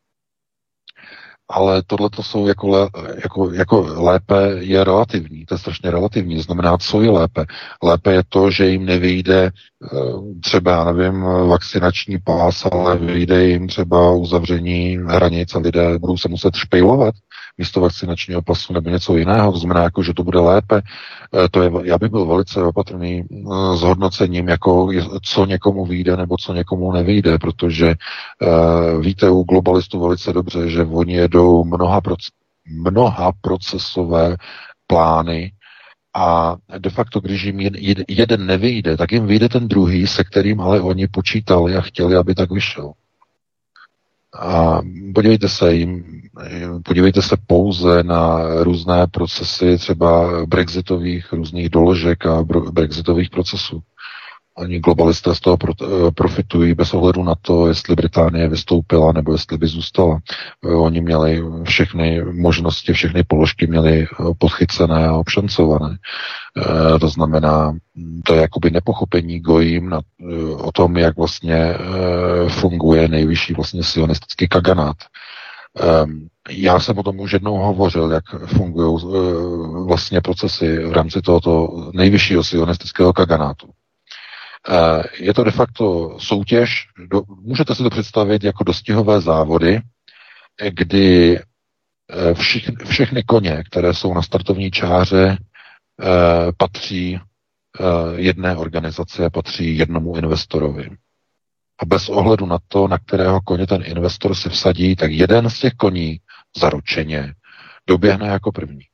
S3: ale tohle to jsou jako lépe je relativní, to je strašně relativní, znamená, co je lépe. Lépe je to, že jim nevyjde třeba, já nevím, vakcinační pás, ale vyjde jim třeba uzavření hranic a lidé budou se muset špejlovat místo vakcinačního pasu nebo něco jiného, to znamená, jako, že to bude lépe. Já bych byl velice opatrný s hodnocením, jako co někomu vyjde nebo co někomu nevyjde, protože víte u globalistů velice dobře, že oni jedou mnoha procesové plány a de facto, když jim jeden nevyjde, tak jim vyjde ten druhý, se kterým ale oni počítali a chtěli, aby tak vyšel. A podívejte se pouze na různé procesy třeba brexitových různých doložek a brexitových procesů. Oni globalisté z toho profitují bez ohledu na to, jestli Británie vystoupila nebo jestli by zůstala. Oni měli všechny možnosti, všechny položky měli podchycené a obšancované. To znamená, to je jakoby nepochopení gojím o tom, jak vlastně funguje nejvyšší vlastně sionistický kaganát. Já jsem o tom už jednou hovořil, jak fungují vlastně procesy v rámci tohoto nejvyššího sionistického kaganátu. Je to de facto soutěž, můžete si to představit jako dostihové závody, kdy všechny koně, které jsou na startovní čáře, patří jedné organizaci a patří jednomu investorovi. A bez ohledu na to, na kterého koně ten investor se vsadí, tak jeden z těch koní zaručeně doběhne jako první.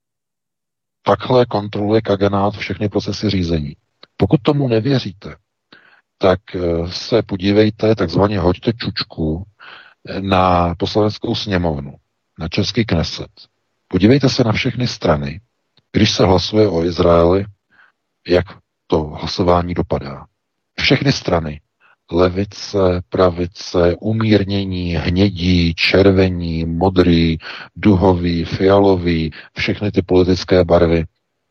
S3: Takhle kontroluje kaganát všechny procesy řízení. Pokud tomu nevěříte, tak se podívejte, takzvaně hoďte čučku na Poslaneckou sněmovnu, na český Kneset. Podívejte se na všechny strany, když se hlasuje o Izraeli, jak to hlasování dopadá. Všechny strany, levice, pravice, umírnění, hnědí, červení, modrý, duhový, fialový, všechny ty politické barvy.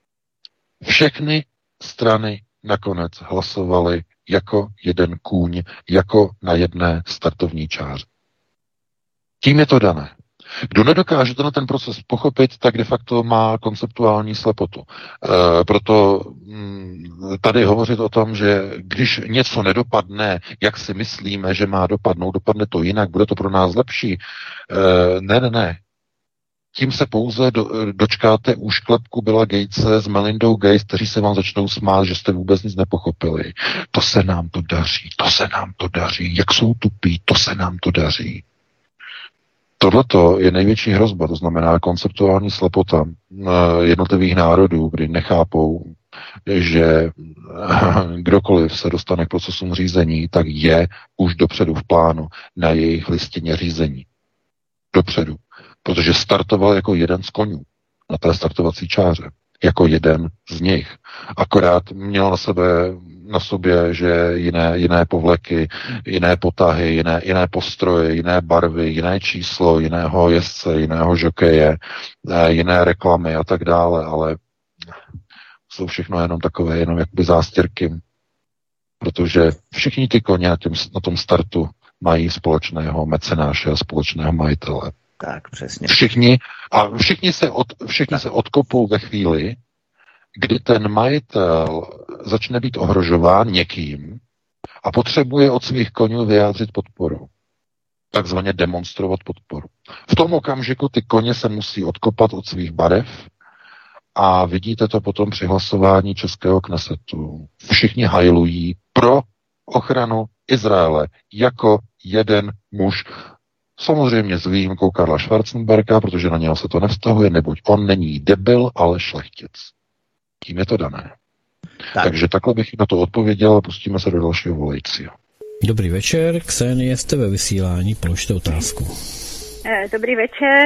S3: Všechny strany nakonec hlasovali jako jeden kůň, jako na jedné startovní čáře. Tím je to dané. Kdo nedokáže ten proces pochopit, tak de facto má konceptuální slepotu. Proto tady hovořit o tom, že když něco nedopadne, jak si myslíme, že má dopadnout, dopadne to jinak, bude to pro nás lepší. Ne. Tím se pouze dočkáte úšklepku Billa Gatese s Melindou Gates, kteří se vám začnou smát, že jste vůbec nic nepochopili. To se nám to daří, jak jsou tupí, to se nám to daří. Tohleto je největší hrozba, to znamená konceptuální slepota jednotlivých národů, kdy nechápou, že kdokoliv se dostane k procesům řízení, tak je už dopředu v plánu na jejich listině řízení. Dopředu. Protože startoval jako jeden z konňů na té startovací čáře. Jako jeden z nich. Akorát měl na sobě, že jiné povleky, jiné potahy, jiné postroje, jiné barvy, jiné číslo, jiného jezdce, jiného žokeje, jiné reklamy a tak dále, ale jsou všechno jenom takové, jenom jakoby zástěrky, protože všichni ty koně na tom startu mají společného mecenáše a společného majitele.
S1: Tak, přesně.
S3: Všichni se odkopou ve chvíli, kdy ten majitel začne být ohrožován někým a potřebuje od svých koňů vyjádřit podporu. Takzvaně demonstrovat podporu. V tom okamžiku ty koně se musí odkopat od svých barev a vidíte to potom při hlasování českého Knesetu. Všichni hajlují pro ochranu Izraele jako jeden muž. Samozřejmě s výjimkou Karla Schwarzenberga, protože na něho se to nevztahuje, neboť on není debil, ale šlechtic. Tím je to dané. Tak. Takže takhle bych na to odpověděl a pustíme se do dalšího volajícího.
S2: Dobrý večer, Ksenie, jste ve vysílání, položte otázku.
S7: Dobrý večer.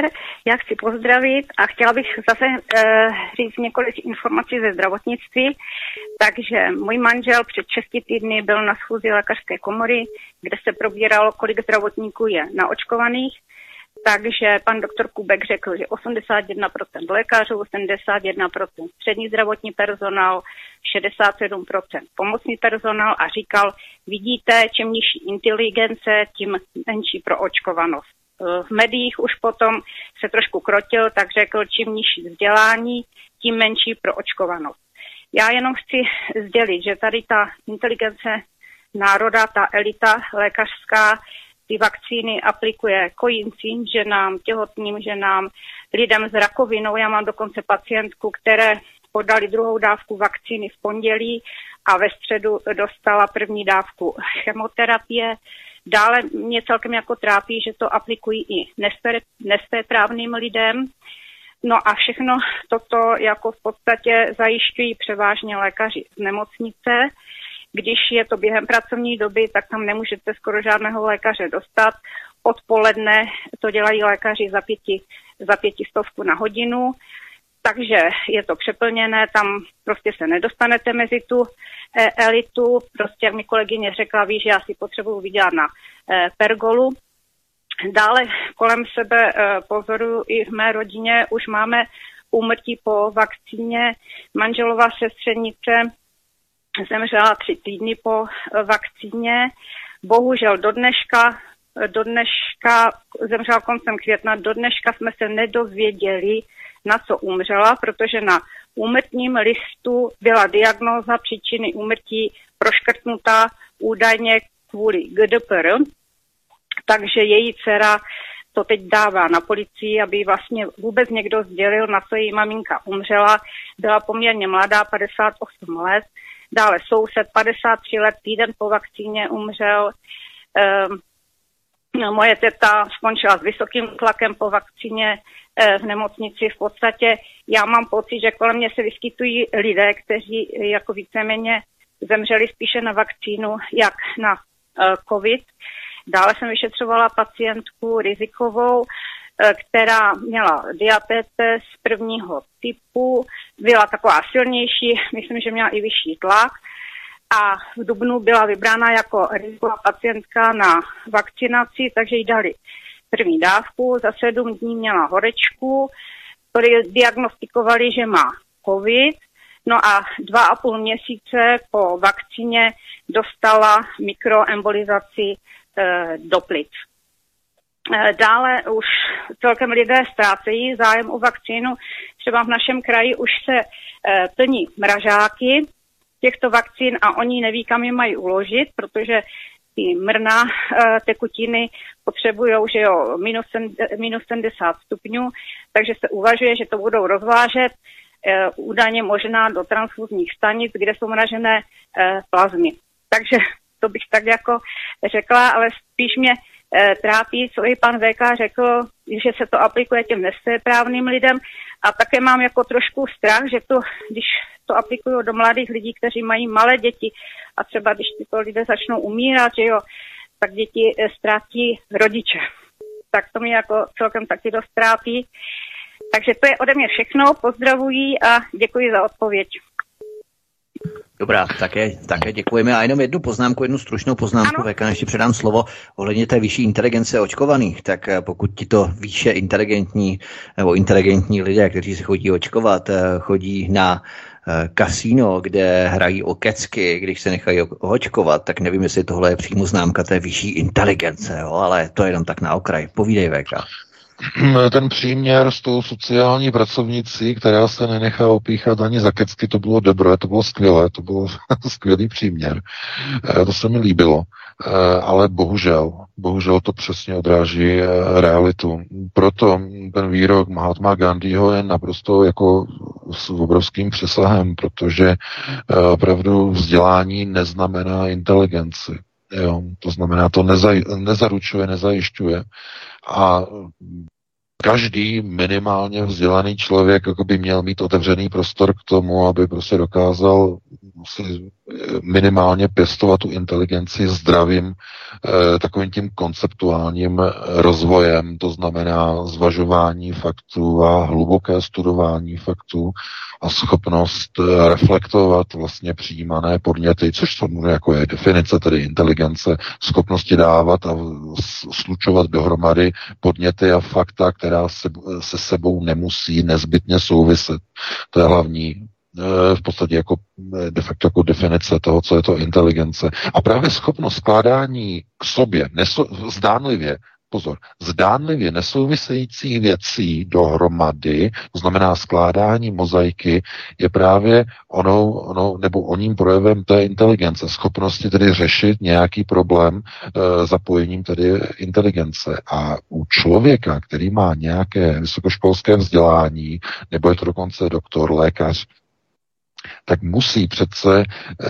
S7: Já chci pozdravit a chtěla bych zase říct několik informací ze zdravotnictví. Takže můj manžel před 6 týdny byl na schůzi lékařské komory, kde se probíralo, kolik zdravotníků je naočkovaných. Takže pan doktor Kubek řekl, že 81% lékařů, 71% střední zdravotní personál, 67% pomocný personál a říkal, vidíte, čím nižší inteligence, tím menší proočkovanost. V médiích už potom se trošku krotil, tak řekl, čím nižší vzdělání, tím menší proočkovanost. Já jenom chci sdělit, že tady ta inteligence národa, ta elita lékařská, ty vakcíny aplikuje kojícím ženám, těhotným ženám, lidem s rakovinou. Já mám dokonce pacientku, které podali druhou dávku vakcíny v pondělí a ve středu dostala první dávku chemoterapie. Dále mě celkem jako trápí, že to aplikují i nesvéprávným lidem. No a všechno toto jako v podstatě zajišťují převážně lékaři z nemocnice. Když je to během pracovní doby, tak tam nemůžete skoro žádného lékaře dostat. Odpoledne to dělají lékaři za 500 na hodinu, takže je to přeplněné, tam prostě se nedostanete mezi tu elitu. Prostě jak mi kolegyně řekla, víš, já si potřebuji vydělat na pergolu. Dále kolem sebe pozoruju i v mé rodině, už máme úmrtí po vakcíně. Manželova sestřenice zemřela 3 týdny po vakcíně. Bohužel do dneška zemřela koncem května, do dneška jsme se nedozvěděli, na co umřela, protože na úmrtním listu byla diagnóza příčiny úmrtí proškrtnutá údajně kvůli GDPR, takže její dcera to teď dává na policii, aby vlastně vůbec někdo sdělil, na co její maminka umřela. Byla poměrně mladá, 58 let. Dále soused, 53 let, týden po vakcíně umřel. Moje teta skončila s vysokým tlakem po vakcíně v nemocnici. V podstatě já mám pocit, že kolem mě se vyskytují lidé, kteří jako víceméně zemřeli spíše na vakcínu, jak na covid. Dále jsem vyšetřovala pacientku rizikovou, která měla diabetes prvního typu, byla taková silnější, myslím, že měla i vyšší tlak a v dubnu byla vybrána jako riziková pacientka na vakcinaci, takže jí dali první dávku, za 7 dní měla horečku, který diagnostikovali, že má covid, no a 2,5 měsíce po vakcíně dostala mikroembolizaci do plic. Dále už celkem lidé ztrácejí zájem o vakcínu. Třeba v našem kraji už se plní mražáky těchto vakcín a oni neví, kam je mají uložit, protože ty mrná tekutiny potřebují, že jo, minus 70 stupňů, takže se uvažuje, že to budou rozvážet údajně možná do transfuzních stanic, kde jsou mražené plazmy. Takže to bych tak jako řekla, ale spíš mě trápí, co i pan VK řekl, že se to aplikuje těm nesvéprávným lidem a také mám jako trošku strach, že to, když to aplikují do mladých lidí, kteří mají malé děti a třeba když tyto lidé začnou umírat, že jo, tak děti ztratí rodiče. Tak to mě jako celkem taky dost trápí. Takže to je ode mě všechno, pozdravuji a děkuji za odpověď.
S1: Dobrá, také děkujeme. A jenom jednu stručnou poznámku, VK, než ti předám slovo ohledně té vyšší inteligence očkovaných. Tak pokud ti to výše inteligentní lidé, kteří se chodí očkovat, chodí na kasíno, kde hrají o kecky, když se nechají očkovat, tak nevím, jestli tohle je přímo známka té vyšší inteligence, jo? Ale to je jenom tak na okraj. Povídej, VK.
S3: Ten příměr s tou sociální pracovnicí, která se nenechá opíchat ani za kecky, to bylo dobré, to bylo skvělé, to byl skvělý příměr. To se mi líbilo, ale bohužel to přesně odráží realitu. Proto ten výrok Mahatma Gandhiho je naprosto jako s obrovským přesahem, protože opravdu vzdělání neznamená inteligenci. Jo, to znamená, to nezaručuje, nezajišťuje. A každý minimálně vzdělaný člověk jako by měl mít otevřený prostor k tomu, aby prostě dokázal si minimálně pěstovat tu inteligenci zdravým, takovým tím konceptuálním rozvojem, to znamená zvažování faktů a hluboké studování faktů a schopnost reflektovat vlastně přijímané podněty, což to jako je definice tedy inteligence, schopnosti dávat a slučovat dohromady podněty a fakta, která se sebou nemusí nezbytně souviset. To je hlavní v podstatě de facto jako definice toho, co je to inteligence. A právě schopnost skládání k sobě zdánlivě nesouvisejících věcí dohromady, to znamená skládání mozaiky, je právě oním projevem té inteligence, schopnosti tedy řešit nějaký problém zapojením tedy inteligence. A u člověka, který má nějaké vysokoškolské vzdělání, nebo je to dokonce doktor, lékař, tak musí přece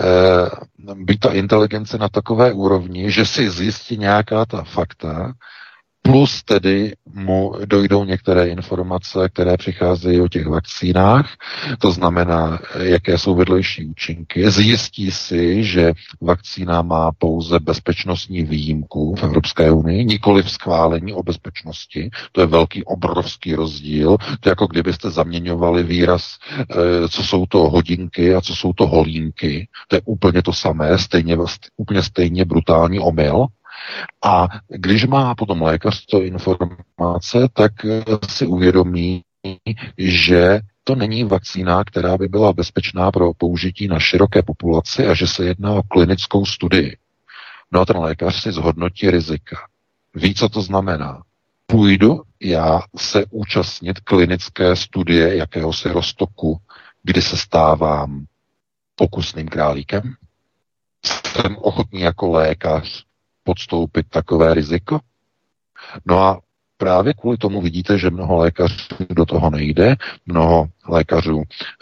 S3: být ta inteligence na takové úrovni, že si zjistí nějaká ta fakta, plus tedy mu dojdou některé informace, které přicházejí o těch vakcínách, to znamená, jaké jsou vedlejší účinky. Zjistí si, že vakcína má pouze bezpečnostní výjimku v Evropské unii, nikoli v schválení o bezpečnosti. To je velký, obrovský rozdíl. To je jako kdybyste zaměňovali výraz, co jsou to hodinky a co jsou to holínky. To je úplně to samé, úplně stejně brutální omyl. A když má potom lékař to informace, tak si uvědomí, že to není vakcína, která by byla bezpečná pro použití na široké populaci a že se jedná o klinickou studii. No a ten lékař si zhodnotí rizika. Ví, co to znamená. Půjdu já se účastnit klinické studie jakéhosi roztoku, kdy se stávám pokusným králíkem. Jsem ochotný jako lékař podstoupit takové riziko? No a právě kvůli tomu vidíte, že mnoho lékařů do toho nejde, mnoho lékařů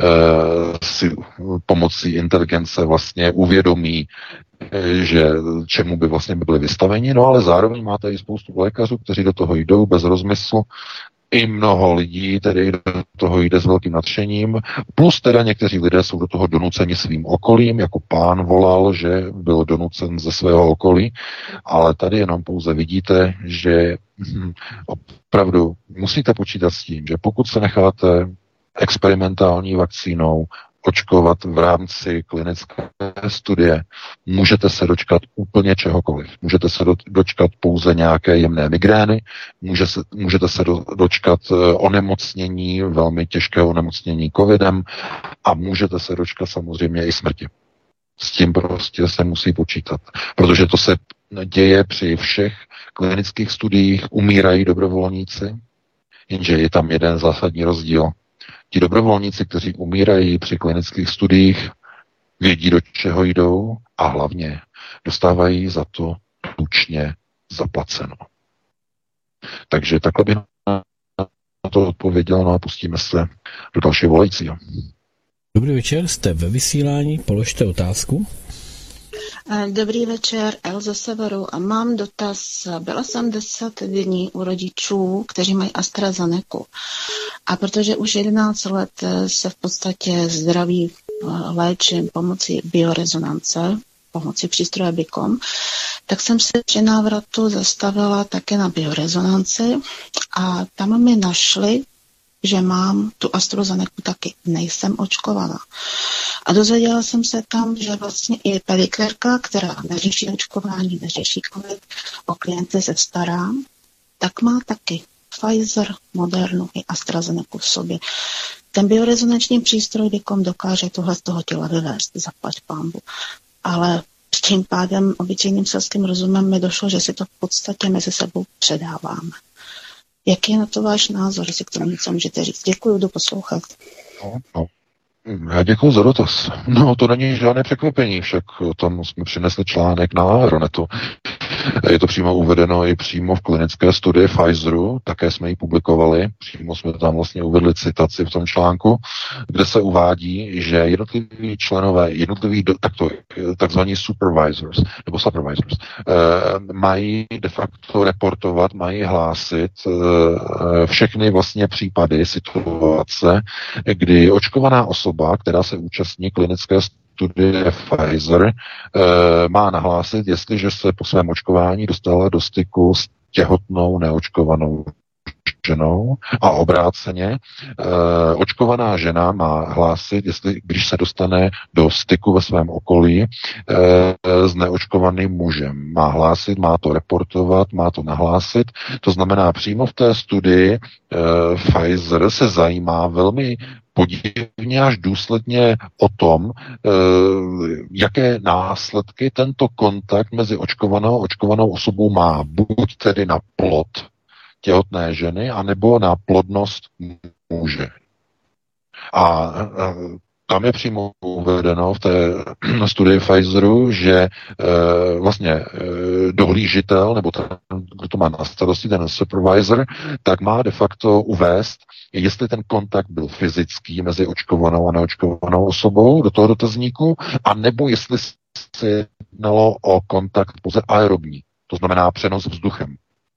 S3: si pomocí inteligence vlastně uvědomí, že čemu by vlastně byli vystaveni, no ale zároveň máte i spoustu lékařů, kteří do toho jdou bez rozmyslu, i mnoho lidí tedy do toho jde s velkým nadšením, plus teda někteří lidé jsou do toho donuceni svým okolím, jako pán volal, že byl donucen ze svého okolí, ale tady jenom pouze vidíte, že opravdu musíte počítat s tím, že pokud se necháte experimentální vakcínou očkovat v rámci klinické studie, můžete se dočkat úplně čehokoliv. Můžete se dočkat pouze nějaké jemné migrény, můžete se dočkat onemocnění, velmi těžkého onemocnění covidem a můžete se dočkat samozřejmě i smrti. S tím prostě se musí počítat, protože to se děje při všech klinických studiích, umírají dobrovolníci, jenže je tam jeden zásadní rozdíl. Ti dobrovolníci, kteří umírají při klinických studiích, vědí, do čeho jdou a hlavně dostávají za to tučně zaplaceno. Takže takhle bych na to odpověděl, no a pustíme se do dalšího volajícího.
S2: Dobrý večer, jste ve vysílání, položte otázku.
S8: Dobrý večer, El ze Severu. A mám dotaz. Byla jsem 10 dní u rodičů, kteří mají AstraZenecu. A protože už 11 let se v podstatě zdraví léčím pomocí biorezonance, pomocí přístroje BICOM, tak jsem se při návratu zastavila také na biorezonanci a tam mi našli, že mám tu AstraZenecu taky. Nejsem očkovaná. A dozvěděla jsem se tam, že vlastně i pedikérka, která neřeší očkování, neřeší COVID, o klienty se stará, tak má taky Pfizer, Modernu i AstraZenecu v sobě. Ten biorezonanční přístroj BICOM dokáže tohle z toho těla vyvést, zaplať pánbu. Ale s tím pádem obyčejným selským rozumem mi došlo, že si to v podstatě mezi sebou předáváme. Jaký je na to váš názor, jestli k tomu něco můžete říct? Děkuji, jdu poslouchat.
S3: No. Já děkuji za dotaz. No, to není žádné překvapení, však tam jsme přinesli článek na Aeronetu. Je to přímo uvedeno i přímo v klinické studii Pfizeru, také jsme ji publikovali, přímo jsme tam vlastně uvedli citaci v tom článku, kde se uvádí, že jednotliví členové, takzvaní supervisors, mají de facto reportovat, mají hlásit všechny vlastně případy, situace, kdy očkovaná osoba, která se účastní klinické studie Pfizer má nahlásit, jestliže se po svém očkování dostala do styku s těhotnou neočkovanou ženou a obráceně očkovaná žena má hlásit, když se dostane do styku ve svém okolí s neočkovaným mužem. Má hlásit, má to reportovat, má to nahlásit. To znamená, přímo v té studii Pfizer se zajímá velmi podivně až důsledně o tom, jaké následky tento kontakt mezi očkovanou osobou má. Buď tedy na plod těhotné ženy, anebo na plodnost muže. A tam je přímo uvedeno v té studii Pfizeru, že vlastně dohlížitel, nebo ten, kdo to má na starosti, ten supervisor, tak má de facto uvést, jestli ten kontakt byl fyzický mezi očkovanou a neočkovanou osobou do toho dotazníku, anebo jestli se jednalo o kontakt pouze aerobní, to znamená přenos vzduchem.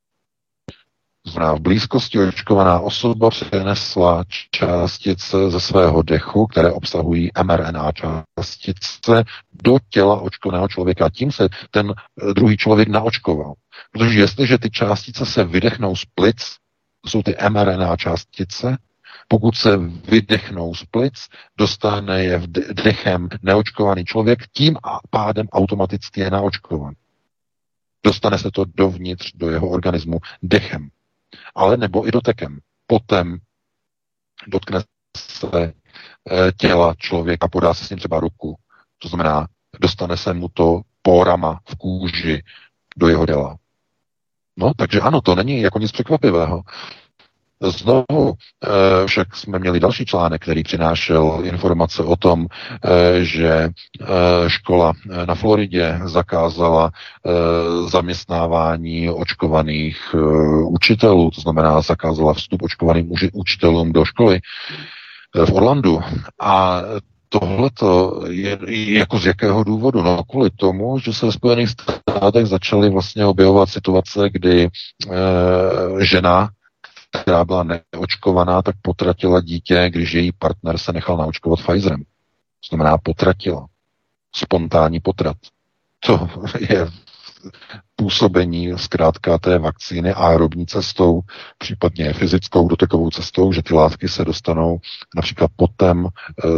S3: V blízkosti očkovaná osoba přenesla částice ze svého dechu, které obsahují mRNA částice, do těla očkovaného člověka. Tím se ten druhý člověk naočkoval. Protože jestliže ty částice se vydechnou z plic, to jsou ty mRNA částice, pokud se vydechnou z plic, dostane je dechem neočkovaný člověk, tím a pádem automaticky je naočkovaný. Dostane se to dovnitř do jeho organismu dechem. Ale nebo i dotekem. Potom dotkne se těla člověka, podá se s ním třeba ruku. To znamená, dostane se mu to pórama v kůži do jeho těla. No, takže ano, to není jako nic překvapivého. Znovu však jsme měli další článek, který přinášel informace o tom, že škola na Floridě zakázala zaměstnávání očkovaných učitelů, to znamená zakázala vstup očkovaným učitelům do školy v Orlandu. A tohleto je jako z jakého důvodu? No kvůli tomu, že se ve Spojených státech začaly vlastně objevovat situace, kdy žena, která byla neočkovaná, tak potratila dítě, když její partner se nechal naočkovat Pfizerem. To znamená potratila. Spontánní potrat. To je působení zkrátka té vakcíny aerobní cestou, případně fyzickou dotekovou cestou, že ty látky se dostanou například potem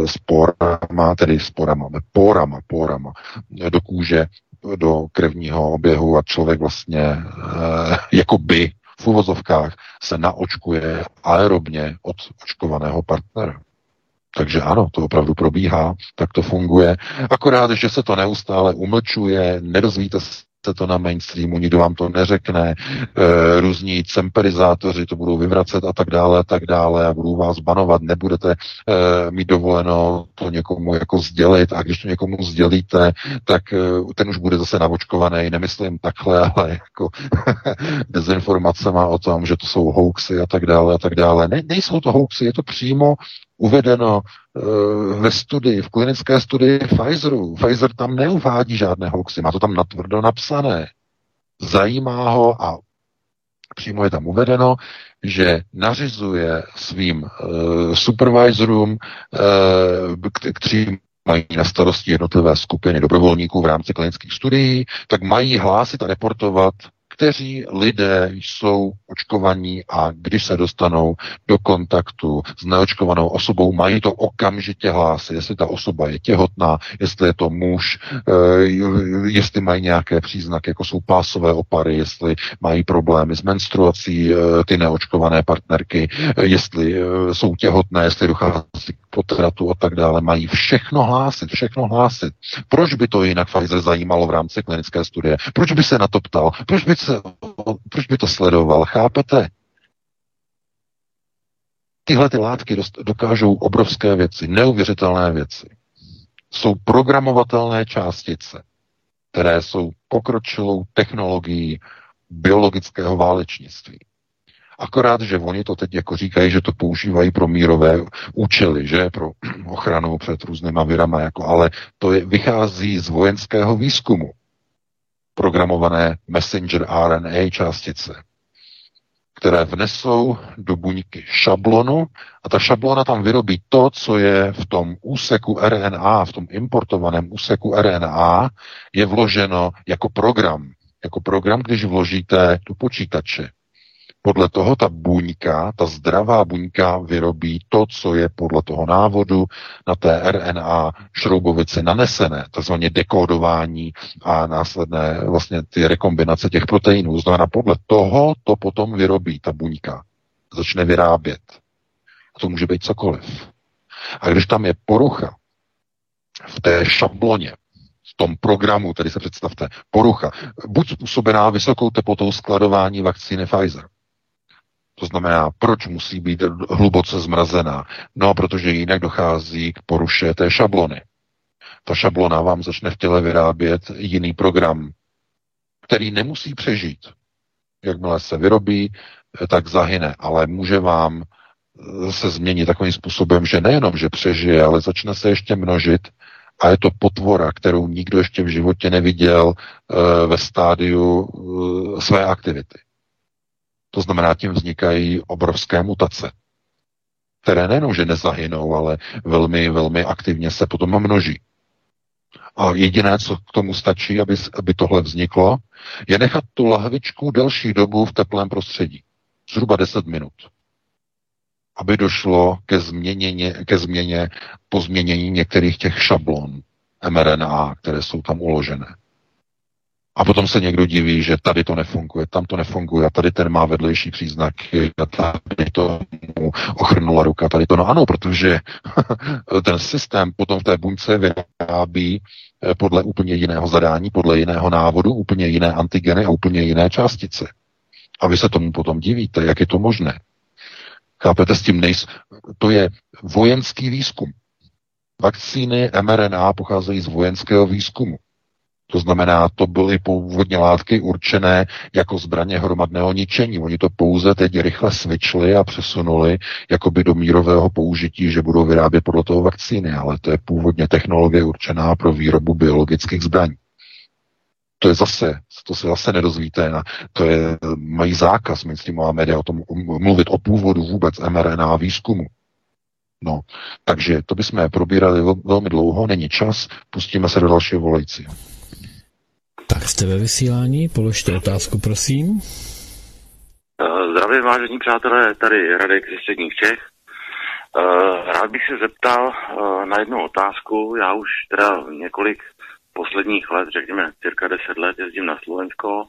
S3: pórama do kůže, do krevního oběhu a člověk vlastně jakoby v uvozovkách se naočkuje aerobně od očkovaného partnera. Takže ano, to opravdu probíhá, tak to funguje. Akorát, že se to neustále umlčuje, nedozvíte se to na mainstreamu, nikdo vám to neřekne, různí cemperizátoři to budou vyvracet a tak dále a budou vás banovat, nebudete mít dovoleno to někomu jako sdělit a když to někomu sdělíte, tak ten už bude zase naočkovaný, nemyslím takhle, ale jako dezinformacema o tom, že to jsou hoaxy a tak dále. Nejsou to hoaxy, je to přímo uvedeno ve studii, v klinické studii Pfizeru. Pfizer tam neuvádí žádné hoaxy, má to tam natvrdo napsané. Zajímá ho a přímo je tam uvedeno, že nařizuje svým supervisorům, kteří mají na starosti jednotlivé skupiny dobrovolníků v rámci klinických studií, tak mají hlásit a reportovat, kteří lidé jsou očkovaní a když se dostanou do kontaktu s neočkovanou osobou, mají to okamžitě hlásit, jestli ta osoba je těhotná, jestli je to muž, jestli mají nějaké příznaky, jako jsou pásové opary, jestli mají problémy s menstruací ty neočkované partnerky, jestli jsou těhotné, jestli dochází k potratu a tak dále. Mají všechno hlásit. Proč by to jinak Pfizer zajímalo v rámci klinické studie? Proč by se na to ptal? Proč by to sledoval? Chápete? Tyhle ty látky dokážou obrovské věci, neuvěřitelné věci. Jsou programovatelné částice, které jsou pokročilou technologií biologického válečnictví. Akorát, že oni to teď jako říkají, že to používají pro mírové účely, že pro ochranu před různýma virama, jako, ale to vychází z vojenského výzkumu. Programované messenger RNA částice, které vnesou do buňky šablonu a ta šablona tam vyrobí to, co je v tom úseku RNA, v tom importovaném úseku RNA, je vloženo jako program. Jako program, když vložíte do počítače. Podle toho ta buňka, ta zdravá buňka vyrobí to, co je podle toho návodu na té RNA šroubovici nanesené, takzvaně dekódování a následné vlastně ty rekombinace těch proteinů. Znamená, podle toho to potom vyrobí ta buňka. Začne vyrábět. A to může být cokoliv. A když tam je porucha v té šabloně, v tom programu, tedy se představte, porucha, buď způsobená vysokou teplotou skladování vakcíny Pfizer. To znamená, proč musí být hluboce zmrazená? No, protože jinak dochází k poruše té šablony. Ta šablona vám začne v těle vyrábět jiný program, který nemusí přežít. Jakmile se vyrobí, tak zahyne, ale může vám se změnit takovým způsobem, že nejenom, že přežije, ale začne se ještě množit a je to potvora, kterou nikdo ještě v životě neviděl ve stádiu své aktivity. To znamená, tím vznikají obrovské mutace, které nejenom, že nezahynou, ale velmi, velmi aktivně se potom množí. A jediné, co k tomu stačí, aby tohle vzniklo, je nechat tu lahvičku delší dobu v teplém prostředí. Zhruba 10 minut. Aby došlo ke změně, pozměnění některých těch šablon mRNA, které jsou tam uložené. A potom se někdo diví, že tady to nefunguje, tam to nefunguje, a tady ten má vedlejší příznaky, a tady to mu ochrnula ruka, tady to. No ano, protože ten systém potom v té buňce vyrábí podle úplně jiného zadání, podle jiného návodu, úplně jiné antigeny a úplně jiné částice. A vy se tomu potom divíte, jak je to možné. Chápete, s tím to je vojenský výzkum. Vakcíny mRNA pocházejí z vojenského výzkumu. To znamená, to byly původně látky určené jako zbraně hromadného ničení. Oni to pouze teď rychle switchli a přesunuli jakoby do mírového použití, že budou vyrábět podle toho vakcíny, ale to je původně technologie určená pro výrobu biologických zbraní. To se zase nedozvíte. Mají zákaz mainstreamová média o tom mluvit o původu vůbec mRNA výzkumu. No, takže to bychom probírali velmi dlouho, není čas, pustíme se do dalšího volajícího.
S2: Tak jste ve vysílání, položte otázku, prosím.
S9: Zdravím, vážení přátelé, tady Radek ze středních Čech. Rád bych se zeptal na jednu otázku. Já už teda několik posledních let, řekněme cirka 10 let, jezdím na Slovensko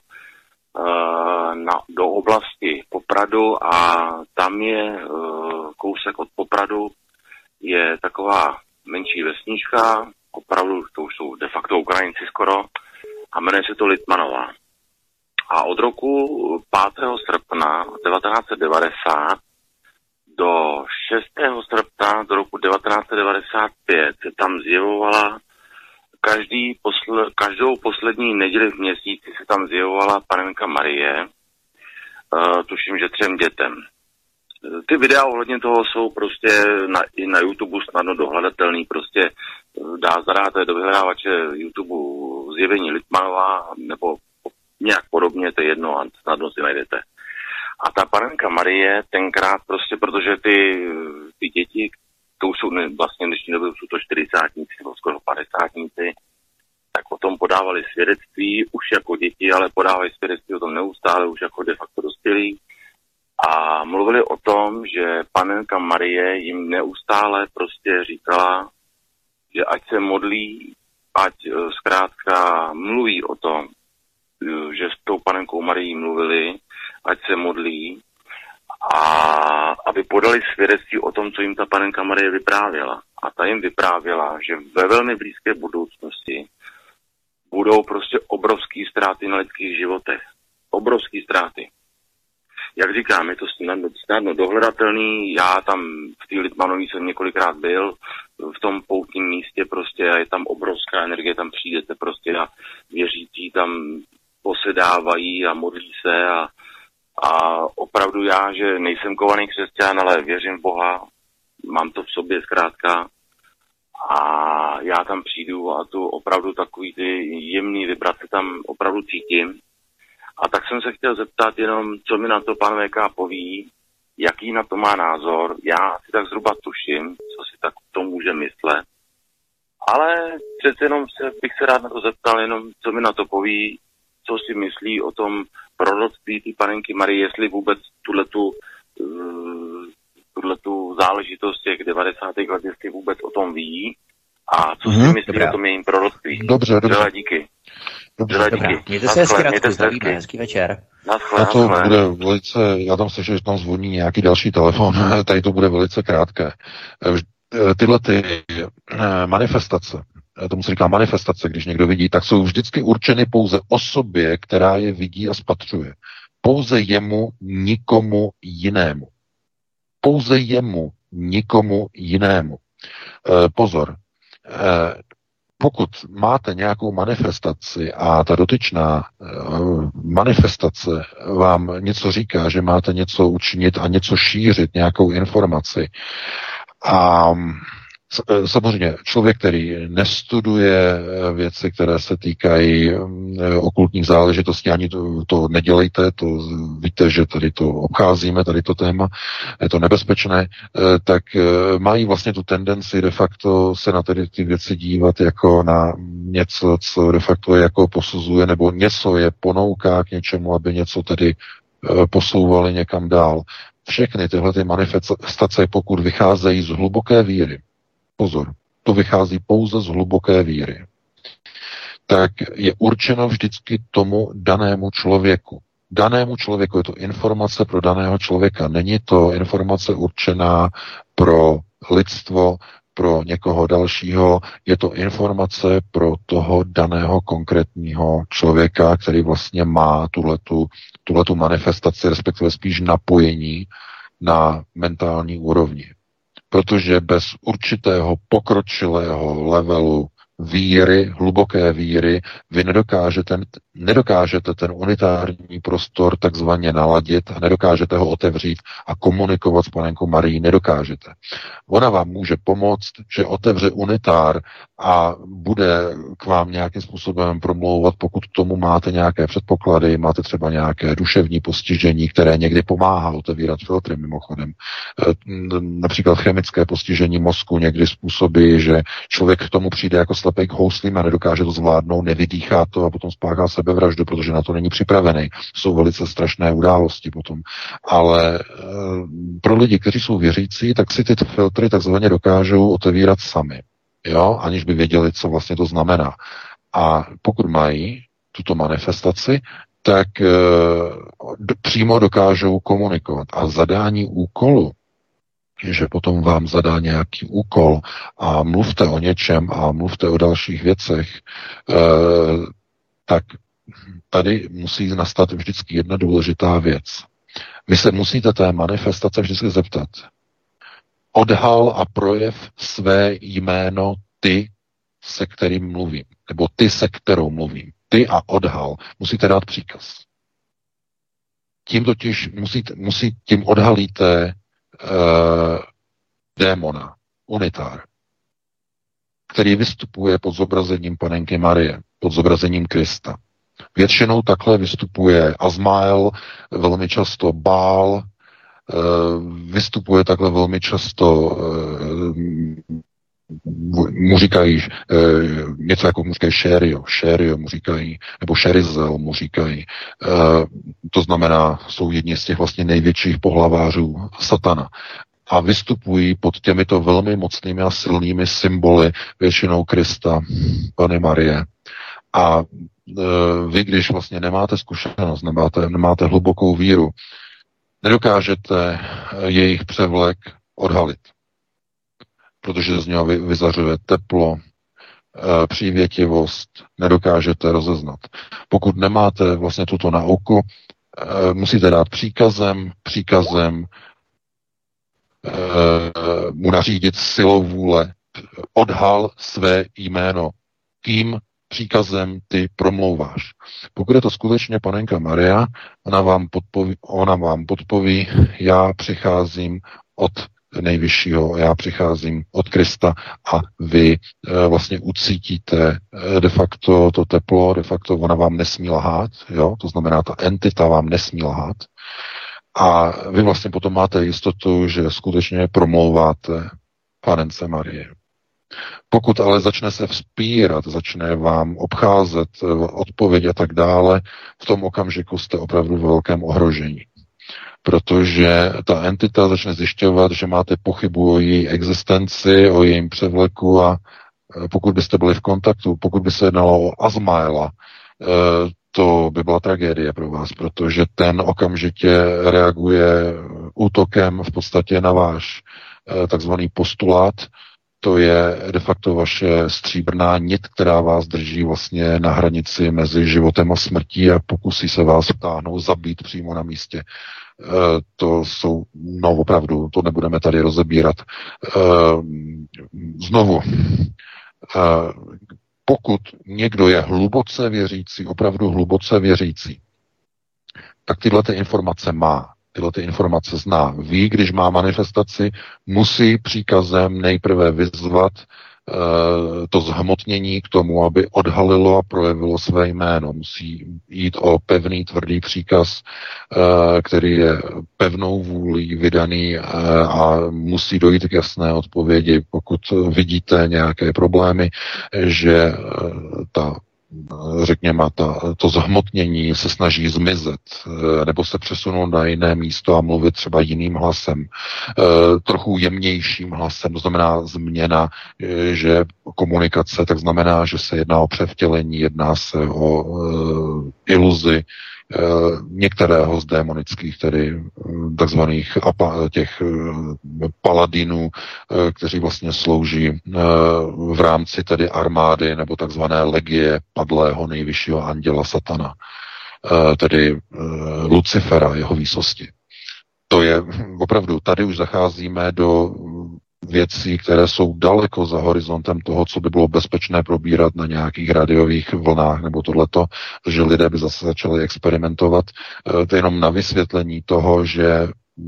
S9: do oblasti Popradu a tam je kousek od Popradu je taková menší vesnička, opravdu to už jsou de facto Ukrajinci skoro, a jmenuje se to Litmanová. A od roku 5. srpna 1990 do 6. srpna do roku 1995 se tam zjevovala každou poslední neděli v měsíci se tam zjevovala Panenka Marie, tuším, že 3 dětem. Ty videa ohledně toho jsou prostě i na YouTube snadno dohledatelný, prostě zadáte do vyhledávače YouTube zjevení Litmanová nebo nějak podobně, to je jedno a snadno si najdete. A ta Panenka Marie tenkrát prostě, protože ty děti, to už jsou vlastně v dnešní době, jsou to 40-tníci nebo skoro 50-tníci, tak o tom podávali svědectví už jako děti, ale podávají svědectví o tom neustále, už jako de facto dospělí. A mluvili o tom, že Panenka Marie jim neustále prostě říkala, že ať se modlí, ať zkrátka mluví o tom, že s tou Panenkou Marií mluvili, ať se modlí a aby podali svědectví o tom, co jim ta Panenka Marie vyprávěla. A ta jim vyprávěla, že ve velmi blízké budoucnosti budou prostě obrovský ztráty na lidských životech. Obrovský ztráty. Jak říkám, je to snadno dohledatelný, já tam v té Litmanový jsem několikrát byl, v tom poutním místě prostě je tam obrovská energie, tam přijdete prostě a věřící tam posedávají a modlí se a opravdu já, že nejsem kovaný křesťan, ale věřím v Boha, mám to v sobě zkrátka a já tam přijdu a tu opravdu takový ty jemný vibrace tam opravdu cítím. A tak jsem se chtěl zeptat jenom, co mi na to pan VK poví, jaký na to má názor. Já si tak zhruba tuším, co si tak to může myslet. Ale přece jenom bych se rád na to zeptal, jenom co mi na to poví, co si myslí o tom proroctví té panenky Marie, jestli vůbec tuhletu záležitost těch 90. let, jestli vůbec o tom ví a co si myslí o tom jejím proroctví.
S3: Dobře.
S9: Díky.
S3: Dobře.
S1: Mějte se hezky, Radku, zdravíme, hezký večer.
S3: Já tam slyším, že tam zvoní nějaký další telefon, tady to bude velice krátké. Tyhle ty manifestace, tomu se říká manifestace, když někdo vidí, tak jsou vždycky určeny pouze osobě, která je vidí a spatřuje. Pouze jemu, nikomu jinému. Pouze jemu, nikomu jinému. Pozor, pokud máte nějakou manifestaci a ta dotyčná manifestace vám něco říká, že máte něco učinit a něco šířit, nějakou informaci, a samozřejmě člověk, který nestuduje věci, které se týkají okultních záležitostí, ani to nedělejte, to víte, že tady to obcházíme, tady to téma, je to nebezpečné, tak mají vlastně tu tendenci de facto se na tady ty věci dívat jako na něco, co de facto jako posuzuje, nebo něco je ponouká k něčemu, aby něco tedy posouvali někam dál. Všechny tyhle ty manifestace, pokud vycházejí z hluboké víry, pozor, to vychází pouze z hluboké víry, tak je určeno vždycky tomu danému člověku. Danému člověku je to informace pro daného člověka. Není to informace určená pro lidstvo, pro někoho dalšího. Je to informace pro toho daného konkrétního člověka, který vlastně má tuhletu manifestaci, respektive spíš napojení na mentální úrovni. Protože bez určitého pokročilého levelu víry, hluboké víry, vy nedokážete ten unitární prostor takzvaně naladit a nedokážete ho otevřít a komunikovat s panenkou Marií, nedokážete. Ona vám může pomoct, že otevře unitár a bude k vám nějakým způsobem promlouvat, pokud k tomu máte nějaké předpoklady, máte třeba nějaké duševní postižení, které někdy pomáhá otevírat filtry mimochodem. Například chemické postižení mozku někdy způsobí, že člověk k tomu přijde jako slepej k houslím a nedokáže to zvládnout, nevydýchá to a potom spáchá sebevraždu, protože na to není připravený. Jsou velice strašné události potom. Ale pro lidi, kteří jsou věřící, tak si ty filtry takzvaně dokážou otevírat sami. Jo? Aniž by věděli, co vlastně to znamená. A pokud mají tuto manifestaci, tak přímo dokážou komunikovat. A zadání úkolu, že potom vám zadá nějaký úkol a mluvte o něčem a mluvte o dalších věcech, tak tady musí nastat vždycky jedna důležitá věc. Vy se musíte té manifestace vždycky zeptat. Odhal a projev své jméno ty, se kterým mluvím, nebo ty, se kterou mluvím. Ty a odhal. Musíte dát příkaz. Tím totiž tím odhalíte démona, unitár, který vystupuje pod zobrazením panenky Marie, pod zobrazením Krista. Většinou takhle vystupuje Azmael, velmi často Bál, vystupuje takhle velmi často, mu říkají něco jako mu říkají Šério mu říkají, nebo Šerizel mu říkají. To znamená, jsou jedni z těch vlastně největších pohlavářů satana. A vystupují pod těmito velmi mocnými a silnými symboly, většinou Krista, Panny Marie. A vy, když vlastně nemáte zkušenost, nemáte hlubokou víru, nedokážete jejich převlek odhalit. Protože z něho vyzařuje teplo, přívětivost, nedokážete rozeznat. Pokud nemáte vlastně tuto nauku, musíte dát příkazem mu nařídit silou vůle, odhal své jméno, kým příkazem ty promlouváš. Pokud je to skutečně panenka Maria, ona vám podpoví, já přicházím od nejvyššího, já přicházím od Krista a vy vlastně ucítíte de facto to teplo, de facto ona vám nesmí lhát, jo? To znamená, ta entita vám nesmí lhát a vy vlastně potom máte jistotu, že skutečně promlouváte Panence Marie. Pokud ale začne se vzpírat, začne vám obcházet odpověď a tak dále, v tom okamžiku jste opravdu v velkém ohrožení. Protože ta entita začne zjišťovat, že máte pochybu o její existenci, o jejím převleku a pokud byste byli v kontaktu, pokud by se jednalo o Azmaela, to by byla tragédie pro vás, protože ten okamžitě reaguje útokem v podstatě na váš takzvaný postulát. To je de facto vaše stříbrná nit, která vás drží vlastně na hranici mezi životem a smrtí a pokusí se vás vtáhnout, zabít přímo na místě. To jsou, no opravdu, to nebudeme tady rozebírat. Znovu, pokud někdo je hluboce věřící, opravdu hluboce věřící, tak tyhle ty informace má. Tyhle ty informace zná. Ví, když má manifestaci, musí příkazem nejprve vyzvat to zhmotnění k tomu, aby odhalilo a projevilo své jméno. Musí jít o pevný, tvrdý příkaz, který je pevnou vůlí vydaný a musí dojít k jasné odpovědi. Pokud vidíte nějaké problémy, že řekněme, to zhmotnění se snaží zmizet, nebo se přesunout na jiné místo a mluvit třeba jiným hlasem, trochu jemnějším hlasem, to znamená změna, že komunikace, tak znamená, že se jedná o převtělení, jedná se o iluzi některého z démonických, tedy takzvaných těch paladinů, kteří vlastně slouží v rámci tedy armády nebo takzvané legie padlého nejvyššího anděla Satana, tedy Lucifera, jeho výsosti. To je opravdu, tady už zacházíme do věcí, které jsou daleko za horizontem toho, co by bylo bezpečné probírat na nějakých rádiových vlnách nebo tohleto, že lidé by zase začali experimentovat. To je jenom na vysvětlení toho, že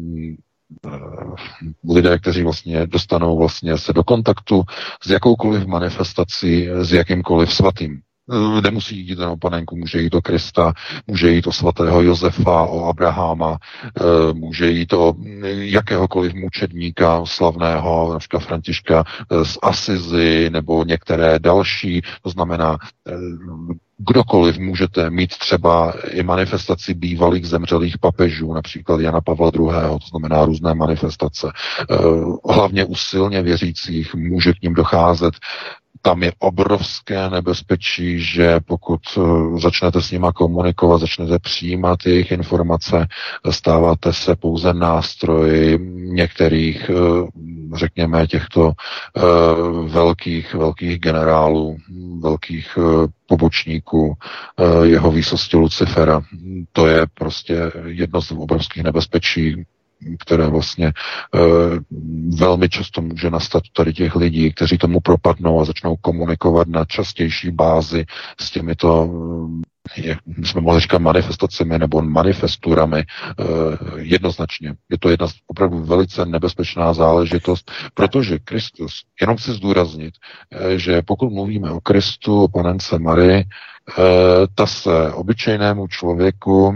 S3: lidé, kteří vlastně dostanou vlastně se do kontaktu s jakoukoliv manifestací, s jakýmkoliv svatým. Nemusí jít o panenku, může jít o Krista, může jít o svatého Josefa, o Abraháma, může jít o jakéhokoliv mučedníka slavného, například Františka z Asizi, nebo některé další, to znamená, kdokoliv můžete mít třeba i manifestaci bývalých zemřelých papežů, například Jana Pavla II., to znamená různé manifestace. Hlavně u silně věřících může k nim docházet. Tam je obrovské nebezpečí, že pokud začnete s nima komunikovat, začnete přijímat jejich informace, stáváte se pouze nástroji některých, řekněme, těchto velkých generálů, velkých pobočníků jeho výsosti Lucifera. To je prostě jedno z obrovských nebezpečí, které vlastně velmi často může nastat tady těch lidí, kteří tomu propadnou a začnou komunikovat na častější bázi s těmito, jak jsme mohli říkat, manifestacemi nebo manifesturami. Jednoznačně. Je to jedna opravdu velice nebezpečná záležitost, protože Kristus, jenom chci zdůraznit, že pokud mluvíme o Kristu, o Panence Marii, ta se obyčejnému člověku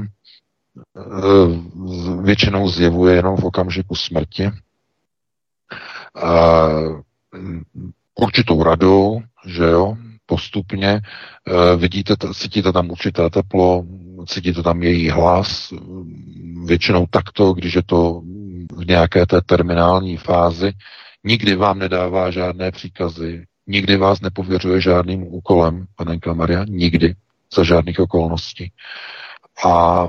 S3: většinou zjevuje jenom v okamžiku smrti. Určitou radou, že jo, postupně vidíte, cítíte tam určité teplo, cítíte tam její hlas, většinou takto, když je to v nějaké té terminální fázi, nikdy vám nedává žádné příkazy, nikdy vás nepověřuje žádným úkolem, panenka Maria, nikdy, za žádných okolností. A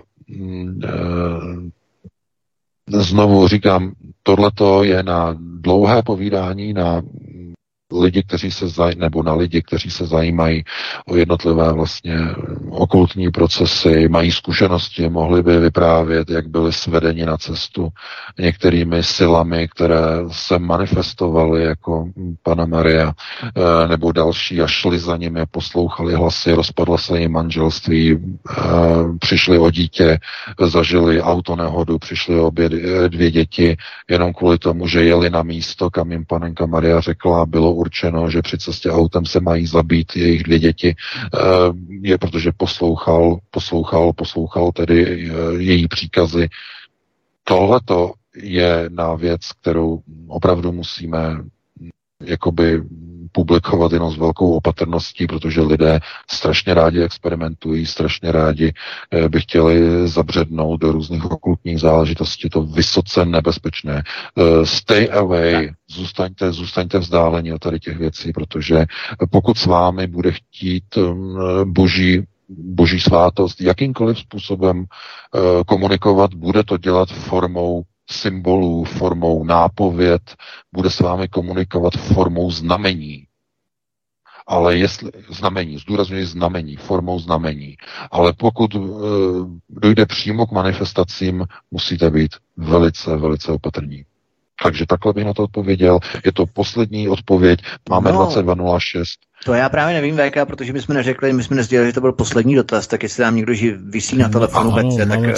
S3: znovu říkám, tohleto je na dlouhé povídání, na lidi, na lidi, kteří se zajímají o jednotlivé vlastně okultní procesy, mají zkušenosti, mohli by vyprávět, jak byli svedeni na cestu některými silami, které se manifestovaly jako Panna Maria nebo další a šli za nimi, poslouchali hlasy, rozpadlo se jim manželství, přišli o dítě, zažili autonehodu, přišli o 2 děti, jenom kvůli tomu, že jeli na místo, kam jim Panenka Maria řekla, bylo určeno, že při cestě autem se mají zabít jejich 2 děti, protože poslouchal tedy její příkazy. Tohleto je na věc, kterou opravdu musíme jakoby publikovat jenom s velkou opatrností, protože lidé strašně rádi experimentují, strašně rádi by chtěli zabřednout do různých okultních záležitostí, to vysoce nebezpečné. Stay away, zůstaňte vzdáleni od tady těch věcí, protože pokud s vámi bude chtít boží svátost jakýmkoliv způsobem komunikovat, bude to dělat formou symbolů, formou nápověd, bude s vámi komunikovat formou znamení. Ale zdůrazňuji znamení, formou znamení. Ale pokud dojde přímo k manifestacím, musíte být velice, velice opatrní. Takže takhle bych na to odpověděl. Je to poslední odpověď. Máme 22.06.
S1: To já právě nevím, VK, protože my jsme nesdělili, že to byl poslední dotaz, tak jestli nám někdo visí na telefonu,
S2: máme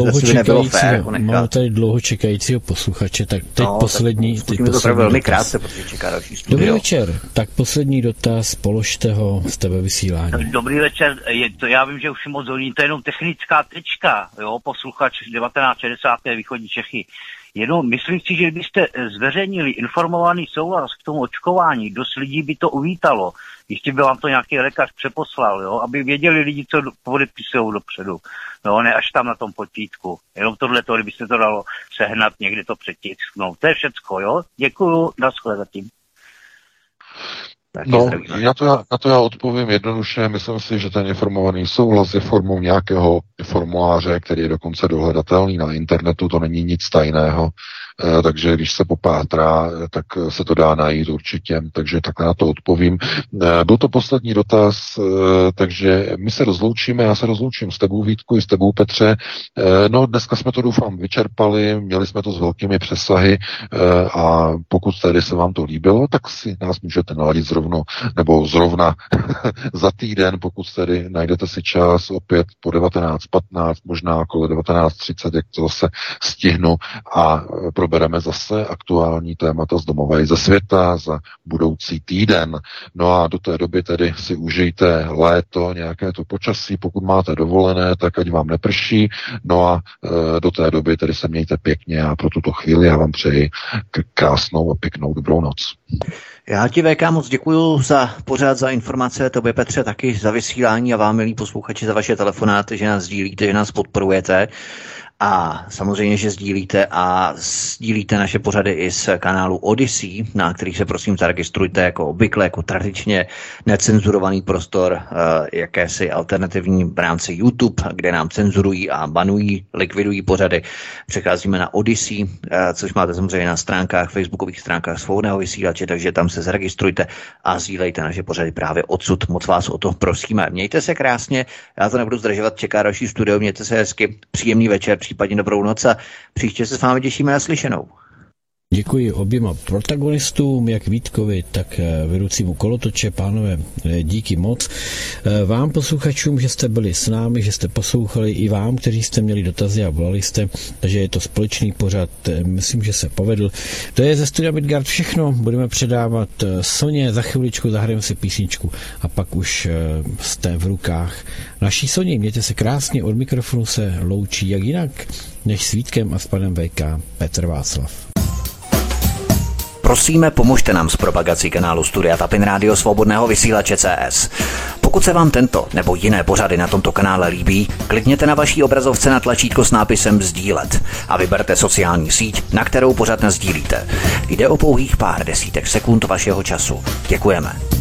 S2: tady dlouho čekajícího posluchače, tak teď poslední.
S1: Teď to tak velmi krátce, protože čeká další studio.
S2: Dobrý večer, tak poslední dotaz, položte ho z tebe vysílání.
S10: Dobrý večer, já vím, že už moc hodin, to je jenom technická tečka, jo, posluchač 1960. východní Čechy. Jenom myslím si, že kdybyste zveřejnili informovaný souhlas k tomu očkování, dost lidí by to uvítalo. Ještě by vám to nějaký lékař přeposlal, jo, aby věděli lidi, co podepisují dopředu. No, ne až tam na tom potítku. Jenom tohleto, kdybyste to dalo sehnat, někde to přetisknout. To je všecko, jo. Děkuju, naschle zatím.
S3: Na to já odpovím jednoduše. Myslím si, že ten informovaný souhlas je formou nějakého formuláře, který je dokonce dohledatelný na internetu, to není nic tajného, takže když se popátrá, tak se to dá najít určitě, takže takhle na to odpovím. Byl to poslední dotaz, takže my se rozloučíme, já se rozloučím s tebou, Vítku, i s tebou, Petře. No, dneska jsme to, doufám, vyčerpali, měli jsme to s velkými přesahy a pokud tedy se vám to líbilo, tak si nás můžete naladit zrovna za týden, pokud tedy najdete si čas opět po 19.15, možná okolo 19.30, jak to zase stihnu a probereme zase aktuální témata z domova i ze světa za budoucí týden. No a do té doby tedy si užijte léto, nějaké to počasí, pokud máte dovolené, tak ať vám neprší. No a do té doby tedy se mějte pěkně a pro tuto chvíli já vám přeji krásnou a pěknou dobrou noc.
S1: Já ti, VK, moc děkuju za pořád, za informace, tobě, Petře, taky za vysílání a vám, milí posluchači, za vaše telefonáty, že nás sdílíte, že nás podporujete. A samozřejmě, že sdílíte naše pořady i z kanálu Odyssey, na který se prosím zaregistrujte jako obvykle, jako tradičně necenzurovaný prostor, jakési alternativní v rámci YouTube, kde nám cenzurují a banují, likvidují pořady. Přecházíme na Odyssey, což máte samozřejmě na stránkách, facebookových stránkách Svobodného vysílače, takže tam se zaregistrujte a sdílejte naše pořady právě odsud. Moc vás o to prosíme. Mějte se krásně, já to nebudu zdržovat, čeká další studio, mějte se hezky, příjemný večer, případně dobrou noc a příště se s vámi těšíme na slyšenou.
S2: Děkuji oběma protagonistům, jak Vítkovi, tak vedoucímu kolotoče. Pánové, díky moc. Vám posluchačům, že jste byli s námi, že jste poslouchali, i vám, kteří jste měli dotazy a volali jste, takže je to společný pořad, myslím, že se povedl. To je ze studia Midgard všechno, budeme předávat Soně, za chviličku zahrajeme si písničku a pak už jste v rukách naší Soni. Mějte se krásně, od mikrofonu se loučí jak jinak, než s Vítkem a s panem VK Petr Václav.
S1: Prosíme, pomožte nám s propagací kanálu Studia Tapin Rádio Svobodného vysílače CS. Pokud se vám tento nebo jiné pořady na tomto kanále líbí, klikněte na vaší obrazovce na tlačítko s nápisem sdílet a vyberte sociální síť, na kterou pořad nasdílíte. Jde o pouhých pár desítek sekund vašeho času. Děkujeme.